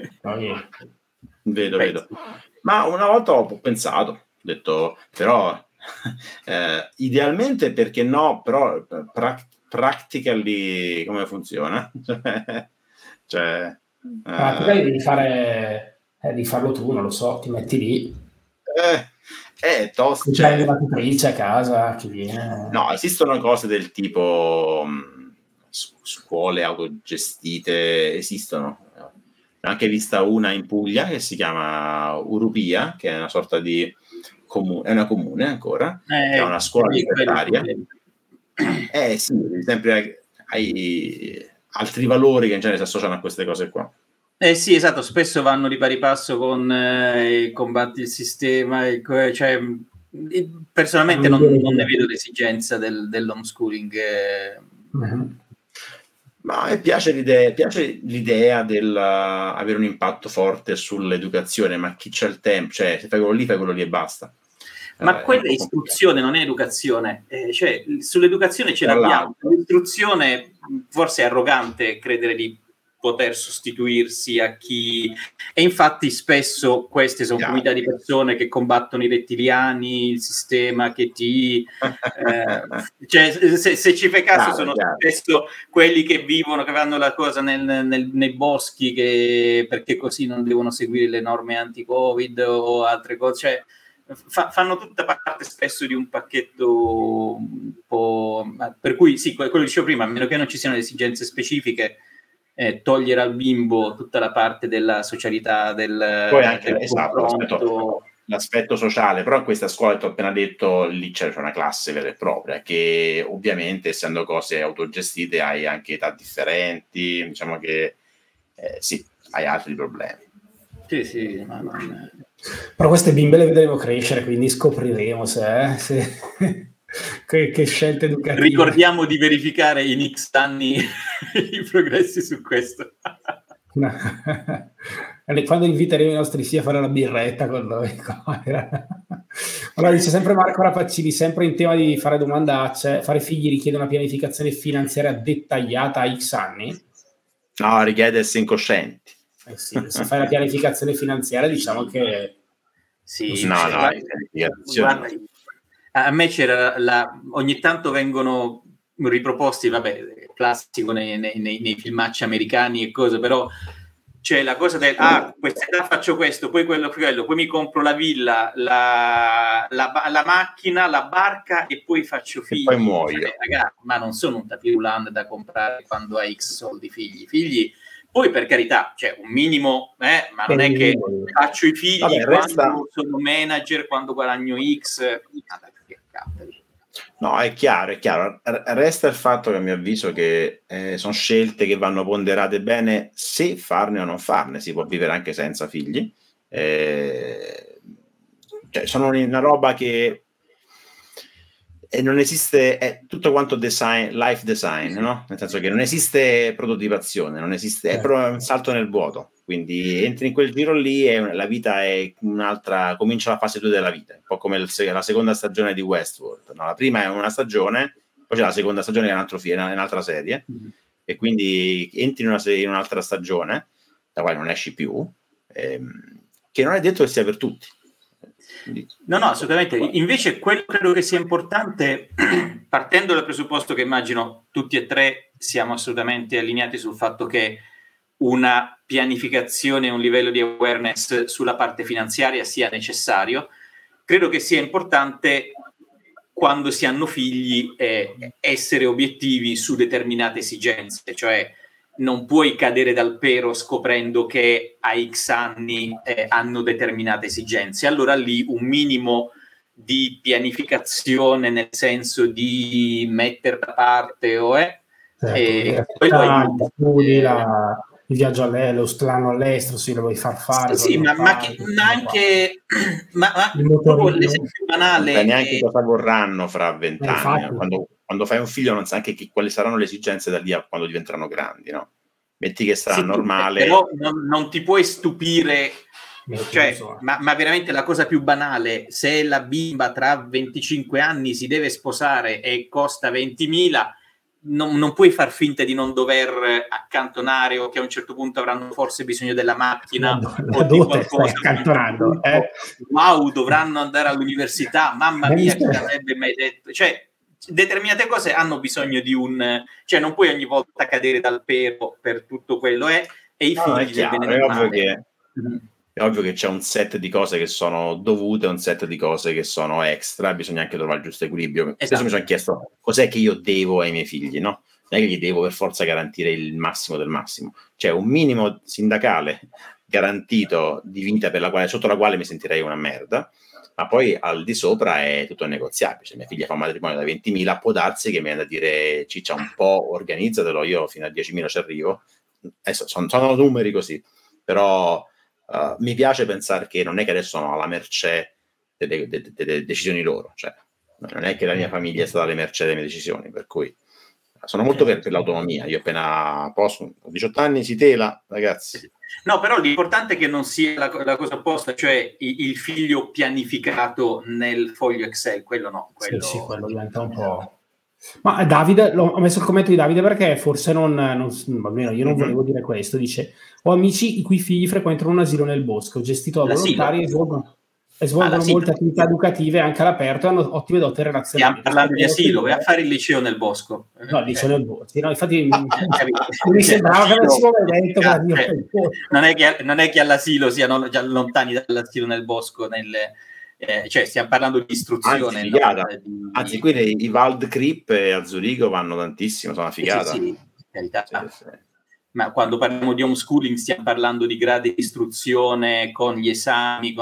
Vedo. Ma una volta ho pensato, ho detto, però idealmente perché no, però practically come funziona? Cioè, devi farlo tu, non lo so, ti metti lì. Tosto. C'è una tutrice a casa che viene. No, esistono cose del tipo scuole autogestite, esistono. Ne ho anche vista una in Puglia che si chiama Urupia, che è una sorta di comune, è una comune ancora, che è una scuola libertaria. Sì, sempre hai altri valori che in genere si associano a queste cose qua. Sì, esatto, spesso vanno di pari passo con i combatti il sistema, cioè, personalmente non ne vedo l'esigenza dell'homeschooling. Ma a me piace l'idea del avere un impatto forte sull'educazione, ma chi c'ha il tempo? Cioè, se fai quello lì e basta. Ma quella è istruzione, non è educazione. Cioè, sull'educazione ce l'abbiamo. L'istruzione forse è arrogante credere di poter sostituirsi a chi... E infatti spesso queste sono comunità di persone che combattono i rettiliani, il sistema che cioè, se ci fai caso sono spesso quelli che vivono, che fanno la cosa nei boschi perché così non devono seguire le norme anti-Covid o altre cose. Cioè, fanno tutta parte spesso di un pacchetto un po'... Per cui sì, quello che dicevo prima, a meno che non ci siano esigenze specifiche, togliere al bimbo tutta la parte della socialità, poi anche l'aspetto sociale, però in questa scuola che ho appena detto lì c'è una classe vera e propria che ovviamente essendo cose autogestite hai anche età differenti, diciamo che sì, hai altri problemi. Sì, ma non... Però queste bimbe le vedremo crescere, quindi scopriremo se che scelte educative. Ricordiamo di verificare in X anni i progressi su questo. Quando inviteremo i nostri figli a fare la birretta con noi. Allora dice sempre Marco Rapaccini, sempre in tema di fare domandacce, fare figli richiede una pianificazione finanziaria dettagliata a X anni? No, richiede essere incoscienti. Sì, se fai la pianificazione finanziaria diciamo che... Sì, guarda, a me c'era ogni tanto vengono riproposti, vabbè, classico nei filmacci americani e cose, però c'è la cosa del quest'età faccio questo, poi quello, poi mi compro la villa, la macchina, la barca e poi faccio figli. E poi muoio. Ragazzi, ma non sono un tapirulan da comprare quando hai X soldi figli. Poi per carità, c'è un minimo, ma non è che faccio i figli quando sono manager, quando guadagno X. No, è chiaro. Resta il fatto che a mio avviso che sono scelte che vanno ponderate bene se farne o non farne. Si può vivere anche senza figli. Cioè, sono una roba che non esiste, è tutto quanto life design, no? Nel senso che non esiste prototipazione, non esiste, è proprio un salto nel vuoto. Quindi entri in quel giro lì e la vita è un'altra, comincia la fase 2 della vita, un po' come la seconda stagione di Westworld, no? La prima è una stagione, poi c'è la seconda stagione che è un'altra serie, e quindi entri in un'altra stagione, da quale non esci più, che non è detto che sia per tutti. No, assolutamente. Invece quello credo che sia importante, partendo dal presupposto che immagino tutti e tre siamo assolutamente allineati sul fatto che una pianificazione e un livello di awareness sulla parte finanziaria sia necessario, credo che sia importante quando si hanno figli essere obiettivi su determinate esigenze, cioè non puoi cadere dal pero scoprendo che a X anni hanno determinate esigenze. Allora lì un minimo di pianificazione, nel senso di mettere da parte certo, studi, il viaggio l'anno all'estero, se lo vuoi far fare. Sì, ma anche proprio l'esempio banale. Non sai neanche cosa vorranno fra 20 anni. Quando fai un figlio non sai anche quali saranno le esigenze da lì a quando diventeranno grandi, no? Metti che sarà normale. Però non ti puoi stupire, cioè, ma veramente la cosa più banale, se la bimba tra 25 anni si deve sposare e costa 20.000, non puoi far finta di non dover accantonare, o che a un certo punto avranno forse bisogno della macchina o di qualcosa. Wow, dovranno andare all'università, mamma mia, chi l'avrebbe mai detto? Cioè, determinate cose hanno bisogno di cioè non puoi ogni volta cadere dal pero per tutto quello e i figli del bene del male. È ovvio che c'è un set di cose che sono dovute, un set di cose che sono extra, bisogna anche trovare il giusto equilibrio. Spesso mi sono chiesto cos'è che io devo ai miei figli, no? Non è che gli devo per forza garantire il massimo del massimo, c'è un minimo sindacale garantito di vita sotto la quale mi sentirei una merda, ma poi al di sopra è tutto negoziabile. Se mia figlia fa un matrimonio da 20.000, può darsi che mi viene da dire ciccia un po', organizzatelo, io fino a 10.000 ci arrivo. Adesso sono numeri così, però mi piace pensare che non è che adesso sono alla mercé delle decisioni loro, cioè non è che la mia famiglia è stata alle mercé delle mie decisioni, per cui sono molto per l'autonomia. Io appena posso, ho 18 anni, si tela, ragazzi. No, però l'importante è che non sia la cosa opposta, cioè il figlio pianificato nel foglio Excel, quello no. Quello diventa un po'... Ma Davide, ho messo il commento di Davide perché forse almeno io non volevo dire questo, dice: ho amici i cui figli frequentano un asilo nel bosco, gestito da volontari e svolgono molte attività educative anche all'aperto e hanno ottime dote relazioni. Stiamo parlando di asilo, vai a fare il liceo nel bosco. No, il liceo nel bosco, no, infatti mi sembrava che avessimo detto non è che all'asilo siano già lontani dall'asilo nel bosco, cioè stiamo parlando di istruzione. Anzi, qui i Waldkrip a Zurigo vanno tantissimo, sono una figata. Sì, carità. Sì. Ma quando parliamo di homeschooling stiamo parlando di gradi di istruzione con gli esami,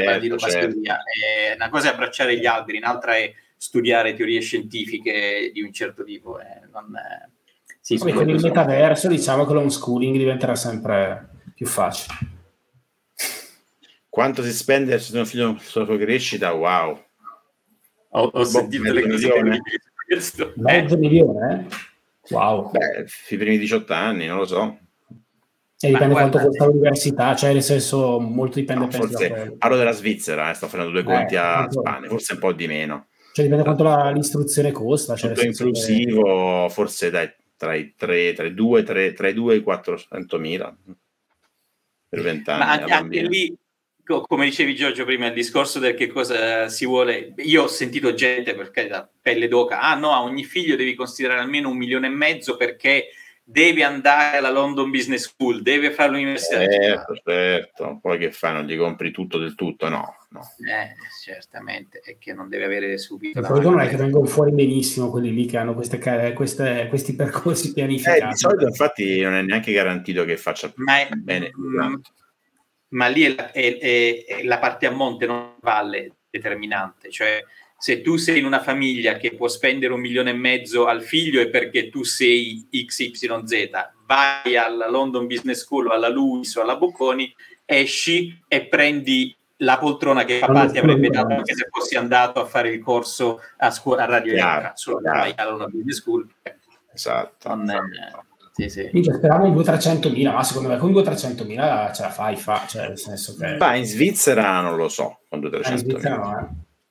una cosa è abbracciare gli alberi, un'altra è studiare teorie scientifiche di un certo tipo. Con il metaverso diciamo che l'homeschooling diventerà sempre più facile. Quanto si spende sulla sua crescita? Wow, ho sentito le cose questo. Mezzo milione? Wow. Beh, i primi 18 anni, non lo so. E dipende quanto costa l'università, cioè nel senso molto dipende. Forse parlo della Svizzera, sto facendo due conti a Spagna, forse un po' di meno. Cioè dipende quanto l'istruzione costa. Tutto inclusivo, forse tra i 2 e i 400.000 per 20 anni. Ma anche lì, come dicevi Giorgio prima, il discorso del che cosa si vuole. Io ho sentito gente, perché da pelle d'oca, a ogni figlio devi considerare almeno 1,5 milioni perché deve andare alla London Business School, deve fare l'università. Certo. Poi che fai? Non gli compri tutto del tutto? No. Certamente, è che non deve avere subito. Poi non è che vengono fuori benissimo quelli lì che hanno questi percorsi pianificati. Di solito infatti non è neanche garantito che faccia bene. Ma lì è la parte a monte, non a valle, determinante. Cioè, se tu sei in una famiglia che può spendere 1,5 milioni al figlio è perché tu sei XYZ, vai alla London Business School, alla LUIS o alla Bocconi, esci e prendi la poltrona che papà ti avrebbe dato anche se fossi andato a fare il corso a scuola a Radio Electra, solo che vai alla London Business School. Esatto. Sì. Quindi speriamo in 200-300.000, ma secondo me con 200.000 ce la fai, cioè nel senso che... in Svizzera non lo so, con 200.000.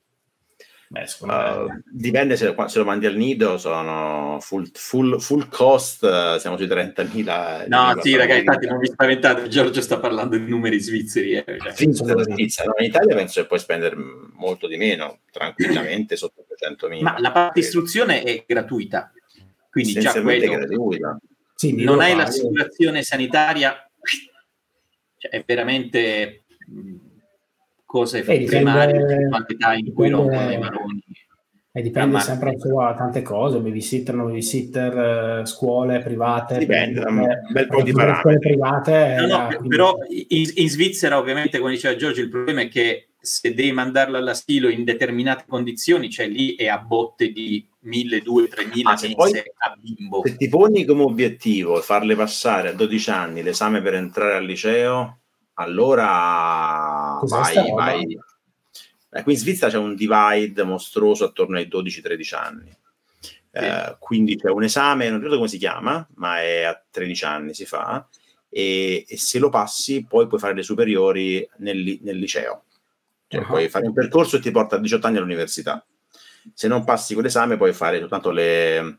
Dipende se lo mandi al nido, sono full cost, siamo sui 30.000. No, sì, ragazzi, infatti non vi spaventate, Giorgio sta parlando di numeri svizzeri. Svizzera. In Italia penso che puoi spendere molto di meno, tranquillamente sotto 300.000. Ma la parte di istruzione è gratuita, quindi già quello... è gratuita. Sì, non hai l'assicurazione sanitaria, cioè è veramente cose primarie, quantità in cui rompono i maroni. E dipende sempre da tante cose, babysitter, non babysitter, scuole private. Dipende da un bel po' di parametri. Scuole private, però in Svizzera, ovviamente, come diceva Giorgio, il problema è che se devi mandarlo all'asilo in determinate condizioni, cioè lì è a botte di 1.000, 2.000, 3.000 messe a bimbo. Se ti poni come obiettivo farle passare a 12 anni l'esame per entrare al liceo, allora vai. Qui in Svizzera c'è un divide mostruoso attorno ai 12-13 anni. Quindi c'è un esame, non ricordo come si chiama, ma è a 13 anni si fa, e se lo passi poi puoi fare le superiori nel liceo. Cioè, puoi fare un percorso e ti porta a 18 anni all'università. Se non passi quell'esame puoi fare soltanto le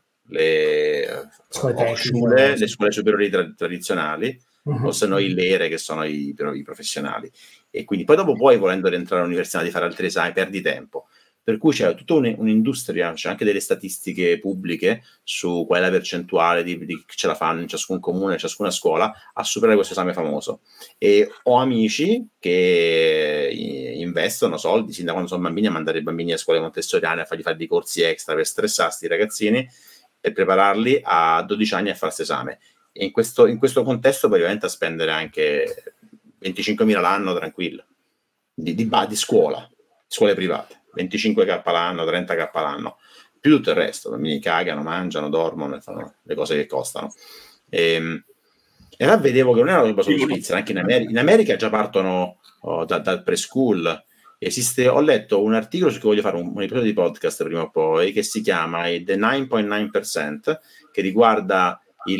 scuole superiori tradizionali, o se no l'ERE, che sono i professionali. E quindi poi dopo puoi, volendo rientrare all'università, di fare altri esami, perdi tempo. Per cui c'è tutta un'industria, c'è anche delle statistiche pubbliche su qual è la percentuale di chi ce la fanno in ciascun comune, in ciascuna scuola, a superare questo esame famoso. E ho amici che investono soldi sin da quando sono bambini a mandare i bambini a scuole montessoriane, a fargli fare dei corsi extra per stressarsi i ragazzini e prepararli a 12 anni a fare questo esame. E in questo contesto poi diventa a spendere anche 25.000 l'anno tranquillo di scuole private, 25k l'anno, 30k l'anno, più tutto il resto. I bambini cagano, mangiano, dormono e fanno le cose che costano. E là vedevo che non era una roba solo in Svizzera, anche in America già partono dal preschool. Ho letto un articolo su cui voglio fare un episodio di podcast prima o poi, che si chiama The 9.9%, che riguarda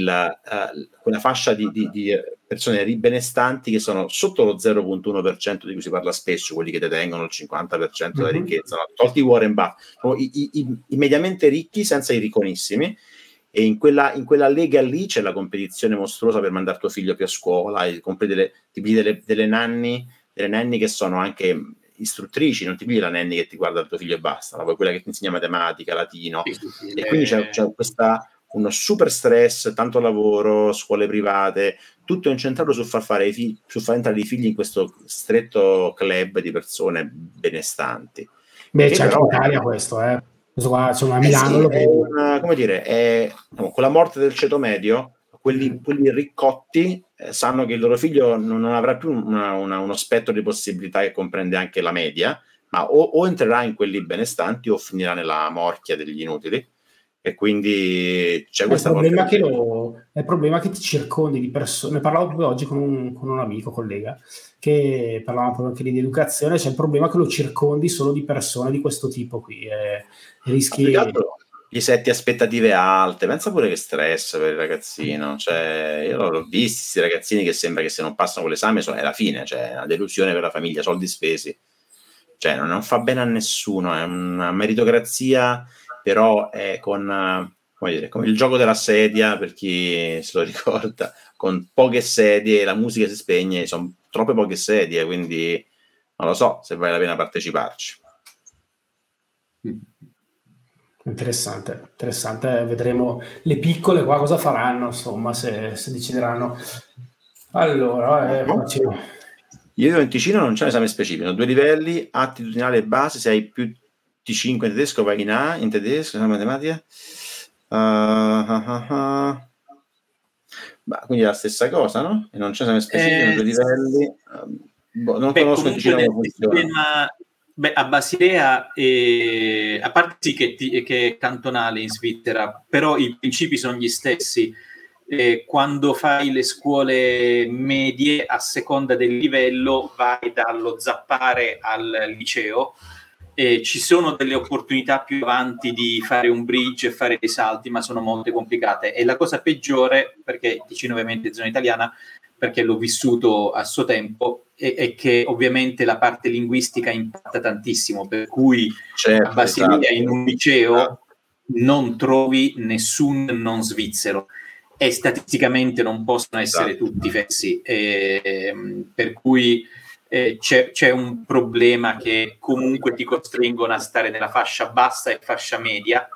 quella fascia di persone benestanti che sono sotto lo 0.1% di cui si parla spesso, quelli che detengono il 50% della ricchezza, tolti Warren Buffett, i mediamente ricchi senza i ricconissimi. E in quella lega lì c'è la competizione mostruosa per mandare tuo figlio più a scuola, e compri delle nanny che sono anche istruttrici, non ti pigli la nanny che ti guarda il tuo figlio e basta, ma poi quella che ti insegna matematica, latino, e quindi c'è uno super stress, tanto lavoro, scuole private, tutto incentrato su far entrare i figli in questo stretto club di persone benestanti. Beh, c'è anche in Italia questo, questo qua, insomma, a Milano come dire, con la morte del ceto medio, quelli riccotti sanno che il loro figlio non avrà più uno spettro di possibilità che comprende anche la media, ma o entrerà in quelli benestanti o finirà nella morchia degli inutili. E quindi c'è questa problema è il problema che ti circondi di persone. Ne parlavo proprio oggi con un amico, collega, che parlava proprio anche di educazione. C'è il problema che lo circondi solo di persone di questo tipo qui, rischi. Gli setti aspettative alte, pensa pure che stress per il ragazzino. Cioè, io l'ho visto, questi ragazzini che sembra che se non passano con l'esame è la fine, cioè una delusione per la famiglia, soldi spesi, cioè non fa bene a nessuno, è una meritocrazia, però è come il gioco della sedia, per chi se lo ricorda, con poche sedie, la musica si spegne, sono troppe poche sedie, quindi non lo so se vale la pena parteciparci. Interessante, vedremo le piccole qua cosa faranno, insomma, se decideranno. Allora, io in Ticino non c'è un esame specifico, 2 livelli, attitudinale e base, se hai più T5 in tedesco vai in A, in tedesco, in matematica. Quindi è la stessa cosa, no? E non c'è esame specifico, 2 livelli. Non conosco in Ticino come funziona. A Basilea, a parte sì che è cantonale in Svizzera, però i principi sono gli stessi. Quando fai le scuole medie, a seconda del livello, vai dallo zappare al liceo. Ci sono delle opportunità più avanti di fare un bridge e fare dei salti, ma sono molto complicate. E la cosa peggiore, perché Ticino ovviamente è zona italiana, perché l'ho vissuto a suo tempo, è che ovviamente la parte linguistica impatta tantissimo, per cui a Basilea in un liceo non trovi nessun non svizzero e statisticamente non possono essere tutti fessi, per cui c'è un problema che comunque ti costringono a stare nella fascia bassa e fascia media,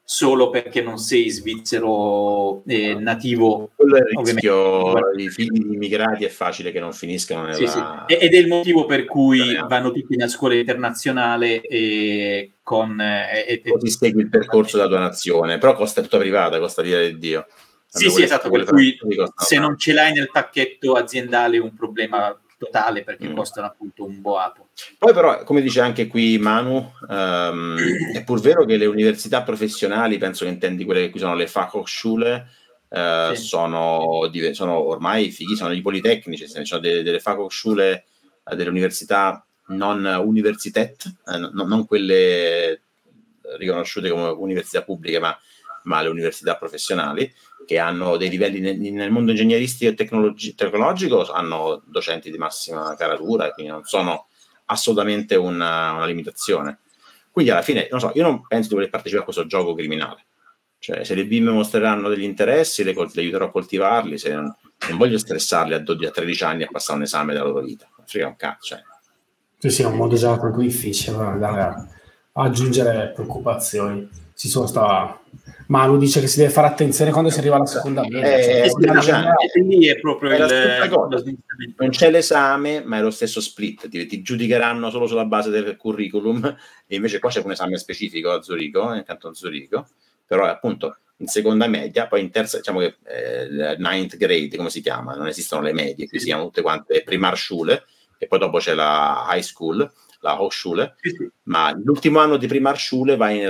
solo perché non sei svizzero nativo. Quello è il rischio, i figli di immigrati è facile che non finiscano nella... Sì. Ed è il motivo per cui vanno tutti nella scuola internazionale e così segui il percorso della tua nazione, però costa tutta privata, costa via di Dio. Sì, esatto, per cui se non ce l'hai nel pacchetto aziendale è un problema totale, perché costano appunto un boato. Poi però, come dice anche qui Manu, è pur vero che le università professionali, penso che intendi quelle che qui sono le Fachhochschule, sono ormai fighi, sono i politecnici, sono delle Fachhochschule, delle università non Universität, non quelle riconosciute come università pubbliche, ma le università professionali, che hanno dei livelli nel mondo ingegneristico e tecnologico, hanno docenti di massima caratura, quindi non sono assolutamente una limitazione. Quindi alla fine, non so, io non penso di voler partecipare a questo gioco criminale. Cioè, se le bimbe mostreranno degli interessi, le aiuterò a coltivarli, se non voglio stressarli a 13 anni a passare un esame della loro vita. Non frega un cazzo. Sì, è un modo già troppo difficile a aggiungere preoccupazioni. Manu dice che si deve fare attenzione quando si arriva alla seconda media. Lì è proprio non c'è l'esame, ma è lo stesso split. Ti giudicheranno solo sulla base del curriculum, e invece qua c'è un esame specifico a Zurigo, nel canton Zurigo, però è appunto in seconda media, poi in terza, diciamo che ninth grade, come si chiama? Non esistono le medie, qui si chiamano tutte quante Primarschule, e poi dopo c'è la high school, la Hochschule, ma l'ultimo anno di Primarschule vai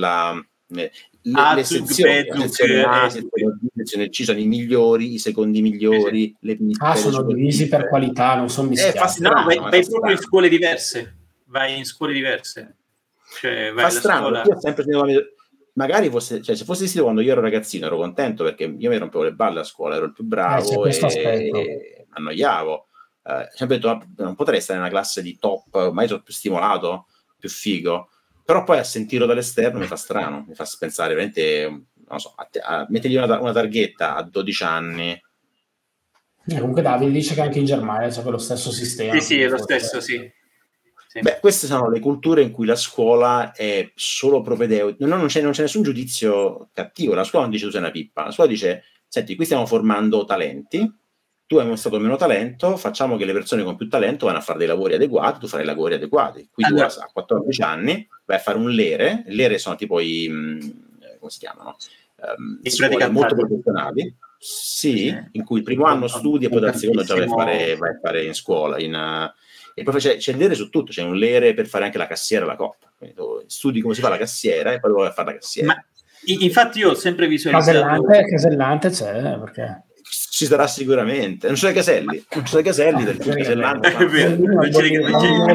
le sezioni A, sezione C sono i migliori, i secondi migliori. Sono divisi per qualità, non sono mischiati. Vai proprio in scuole diverse. Vai in scuole diverse. Cioè, vai fa strano, scuola... io ho sempre magari fosse, cioè, se fosse esistito quando io ero ragazzino ero contento, perché io mi rompevo le balle a scuola, ero il più bravo e mi annoiavo. Sempre detto, non potrei stare in una classe di top, ormai sono più stimolato, più figo, però poi a sentirlo dall'esterno mi fa strano, mi fa pensare veramente, non so, mettergli una targhetta a 12 anni. Comunque Davide dice che anche in Germania c'è quello stesso sistema. Sì, è lo stesso, sì. Beh, queste sono le culture in cui la scuola è solo propedeutica, non c'è nessun giudizio cattivo, la scuola non dice tu sei una pippa, la scuola dice, senti, qui stiamo formando talenti, tu hai mostrato meno talento, facciamo che le persone con più talento vanno a fare dei lavori adeguati, tu farai lavori adeguati. Qui tu a 14 anni vai a fare un LERE. LERE sono tipo come si chiamano? Scuole molto professionali, sì, in cui il primo anno studi e poi dal secondo già vai a fare in scuola. E poi c'è il LERE su tutto, c'è un LERE per fare anche la cassiera alla Coop. Quindi tu studi come si fa la cassiera e poi vai a fare la cassiera. Ma infatti io ho sempre visualizzato... Casellante c'è, perché... Ci sarà sicuramente, non c'è i caselli, del casellante. È vero, non c'è i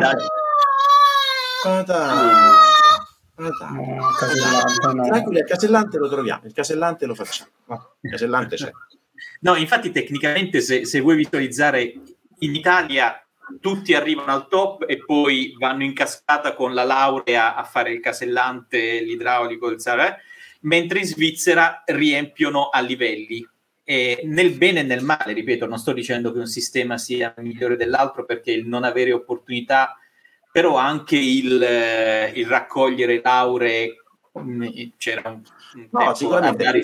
tranquilli, il casellante lo troviamo, il casellante lo facciamo, il casellante c'è. No, infatti tecnicamente se vuoi visualizzare in Italia tutti arrivano al top e poi vanno in cascata con la laurea a fare il casellante, l'idraulico, mentre in Svizzera riempiono a livelli. E nel bene e nel male, ripeto, non sto dicendo che un sistema sia migliore dell'altro, perché il non avere opportunità, però anche il raccogliere lauree, c'era un no, sicuramente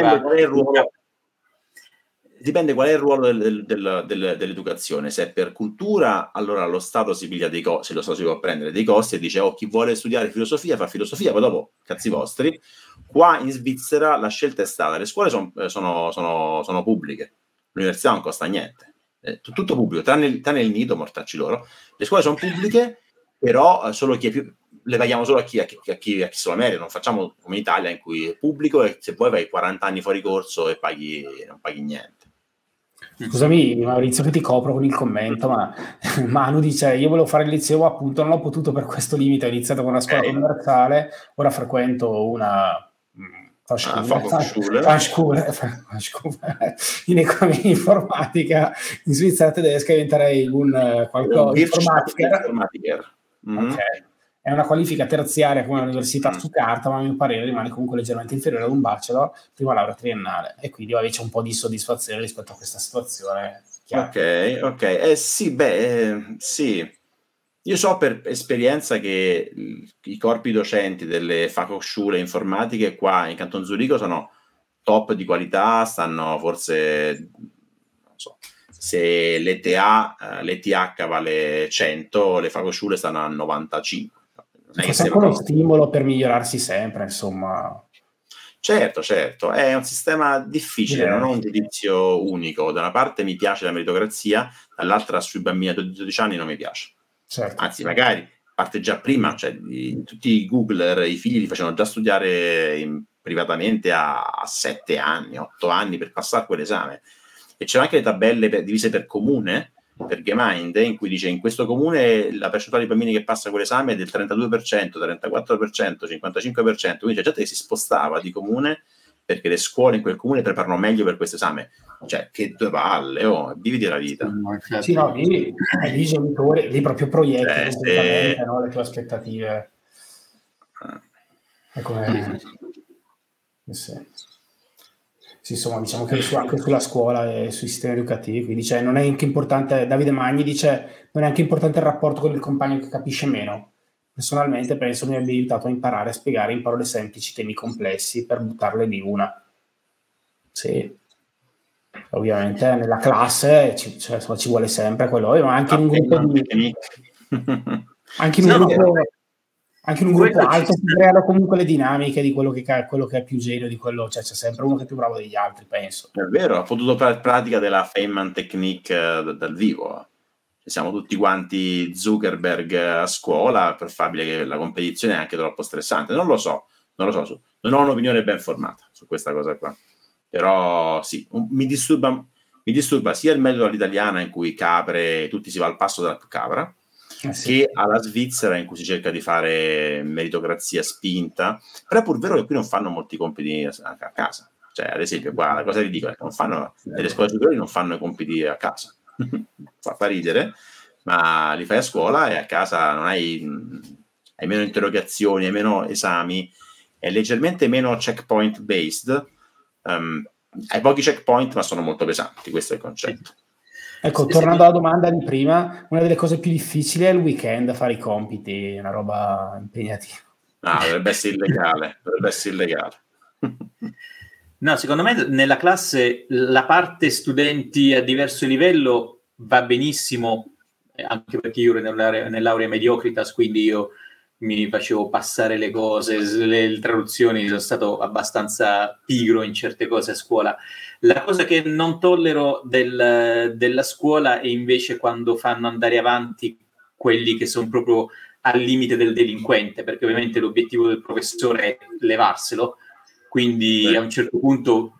dipende qual è il ruolo dell'educazione. Se è per cultura, allora lo Stato si piglia dei costi, lo Stato si può prendere dei costi e dice chi vuole studiare filosofia fa filosofia, poi dopo cazzi vostri. Qua in Svizzera la scelta è stata, le scuole sono pubbliche, l'università non costa niente, tutto pubblico, tranne il nido, mortacci loro. Le scuole sono pubbliche, però solo chi è più, le paghiamo solo a chi se lo merita, non facciamo come in Italia in cui è pubblico e se poi vai 40 anni fuori corso e non paghi niente. Scusami Maurizio che ti copro con il commento, ma Manu dice io volevo fare il liceo, appunto non ho potuto per questo limite, ho iniziato con una scuola commerciale, ora frequento una Fachschule in economia informatica in Svizzera tedesca, diventerei un informatiker. Okay. È una qualifica terziaria come l'università su carta, ma a mio parere rimane comunque leggermente inferiore ad un bachelor, prima laurea triennale, e quindi c'è un po' di soddisfazione rispetto a questa situazione. Ok. Sì. Io so per esperienza che i corpi docenti delle Fachhochschule informatiche qua in Canton Zurigo sono top di qualità, stanno forse, non so, se l'ETH vale 100, le Fachhochschule stanno a 95. C'è sempre uno stimolo per migliorarsi sempre, insomma. Certo, è un sistema difficile, non ho un giudizio unico. Da una parte mi piace la meritocrazia, dall'altra sui bambini di 12 anni non mi piace. Certo. Anzi, magari parte già prima, cioè tutti i Googler, i figli li facevano già studiare privatamente a 7 anni, 8 anni per passare quell'esame. E c'erano anche le tabelle divise per comune, per Gemeinde, in cui dice in questo comune la percentuale di bambini che passa quell'esame è del 32%, 34%, 55%, quindi c'è gente che si spostava di comune perché le scuole in quel comune preparano meglio per questo esame. Cioè, che due palle, viviti la vita. Sì, no, lì i genitori, lì proprio proietti completamente, no, le tue aspettative. Sì, insomma, diciamo che anche sulla scuola e sui sistemi educativi, quindi non è anche importante, Davide Magni dice, non è anche importante il rapporto con il compagno che capisce meno. Personalmente penso mi abbia aiutato a imparare a spiegare in parole semplici temi complessi per buttarle di una. Sì. Ovviamente nella classe ci vuole sempre quello, ma anche in un gruppo anche in un gruppo alto si creano comunque le dinamiche di quello che è più genio di quello, cioè c'è sempre uno che è più bravo degli altri, penso. È vero, ha potuto fare pratica della Feynman Technique dal vivo. Siamo tutti quanti Zuckerberg a scuola, per farvi che la competizione è anche troppo stressante. Non lo so, non ho un'opinione ben formata su questa cosa qua. Però sì, mi disturba sia il metodo all'italiana in cui capre, tutti si va al passo della capra, che alla Svizzera in cui si cerca di fare meritocrazia spinta. Però è pur vero che qui non fanno molti compiti a casa. Cioè, ad esempio, qua la cosa ridicola è che nelle scuole superiori non fanno i compiti a casa. Fa ridere, ma li fai a scuola e a casa non hai meno interrogazioni, hai meno esami, è leggermente meno checkpoint based. Hai pochi checkpoint ma sono molto pesanti, questo è il concetto. Ecco, tornando alla domanda di prima, una delle cose più difficili è il weekend, fare i compiti, una roba impegnativa. Dovrebbe essere illegale. No, secondo me nella classe la parte studenti a diverso livello va benissimo, anche perché io ero nell'aurea mediocritas, quindi io mi facevo passare le cose, le traduzioni, sono stato abbastanza pigro in certe cose a scuola. La cosa che non tollero della scuola è invece quando fanno andare avanti quelli che sono proprio al limite del delinquente, perché ovviamente l'obiettivo del professore è levarselo, quindi a un certo punto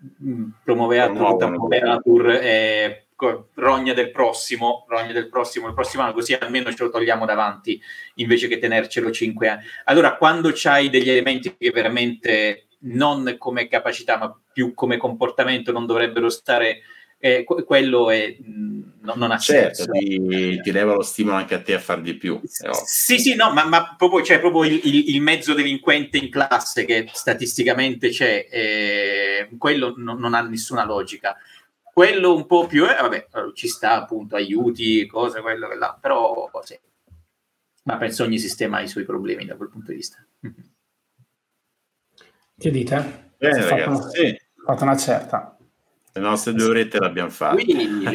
promoveatur e rogna del prossimo il prossimo anno, così almeno ce lo togliamo davanti invece che tenercelo 5 anni. Allora, quando c'hai degli elementi che veramente non come capacità ma più come comportamento non dovrebbero stare, quello è non ha senso. Ti leva lo stimolo anche a te a far di più. Sì, no, ma proprio, cioè, proprio il mezzo delinquente in classe che statisticamente c'è, quello non ha nessuna logica. Quello un po' più, ci sta appunto, aiuti, cose, quello che là, però sì. Ma penso ogni sistema ha i suoi problemi da quel punto di vista. Che dite? Bene, ragazzi, fatto una certa. Le nostre 2 orette l'abbiamo fatte.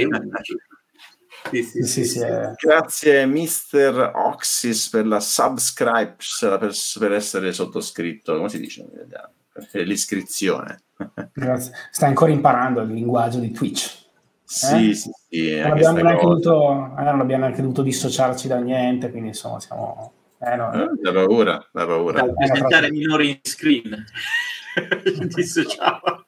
Sì. Grazie Mr. Oxys per la subscribe, per essere sottoscritto, come si dice? Per l'iscrizione. Grazie. Stai ancora imparando il linguaggio di Twitch. Sì. Non abbiamo neanche dovuto dissociarci da niente, quindi insomma siamo... Da paura. Da presentare minori in screen. Dissociamo.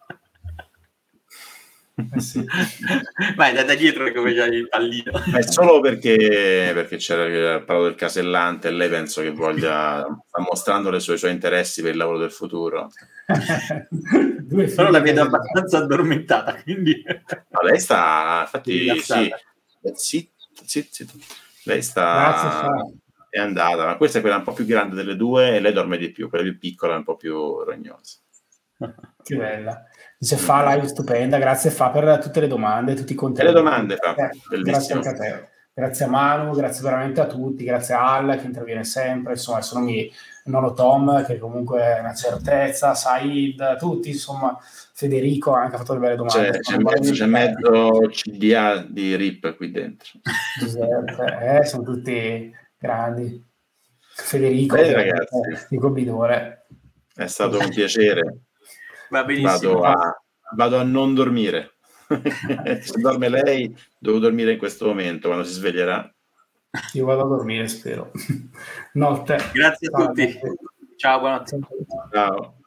Sì. Vai da dietro come già il pallino. È solo perché c'era parlato del casellante e lei penso che sta mostrando i suoi interessi per il lavoro del futuro. Però la vedo abbastanza addormentata, quindi lei sta infatti sì. Lei è andata, ma questa è quella un po' più grande delle 2 e lei dorme di più, quella più piccola è un po' più rognosa. Che bella. Dice live stupenda, grazie per tutte le domande, tutti i contenuti. Le domande bellissimo. Grazie anche a te. Grazie a Manu, grazie veramente a tutti, grazie a Al che interviene sempre, insomma, nono Tom che comunque è una certezza, Said, tutti, insomma, Federico anche ha fatto delle belle domande. C'è mezzo CDA di RIP qui dentro. Sono tutti grandi. Federico, ragazzi, Dico Bidore. È stato un piacere. Va benissimo. Vado a non dormire. Se dorme lei, devo dormire in questo momento, quando si sveglierà. Io vado a dormire, spero. Notte. Grazie a tutti. Ciao, buonanotte. Ciao.